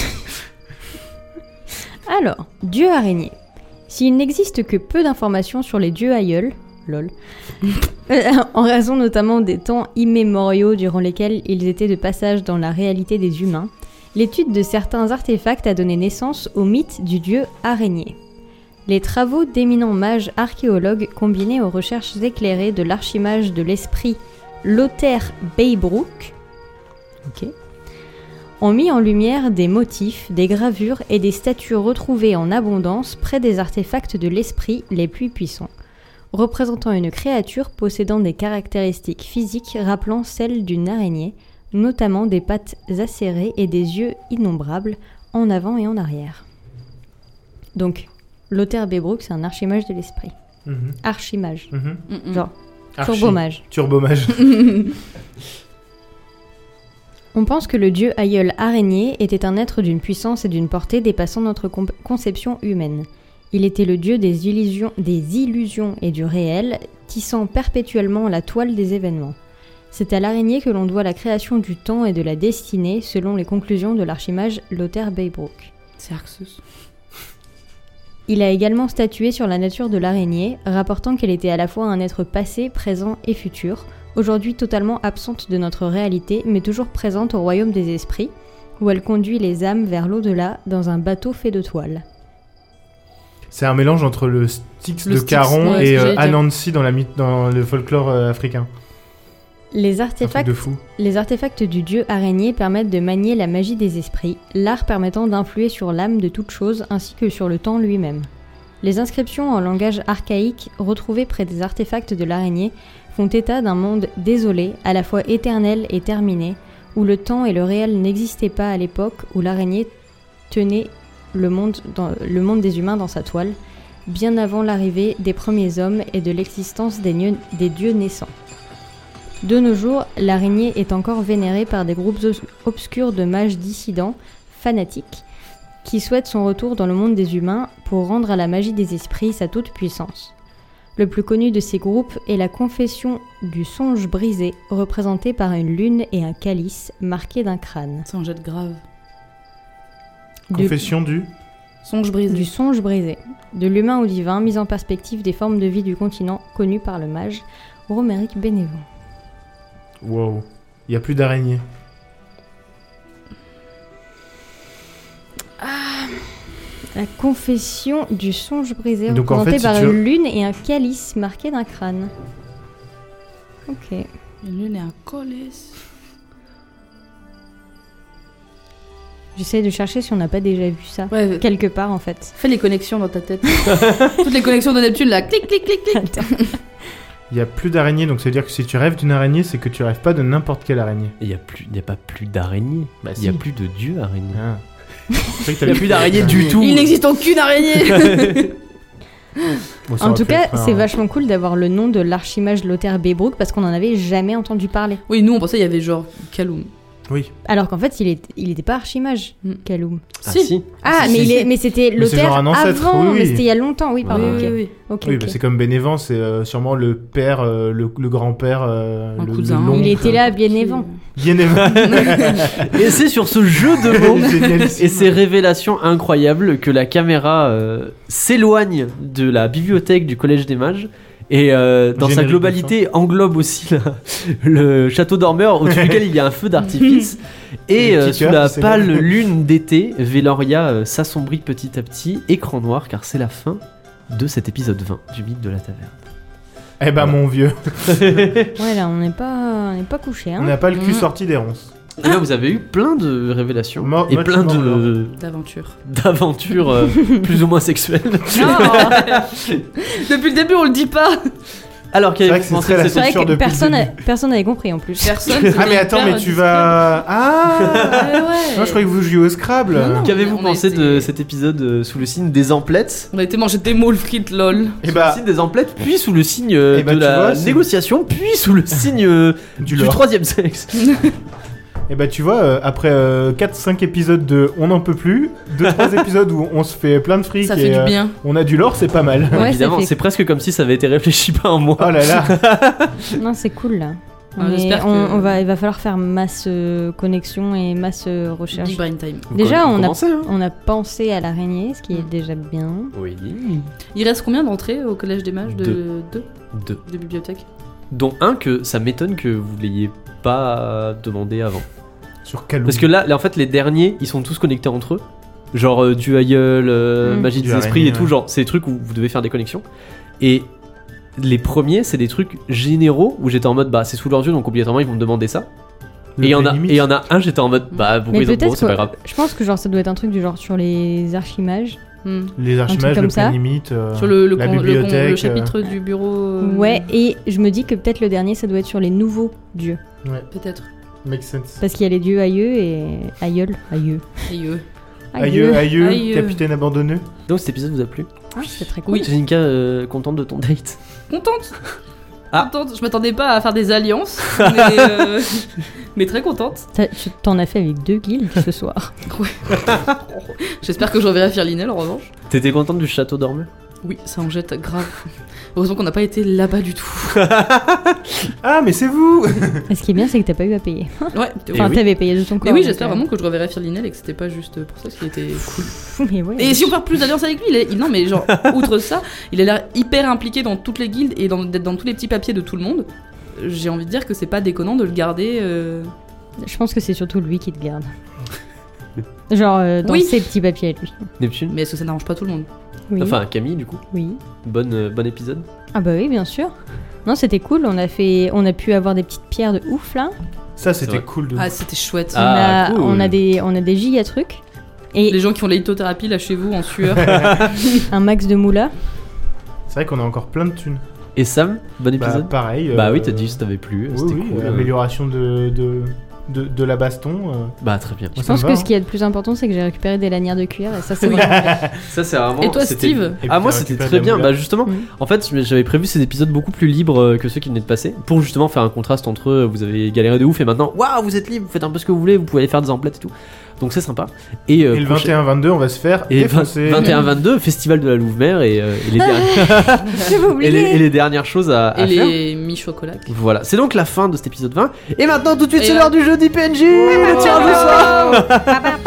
S2: Alors, dieu araignée. S'il n'existe que peu d'informations sur les dieux aïeuls, lol, euh, en raison notamment des temps immémoriaux durant lesquels ils étaient de passage dans la réalité des humains, l'étude de certains artefacts a donné naissance au mythe du dieu araignée. Les travaux d'éminents mages archéologues combinés aux recherches éclairées de l'archimage de l'esprit Lothaire Beybrook, ok, ont mis en lumière des motifs, des gravures et des statues retrouvées en abondance près des artefacts de l'esprit les plus puissants, représentant une créature possédant des caractéristiques physiques rappelant celles d'une araignée, notamment des pattes acérées et des yeux innombrables en avant et en arrière. Donc, Lothaire Beybrook, c'est un archimage de l'esprit.
S3: Mhm.
S2: Archimage.
S3: Mhm.
S4: Mm-mm.
S2: Genre,
S3: Archi.
S2: turbomage.
S3: Turbomage.
S2: On pense que le dieu aïeul araignée était un être d'une puissance et d'une portée dépassant notre comp- conception humaine. Il était le dieu des illusions, des illusions et du réel, tissant perpétuellement la toile des événements. C'est à l'araignée que l'on doit la création du temps et de la destinée, selon les conclusions de l'archimage Lothaire Beybrook.
S4: C'est Arxus.
S2: Il a également statué sur la nature de l'araignée, rapportant qu'elle était à la fois un être passé, présent et futur, aujourd'hui totalement absente de notre réalité, mais toujours présente au royaume des esprits, où elle conduit les âmes vers l'au-delà dans un bateau fait de toile.
S3: C'est un mélange entre le Styx
S4: Le
S3: de
S4: Styx,
S3: Caron
S4: ouais,
S3: et
S4: c'est ce que
S3: euh,
S4: j'allais dire.
S3: Anansi dans, la myth- dans le folklore euh, africain.
S2: Les
S3: Un truc
S2: artefacts,
S3: de fou.
S2: les artefacts du dieu araignée permettent de manier la magie des esprits, l'art permettant d'influer sur l'âme de toute chose ainsi que sur le temps lui-même. Les inscriptions en langage archaïque retrouvées près des artefacts de l'araignée font état d'un monde désolé, à la fois éternel et terminé, où le temps et le réel n'existaient pas à l'époque où l'araignée tenait le monde, dans, le monde des humains dans sa toile, bien avant l'arrivée des premiers hommes et de l'existence des, nieux- des dieux naissants. De nos jours, l'araignée est encore vénérée par des groupes os- obscurs de mages dissidents, fanatiques, qui souhaitent son retour dans le monde des humains pour rendre à la magie des esprits sa toute-puissance. Le plus connu de ces groupes est la Confession du songe brisé, représentée par une lune et un calice marqué d'un crâne.
S4: C'est un jet de grave.
S2: Du-
S3: Confession du...
S4: Songe brisé.
S2: Du songe brisé, de l'humain au divin, mise en perspective des formes de vie du continent connues par le mage Roméric Bénévent.
S3: Wow. Il n'y a plus d'araignées.
S2: La confession du songe brisé,
S3: Donc, en
S2: représentée
S3: fait, si
S2: par
S3: tu-
S2: une lune et un calice marqué d'un crâne. Ok.
S4: Une lune et un colès.
S2: J'essaie de chercher si on n'a pas déjà vu ça.
S4: Ouais,
S2: Quelque part en fait.
S4: fais les connexions dans ta tête. Toutes les connexions de Neptune, là. Clic, clic, clic, clic.
S3: Il n'y a plus d'araignées, donc ça veut dire que si tu rêves d'une araignée, c'est que tu rêves pas de n'importe quelle araignée.
S1: Il n'y a, plus- il y a pas plus d'araignées.
S3: Bah,
S1: Il n'y a
S3: si.
S1: plus de dieu araignée.
S3: Ah. C'est vrai que t'as
S1: Il n'y a plus d'araignées du tout.
S4: Il n'existe aucune araignée.
S3: Bon, ça
S2: En
S3: aurait
S2: tout
S3: pu
S2: cas,
S3: être un-
S2: c'est vachement cool d'avoir le nom de l'archimage Lothaire Beybrook parce qu'on en avait jamais entendu parler.
S4: Oui, nous, on pensait qu'il y avait genre Kaloum.
S3: Oui.
S2: Alors qu'en fait, il est, il était pas archimage,
S4: Mm.
S2: Kaloum.
S1: Ah
S4: Si.
S1: si.
S2: Ah,
S3: si,
S2: mais,
S3: si,
S2: il est,
S3: si.
S2: mais c'était
S3: Mais c'est
S2: l'auteur
S3: genre un ancêtre,
S2: avant,
S3: oui, oui.
S2: mais c'était il y a longtemps, oui, pardon.
S4: Oui,
S2: ok.
S4: oui, oui.
S2: Ok,
S3: Oui,
S2: ok.
S3: bah, c'est comme Bénévent, c'est euh, sûrement le père, euh, le, le grand-père, euh,
S4: Un
S3: le,
S4: cousin.
S3: le l'oncle.
S2: Il était là, bien évent.
S3: Bénévent.
S1: Et c'est sur ce jeu de mots
S3: Génialissime.
S1: et ces révélations incroyables que la caméra euh, s'éloigne de la bibliothèque du Collège des Mages et euh, dans sa
S3: Générique de
S1: globalité englobe aussi la- le château dormeur au-dessus duquel il y a un feu d'artifice et
S3: Le
S1: euh,
S3: petit
S1: sous
S3: cœur
S1: la
S3: qui s'élève.
S1: pâle lune d'été, Veloria euh, s'assombrit petit à petit, écran noir car c'est la fin de cet épisode vingt du mythe de la taverne.
S3: Eh ben, mon vieux,
S2: Ouais, là, on n'est pas, on n'est pas couché,
S3: on
S2: hein.
S3: n'a pas le cul
S4: Mm.
S3: sorti des ronces.
S1: Et là vous avez eu plein de révélations
S3: Mo-
S1: et
S3: moche
S1: plein
S3: mort,
S1: de
S4: D'aventure.
S1: d'aventures euh, plus ou moins sexuelles.
S4: Depuis le début, on le dit pas.
S1: Alors
S3: C'est vrai
S1: qu'avez-vous
S3: que c'est
S1: pensé
S3: très
S1: de
S3: la
S1: cette
S2: C'est vrai
S3: censure
S2: que
S3: depuis le
S2: personne, a-
S3: début.
S2: personne n'avait compris en plus.
S4: Personne.
S3: Ah, mais
S4: c'était
S3: attends, mais
S4: hyper
S3: tu vas. Ah
S4: Ouais, ouais.
S3: Non, je croyais que vous jouiez au Scrabble.
S4: Non, non.
S1: Qu'avez-vous
S4: on a
S1: pensé
S4: été-
S1: de cet épisode euh, sous le signe des emplettes
S4: On a été manger des moules frites, lol.
S3: Et
S1: Sous
S3: bah,
S1: le signe des emplettes, puis sous le signe euh,
S3: Eh bah,
S1: de
S3: tu
S1: la
S3: vois, c'est-
S1: négociation, puis sous le signe euh,
S3: du
S1: du
S3: lore.
S1: troisième sexe.
S3: Et bah, tu vois, euh, après quatre cinq épisodes de On n'en peut plus, deux trois épisodes où on se fait plein de fric
S4: Ça
S3: et
S4: fait du
S3: euh,
S4: bien.
S3: on a du lore, c'est pas mal.
S2: Ouais,
S1: Évidemment,
S2: ça fait-
S1: c'est presque comme si ça avait été réfléchi par un mois.
S3: Oh là là.
S2: Non, c'est cool là.
S4: Ah,
S2: On est-
S4: j'espère
S2: on,
S4: que-
S2: on va, il va falloir faire masse euh, connexion et masse euh, recherche.
S4: Big brain time.
S1: Vous
S2: Déjà,
S1: com-
S2: on a-
S1: commencez, hein.
S2: On a pensé à l'araignée, ce qui est
S4: Mm.
S2: déjà bien.
S1: Oui.
S4: Il reste combien d'entrées au collège des mages de
S1: Deux.
S4: deux
S1: Deux.
S4: de bibliothèque?
S1: Dont un que ça m'étonne que vous l'ayez pas demandé avant.
S3: Sur Kaloum.
S1: Parce que là, là, en fait, les derniers, ils sont tous connectés entre eux. Genre euh, Dieu aïeul, euh,
S2: Mm.
S1: magie
S3: Dieu
S1: des esprits
S3: araignée,
S1: et tout.
S3: ouais.
S1: Genre, c'est des trucs où vous devez faire des connexions. Et les premiers, c'est des trucs généraux où j'étais en mode, bah, c'est sous leurs yeux, donc obligatoirement, ils vont me demander ça.
S3: Le
S1: Et il y en a,
S3: limite.
S1: et il y en a un, j'étais en mode, bah, pourquoi
S2: Mais
S1: ils ont
S2: peut-être
S1: bon, c'est
S2: que-
S1: pas grave.
S2: Je pense que genre ça doit être un truc du genre sur les archimages.
S4: Hmm.
S3: Les archimages,
S2: comme
S3: le
S2: ça.
S3: plan limite, euh,
S4: Sur le, le,
S3: la
S4: con- le con-
S3: bibliothèque.
S4: le
S3: euh,
S4: chapitre du bureau. euh,
S2: Ouais, et je me dis que peut-être le dernier ça doit être sur les nouveaux dieux.
S3: ouais,
S4: Peut-être.
S3: make sense.
S2: Parce qu'il y a les dieux aïeux et aïeuls. Aïeux.
S4: Aïeux.
S3: Aïeux, aïeux,
S4: Aïeux.
S3: capitaine abandonneux.
S1: Donc cet épisode vous a plu?
S2: Ah, c'est très cool.
S4: Oui.
S1: Jessica, euh, contente de ton date?
S4: Contente.
S1: Ah.
S4: Contente. Je m'attendais pas à faire des alliances, mais, euh, mais très contente.
S2: Ça- tu t'en as fait avec deux guildes ce soir.
S4: J'espère que je reverrai Firlinel en revanche.
S1: T'étais contente du château dormeur?
S4: Oui, ça en jette grave. Heureusement qu'on n'a pas été là-bas du tout.
S3: Ah, mais c'est vous.
S2: Et ce qui est bien, c'est que t'as pas eu à payer.
S4: Ouais,
S1: Et
S2: Enfin,
S1: oui.
S2: t'avais payé de ton corps.
S4: mais oui,
S2: donc,
S4: j'espère
S2: euh,
S4: vraiment que je reverrai Firlinel et que c'était pas juste pour ça, ce qui était cool.
S2: Mais ouais.
S4: Et si on perd plus d'alliances avec lui, il est... il- non mais genre, outre ça, il a l'air hyper impliqué dans toutes les guildes et dans, d'être dans tous les petits papiers de tout le monde. J'ai envie de dire que c'est pas déconnant de le garder. euh,
S2: Je pense que c'est surtout lui qui te garde. Genre euh, dans
S4: Oui.
S2: ses petits papiers à lui.
S1: Neptune?
S4: Mais est-ce que ça n'arrange pas tout le monde?
S2: Oui.
S1: Enfin, Camille, du coup.
S2: oui.
S1: Bonne, euh, bon épisode.
S2: Ah bah oui, bien sûr. Non, c'était cool. On a fait, on a pu avoir des petites pierres de ouf là.
S3: Ça,
S1: C'est
S3: c'était
S1: vrai.
S3: cool de
S4: Ah, c'était chouette.
S1: Ah,
S2: on, a,
S1: cool.
S2: on a des, on a des giga trucs et
S4: Les gens qui ont l'hydrothérapie là chez vous en sueur.
S2: un max de moula.
S3: C'est vrai qu'on a encore plein de thunes.
S1: Et Sam, bon
S3: Bah,
S1: épisode?
S3: pareil.
S1: Bah
S3: euh,
S1: oui, t'as dit que ça t'avait plu,
S3: Oui,
S1: c'était
S3: oui,
S1: cool.
S3: euh, amélioration de, de, de, de la baston. euh,
S1: Bah très bien.
S3: moi,
S2: Je
S3: ça
S2: pense
S3: me
S2: que
S3: va,
S2: ce qui est le plus important, c'est que j'ai récupéré des lanières de cuir et ça, c'est
S4: Oui.
S2: vraiment bien.
S1: Ça c'est vraiment.
S4: Et toi,
S1: c'était-
S4: Steve?
S3: Et puis,
S1: Ah moi
S3: t'as
S1: c'était
S3: récupéré
S1: très
S3: de la
S1: bien.
S3: moula.
S1: Bah justement,
S2: Mhm.
S1: en fait j'avais prévu ces épisodes beaucoup plus libres euh, que ceux qui venaient de passer pour justement faire un contraste entre eux. Vous avez galéré de ouf et maintenant, waouh, vous êtes libre, vous faites un peu ce que vous voulez, vous pouvez aller faire des emplettes et tout. Donc c'est sympa. Et, euh,
S3: Et le
S1: prochain-
S3: vingt et un vingt-deux, on va se faire
S1: et
S3: défoncer.
S1: vingt et un vingt-deux, festival de la Louve-Mère et, euh, et les dernières-
S2: J'avais
S1: et, les,
S2: oublié.
S1: et les dernières choses à, à
S4: Et
S1: faire.
S4: les mi-chocolat.
S1: Voilà, c'est donc la fin de cet épisode vingt. Et maintenant tout de suite
S4: Et
S1: c'est
S4: là-
S1: l'heure du jeu d'I P N J. Le tirage au sort.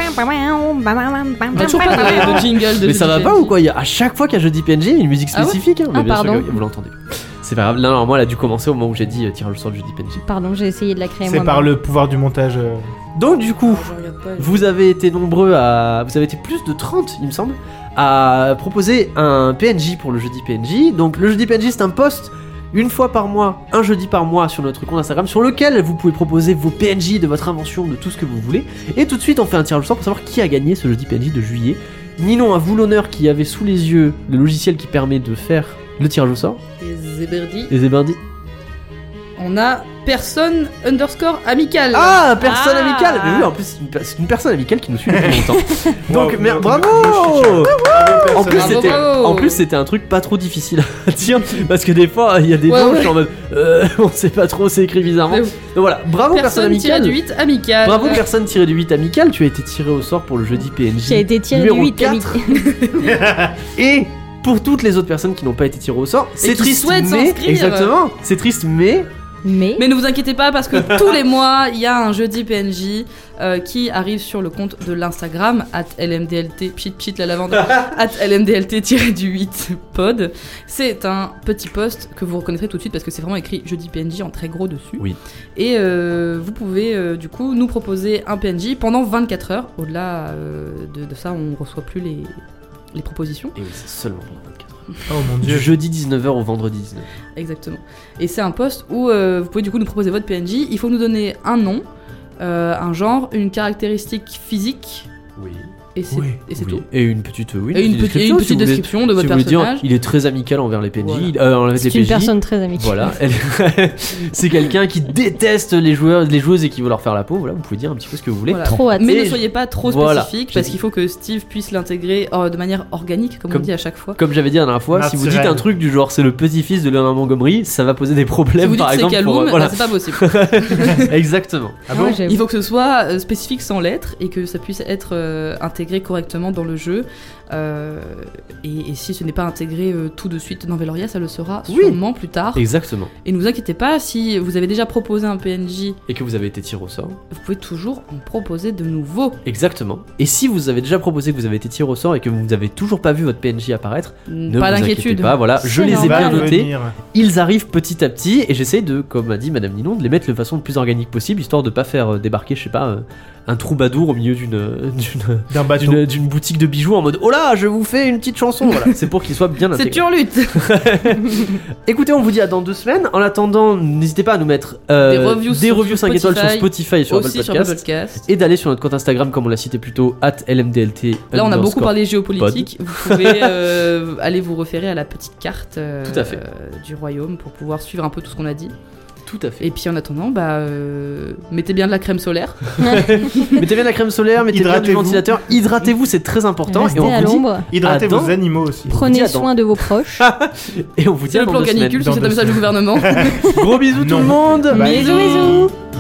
S4: On a toujours pas de, de jingle de
S1: Mais ça va
S4: J D P N J.
S1: pas ou quoi? Il y a- À chaque fois qu'il y a jeu d'I P N J, il y a une musique
S4: Ah ouais
S1: spécifique. hein. Mais
S2: Ah,
S1: bien sûr
S2: pardon.
S1: que vous l'entendez. C'est pas grave. Là, normalement, elle a dû commencer au moment où j'ai dit euh, tirage au sort du jeu d'I P N J.
S2: Pardon, j'ai essayé de la créer
S3: C'est
S2: moi.
S3: par le pouvoir du montage. euh,
S1: Donc, du coup,
S4: Je regarde pas, je-
S1: vous avez été nombreux à. Vous avez été plus de trente, il me semble, à proposer un P N J pour le jeudi P N J. Donc, le jeudi P N J, c'est un post une fois par mois, un jeudi par mois sur notre compte Instagram, sur lequel vous pouvez proposer vos P N J de votre invention, de tout ce que vous voulez. Et tout de suite, on fait un tirage au sort pour savoir qui a gagné ce jeudi P N J de juillet. Ninon, à vous l'honneur qui avait sous les yeux le logiciel qui permet de faire le tirage au sort.
S4: Et Zéberdi.
S1: Et Zébardi.
S4: On a personne underscore amical.
S1: Ah, personne
S2: Ah.
S1: amicale. Mais oui, en plus, c'est une, per- c'est une personne amicale qui nous suit depuis longtemps. Donc,
S3: Wow,
S1: merde,
S3: wow,
S1: bravo.
S3: je- je- je-
S1: En en plus,
S4: Bravo,
S1: c'était,
S4: bravo.
S1: en plus, c'était un truc pas trop difficile à dire parce que des fois, il y a des
S4: Ouais,
S1: noms,
S4: ouais.
S1: je suis en mode, euh, on sait pas trop, c'est écrit bizarrement.
S4: Mais
S1: Donc voilà, bravo personne
S4: Personne tiré
S1: amicale.
S4: du huit amical.
S1: Bravo personne tiré du huit amical, tu as été tiré au sort pour le jeudi P N J.
S2: J'ai été tiré du
S1: numéro
S2: huit
S1: quatre. Et pour toutes les autres personnes qui n'ont pas été tirées au sort, c'est
S4: qui
S1: triste,
S4: souhaitent
S1: mais
S4: s'inscrire.
S1: exactement, c'est triste, mais
S2: Mais,
S4: Mais ne vous inquiétez pas parce que tous les mois, il y a un jeudi P N J euh, qui arrive sur le compte de l'Instagram, at L M D L T, pchit pchit la lavande, at L M D L T huit pod. C'est un petit post que vous reconnaîtrez tout de suite parce que c'est vraiment écrit jeudi P N J en très gros dessus.
S1: Oui.
S4: Et euh, vous pouvez euh, du coup nous proposer un P N J pendant vingt-quatre heures. Au-delà euh, de, de ça, on reçoit plus les, les propositions.
S1: et oui, c'est seulement pour vingt-quatre heures.
S3: Oh mon
S1: Du
S3: dieu.
S1: jeudi dix-neuf heures au vendredi dix-neuf.
S4: Exactement. Et c'est un post où euh, vous pouvez du coup nous proposer votre P N J. Il faut nous donner un nom, euh, un genre, une caractéristique physique,
S1: Oui.
S4: et c'est
S3: Oui.
S4: et c'est
S1: Oui.
S4: tout.
S1: Et une petite, oui,
S4: Et une, petite- et une petite
S1: si vous voulez-
S4: description de
S1: si
S4: votre
S1: vous voulez dire,
S4: personnage.
S1: il est très amical envers les P N J,
S4: Voilà.
S1: il- euh, envers les
S2: c'est
S1: P
S2: une
S1: J.
S2: personne très amicale.
S1: Voilà, elle- c'est quelqu'un qui déteste les joueurs, les joueuses et qui veut leur faire la peau. Voilà, vous pouvez dire un petit peu ce que vous voulez.
S4: Voilà.
S2: Trop hâte.
S4: Mais
S1: Et
S4: ne soyez pas trop
S1: voilà,
S4: spécifique
S1: j'ai
S4: parce
S1: dit.
S4: qu'il faut que Steve puisse l'intégrer euh, de manière organique, comme,
S1: Comme-
S4: on dit à chaque fois.
S1: Comme j'avais dit la dernière fois, si vous dites
S3: Naturel.
S1: un truc du genre c'est le petit-fils de Leonard Montgomery, ça va poser des
S4: Si
S1: problèmes
S4: vous dites
S1: par
S4: que c'est
S1: exemple. pour-
S4: Kaloum,
S1: voilà.
S4: bah, c'est pas possible.
S1: Exactement.
S3: Ah bon
S2: Ouais, j'avoue.
S4: Il faut que ce soit euh, spécifique sans lettres et que ça puisse être euh, intégré correctement dans le jeu. Euh, et, et si ce n'est pas intégré euh, tout de suite dans Veloria, ça le sera
S1: Oui.
S4: sûrement plus tard.
S1: Exactement.
S4: Et ne vous inquiétez pas, si vous avez déjà proposé un P N J,
S1: Et que vous avez été tiré au sort.
S4: vous pouvez toujours en proposer de nouveaux.
S1: Exactement. Et si vous avez déjà proposé que vous avez été tiré au sort et que vous n'avez toujours pas vu votre P N J apparaître, ne
S4: pas
S1: vous inquiétez
S4: d'inquiétude.
S1: pas. Voilà, je
S2: C'est
S1: les ai
S2: normal.
S1: bien
S3: Va
S1: notés.
S3: venir.
S1: Ils arrivent petit à petit et j'essaie de, comme a dit Madame Ninon, de les mettre de façon le plus organique possible, histoire de pas faire euh, débarquer, je sais pas, euh, un troubadour au milieu d'une euh, d'une
S3: D'un bateau.
S1: d'une d'une boutique de bijoux en mode oh là, je vous fais une petite chanson. Voilà, c'est pour qu'ils soient bien
S4: C'est
S1: intégrés.
S4: Turlutte.
S1: Écoutez, on vous dit à dans deux semaines. En attendant, n'hésitez pas à nous mettre euh,
S4: Des reviews
S1: des
S4: sur
S1: reviews cinq étoiles sur
S4: Spotify,
S1: Spotify et sur Apple
S4: Aussi sur le
S1: Podcast.
S4: podcast.
S1: Et d'aller sur notre compte Instagram, comme on l'a cité plus tôt, at L M D L T.
S4: Là, on a beaucoup
S1: underscore.
S4: parlé géopolitique. Vous pouvez euh, aller vous référer à la petite carte euh,
S1: Tout à fait.
S4: euh, du royaume pour pouvoir suivre un peu tout ce qu'on a dit.
S1: Tout à fait.
S4: Et puis en attendant, bah, euh, mettez bien de la crème solaire.
S1: Mettez bien de la crème solaire, mettez bien du
S3: Hydratez-vous.
S1: ventililateur. Hydratez-vous, c'est très important.
S2: Restez
S1: Et on
S2: à
S1: vous dit,
S2: l'ombre.
S3: Hydratez
S1: Adam.
S3: vos animaux aussi.
S1: dit
S2: Prenez
S1: à
S2: soin de vos proches.
S1: et on vous dit
S4: C'est
S1: à
S4: le
S1: dans
S4: plan
S1: deux semaines.
S4: canicule,
S3: Dans
S4: c'est un
S3: deux
S4: message du
S3: semaines.
S4: gouvernement.
S1: Gros bisous tout
S3: Non.
S1: le monde.
S3: Bye.
S2: Bisous, bisous.